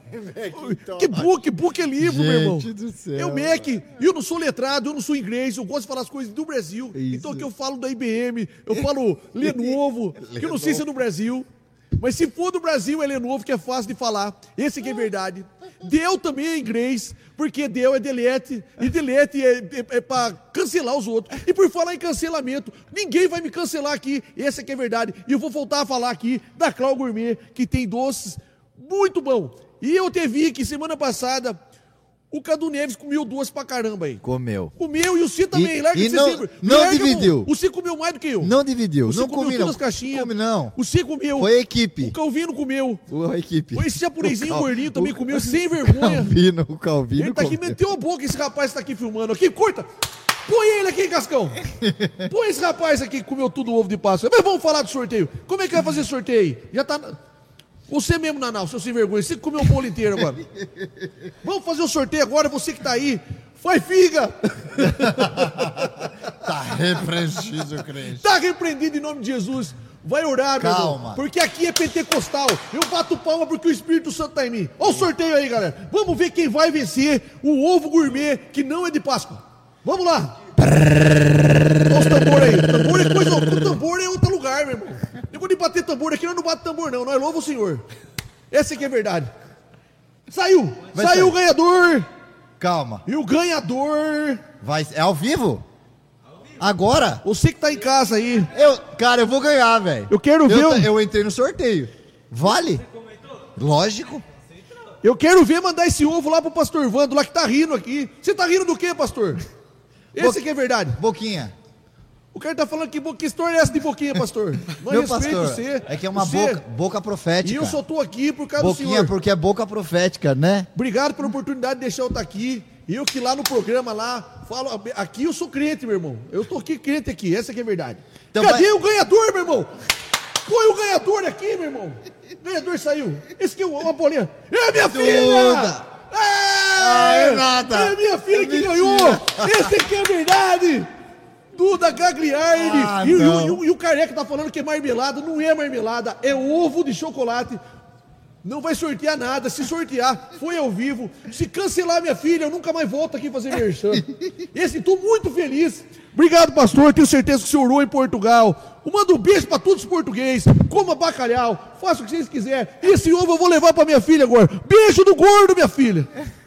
Que book, book é livro, meu irmão. Gente do céu. É o Mac. E eu não sou letrado, eu não sou inglês, eu gosto de falar as coisas do Brasil. Isso. Então aqui eu falo da I B M, eu falo Lenovo, que eu não sei se é no Brasil. Mas se for do Brasil, é Lenovo, que é fácil de falar. Esse aqui é verdade. Dell também é inglês, porque Dell é delete, e delete é, é, é para cancelar os outros. E por falar em cancelamento, ninguém vai me cancelar aqui. Esse aqui é verdade. E eu vou voltar a falar aqui da Clau Gourmet, que tem doces muito bom. E eu te vi que semana passada o Cadu Neves comeu duas pra caramba aí. Comeu. Comeu e o Cê também. E- larga e de ser não- sempre- não larga, dividiu. irmão. O Cê comeu mais do que eu. Não dividiu. O Cê Não comeu comi, todas não. as caixinhas. Come, não. O Cê comeu. Foi a equipe. O Calvino comeu. Foi a equipe. Esse japonesinho O Cal- gordinho também o- comeu sem O vergonha. Calvino, o Calvino Ele tá aqui, comeu. meteu a boca, esse rapaz tá aqui filmando aqui. Corta! Põe ele aqui, Cascão. Põe esse rapaz aqui que comeu tudo o ovo de Páscoa. Mas vamos falar do sorteio. Como é que vai fazer sorteio aí? Já tá... Você mesmo, Nanau, seu sem vergonha. Você que comeu o bolo inteiro agora. Vamos fazer o sorteio agora, você que tá aí. Faz figa! Tá repreendido, crente. Tá repreendido em nome de Jesus. Vai orar, meu Calma. irmão. Porque aqui é pentecostal. Eu bato palma porque o Espírito Santo tá em mim. Olha o sorteio aí, galera. Vamos ver quem vai vencer o ovo gourmet que não é de Páscoa. Vamos lá. Olha os tambor aí. Tambor é coisa. O tambor é outro lugar, meu irmão. Eu vou de bater tambor aqui, nós não bate tambor, não. Nós louva o Senhor. Essa aqui é verdade. Saiu. Vai Saiu sair. o ganhador. Calma. E o ganhador. Vai, é ao vivo? Agora? Você que tá em casa aí. Eu, cara, eu vou ganhar, velho. Eu quero ver. Eu, o- eu entrei no sorteio. Vale? Lógico. Eu quero ver mandar esse ovo lá pro pastor Vando, lá que tá rindo aqui. Você tá rindo do quê, pastor? Esse Bo- aqui é verdade. Boquinha, O cara tá falando que, bo... que história é essa de boquinha, pastor? Não Meu respeito pastor, você. é que é uma você... boca, boca profética. E eu só tô aqui por causa Boquinha do senhor. porque é boca profética, né? Obrigado pela oportunidade de deixar eu estar aqui. Eu que lá no programa lá, falo, aqui eu sou crente, meu irmão. Eu tô aqui crente aqui, essa que é a verdade. Então cadê vai... o ganhador, meu irmão? Põe o ganhador aqui, meu irmão. O ganhador saiu. Esse aqui é uma bolinha. É minha filha! É, é nada. É minha filha é que ganhou. Esse aqui é a verdade. Duda Gagliardi. Ah, e, e, e, e o careca tá falando que é marmelada. Não é marmelada, é ovo de chocolate. Não vai sortear nada. Se sortear, foi ao vivo. Se cancelar minha filha, eu nunca mais volto aqui fazer merchan. Esse, estou muito feliz. Obrigado, pastor. Tenho certeza que o senhor orou em Portugal. Manda um beijo para todos os portugueses. Coma bacalhau. Faça o que vocês quiserem. Esse ovo eu vou levar para minha filha agora. Beijo do gordo, minha filha.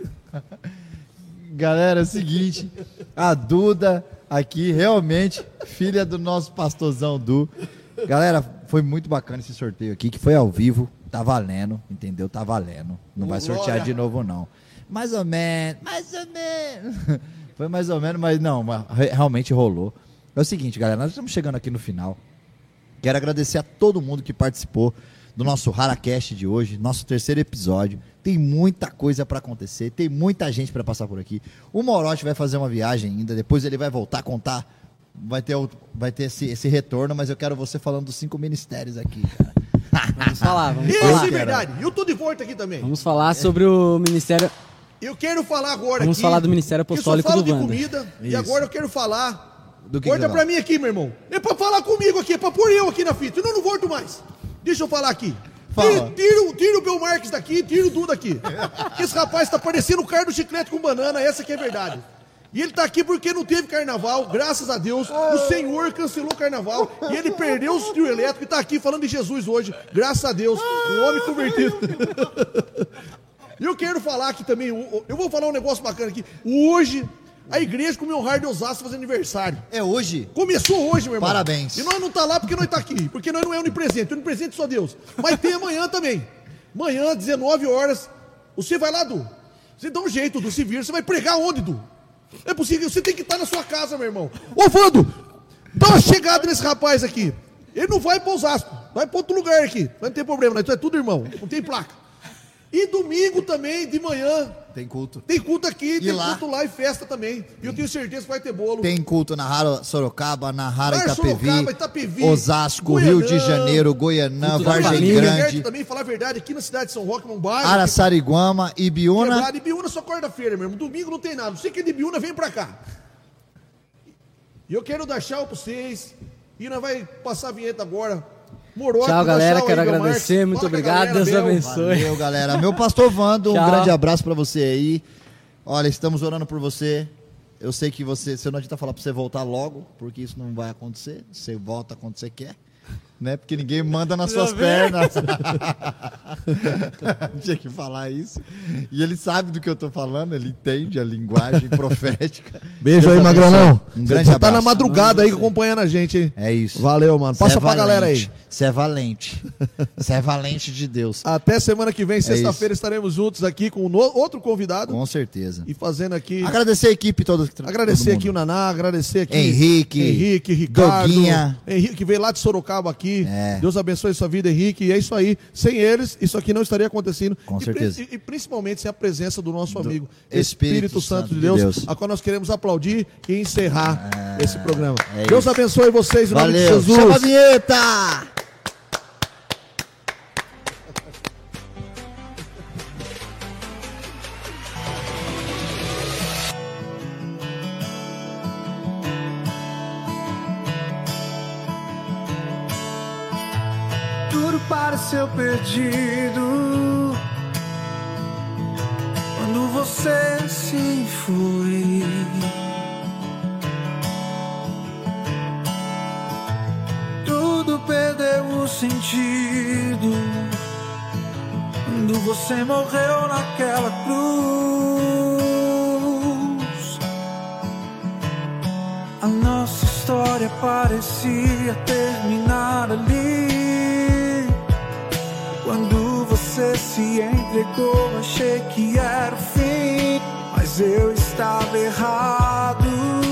Galera, é o seguinte. A Duda aqui, realmente, filha do nosso pastorzão Du. Galera, foi muito bacana esse sorteio aqui, que foi ao vivo. Tá valendo, entendeu? Tá valendo. Não vai sortear de novo, não. Mais ou menos, mais ou menos. Foi mais ou menos, mas não, mas realmente rolou. É o seguinte, galera, nós estamos chegando aqui no final. Quero agradecer a todo mundo que participou do nosso HaraCast de hoje, nosso terceiro episódio. Tem muita coisa para acontecer, tem muita gente para passar por aqui. O Morote vai fazer uma viagem ainda, depois ele vai voltar a contar. Vai ter, vai ter esse, esse retorno, mas eu quero você falando dos cinco ministérios aqui, cara. Vamos falar, vamos Isso falar. é verdade. Eu tô de volta aqui também. Vamos falar sobre o ministério. Eu quero falar agora Vamos aqui. falar do Ministério Apostólico eu só falo do de Wanda. comida. Isso. E agora eu quero falar. Do que Corta que pra mim aqui, meu irmão. É pra falar comigo aqui, é pra pôr eu aqui na fita. Eu não, não volto mais. Deixa eu falar aqui. Fala. Tira, tira o Bel Marques daqui, tira o Du daqui. Esse rapaz tá parecendo o cara do chiclete com banana, essa que é a verdade. E ele tá aqui porque não teve carnaval, graças a Deus. O Senhor cancelou o carnaval e ele perdeu o trio elétrico e tá aqui falando de Jesus hoje. Graças a Deus, um homem convertido. E eu quero falar aqui também, eu vou falar um negócio bacana aqui. Hoje, a igreja com o meu raio de Osasco fazendo aniversário. É hoje? Começou hoje, meu irmão. Parabéns. E nós não tá lá porque nós tá aqui, porque nós não é onipresente. Onipresente só Deus. Mas tem amanhã também. Amanhã, dezenove horas, você vai lá, Du. Você dá um jeito, Du, se vir. Você vai pregar onde, Du? É possível, você tem que estar na sua casa, meu irmão. Ô, Vando, dá uma chegada nesse rapaz aqui. Ele não vai para Osasco, vai para outro lugar aqui. Não tem problema, nós é tudo irmão, não tem placa. E domingo também, de manhã. Tem culto. Tem culto aqui, E tem lá? culto lá e festa também. E eu tenho certeza que vai ter bolo. Tem culto na Rara Sorocaba, na Rara Mar, Itapevi, Sorocaba, Itapevi, Osasco, Goianã, Rio de Janeiro, Goianã, culto da Vargem família. Grande, também, falar a verdade, aqui na cidade de São Roque, num bairro. Araçariguama, Ibiúna. Quebrado, e Biúna só quarta-feira, meu irmão. Domingo não tem nada. Você que é de Biúna, vem pra cá. E eu quero dar tchau pra vocês. E nós vai passar a vinheta agora. Morote, Tchau, galera. tchau Quero aí, Bel agradecer. Marques. Muito Fala com a obrigado. galera, Deus Bel. abençoe. Valeu, galera. Meu pastor Vando, um Tchau. grande abraço pra você aí. Olha, estamos orando por você. Eu sei que você, você não adianta falar pra você voltar logo, porque isso não vai acontecer. Você volta quando você quer, né? Porque ninguém manda nas suas pernas. Tinha que falar isso. E ele sabe do que eu tô falando, ele entende a linguagem profética. Beijo Deus aí, abençoe. Magrelão. Um grande Você abraço. tá na madrugada aí acompanhando a gente, hein? É isso. Valeu, mano. Passa Cê é pra galera aí. valente. Você é valente. Você é valente de Deus. Até semana que vem, sexta-feira, isso. estaremos juntos aqui com um no- outro convidado. Com certeza. E fazendo aqui. Agradecer a equipe toda. Agradecer todo aqui o mundo. Naná, agradecer aqui Henrique, Henrique, Ricardo, Doguinha. Henrique que veio lá de Sorocaba aqui. É. Deus abençoe sua vida, Henrique. E é isso aí. Sem eles, isso aqui não estaria acontecendo. Com E certeza. pri- E, e principalmente sem a presença do nosso Do amigo Espírito Santo, de Santo de Deus, Deus. a qual nós queremos aplaudir e encerrar esse programa. é Deus isso. abençoe vocês em nome de Valeu. Jesus. Chama a vinheta! Tudo pareceu perdido quando você se foi. Tudo perdeu o sentido quando você morreu naquela cruz. A nossa história parecia terminar ali. Quando você se entregou, achei que era o fim, mas eu estava errado.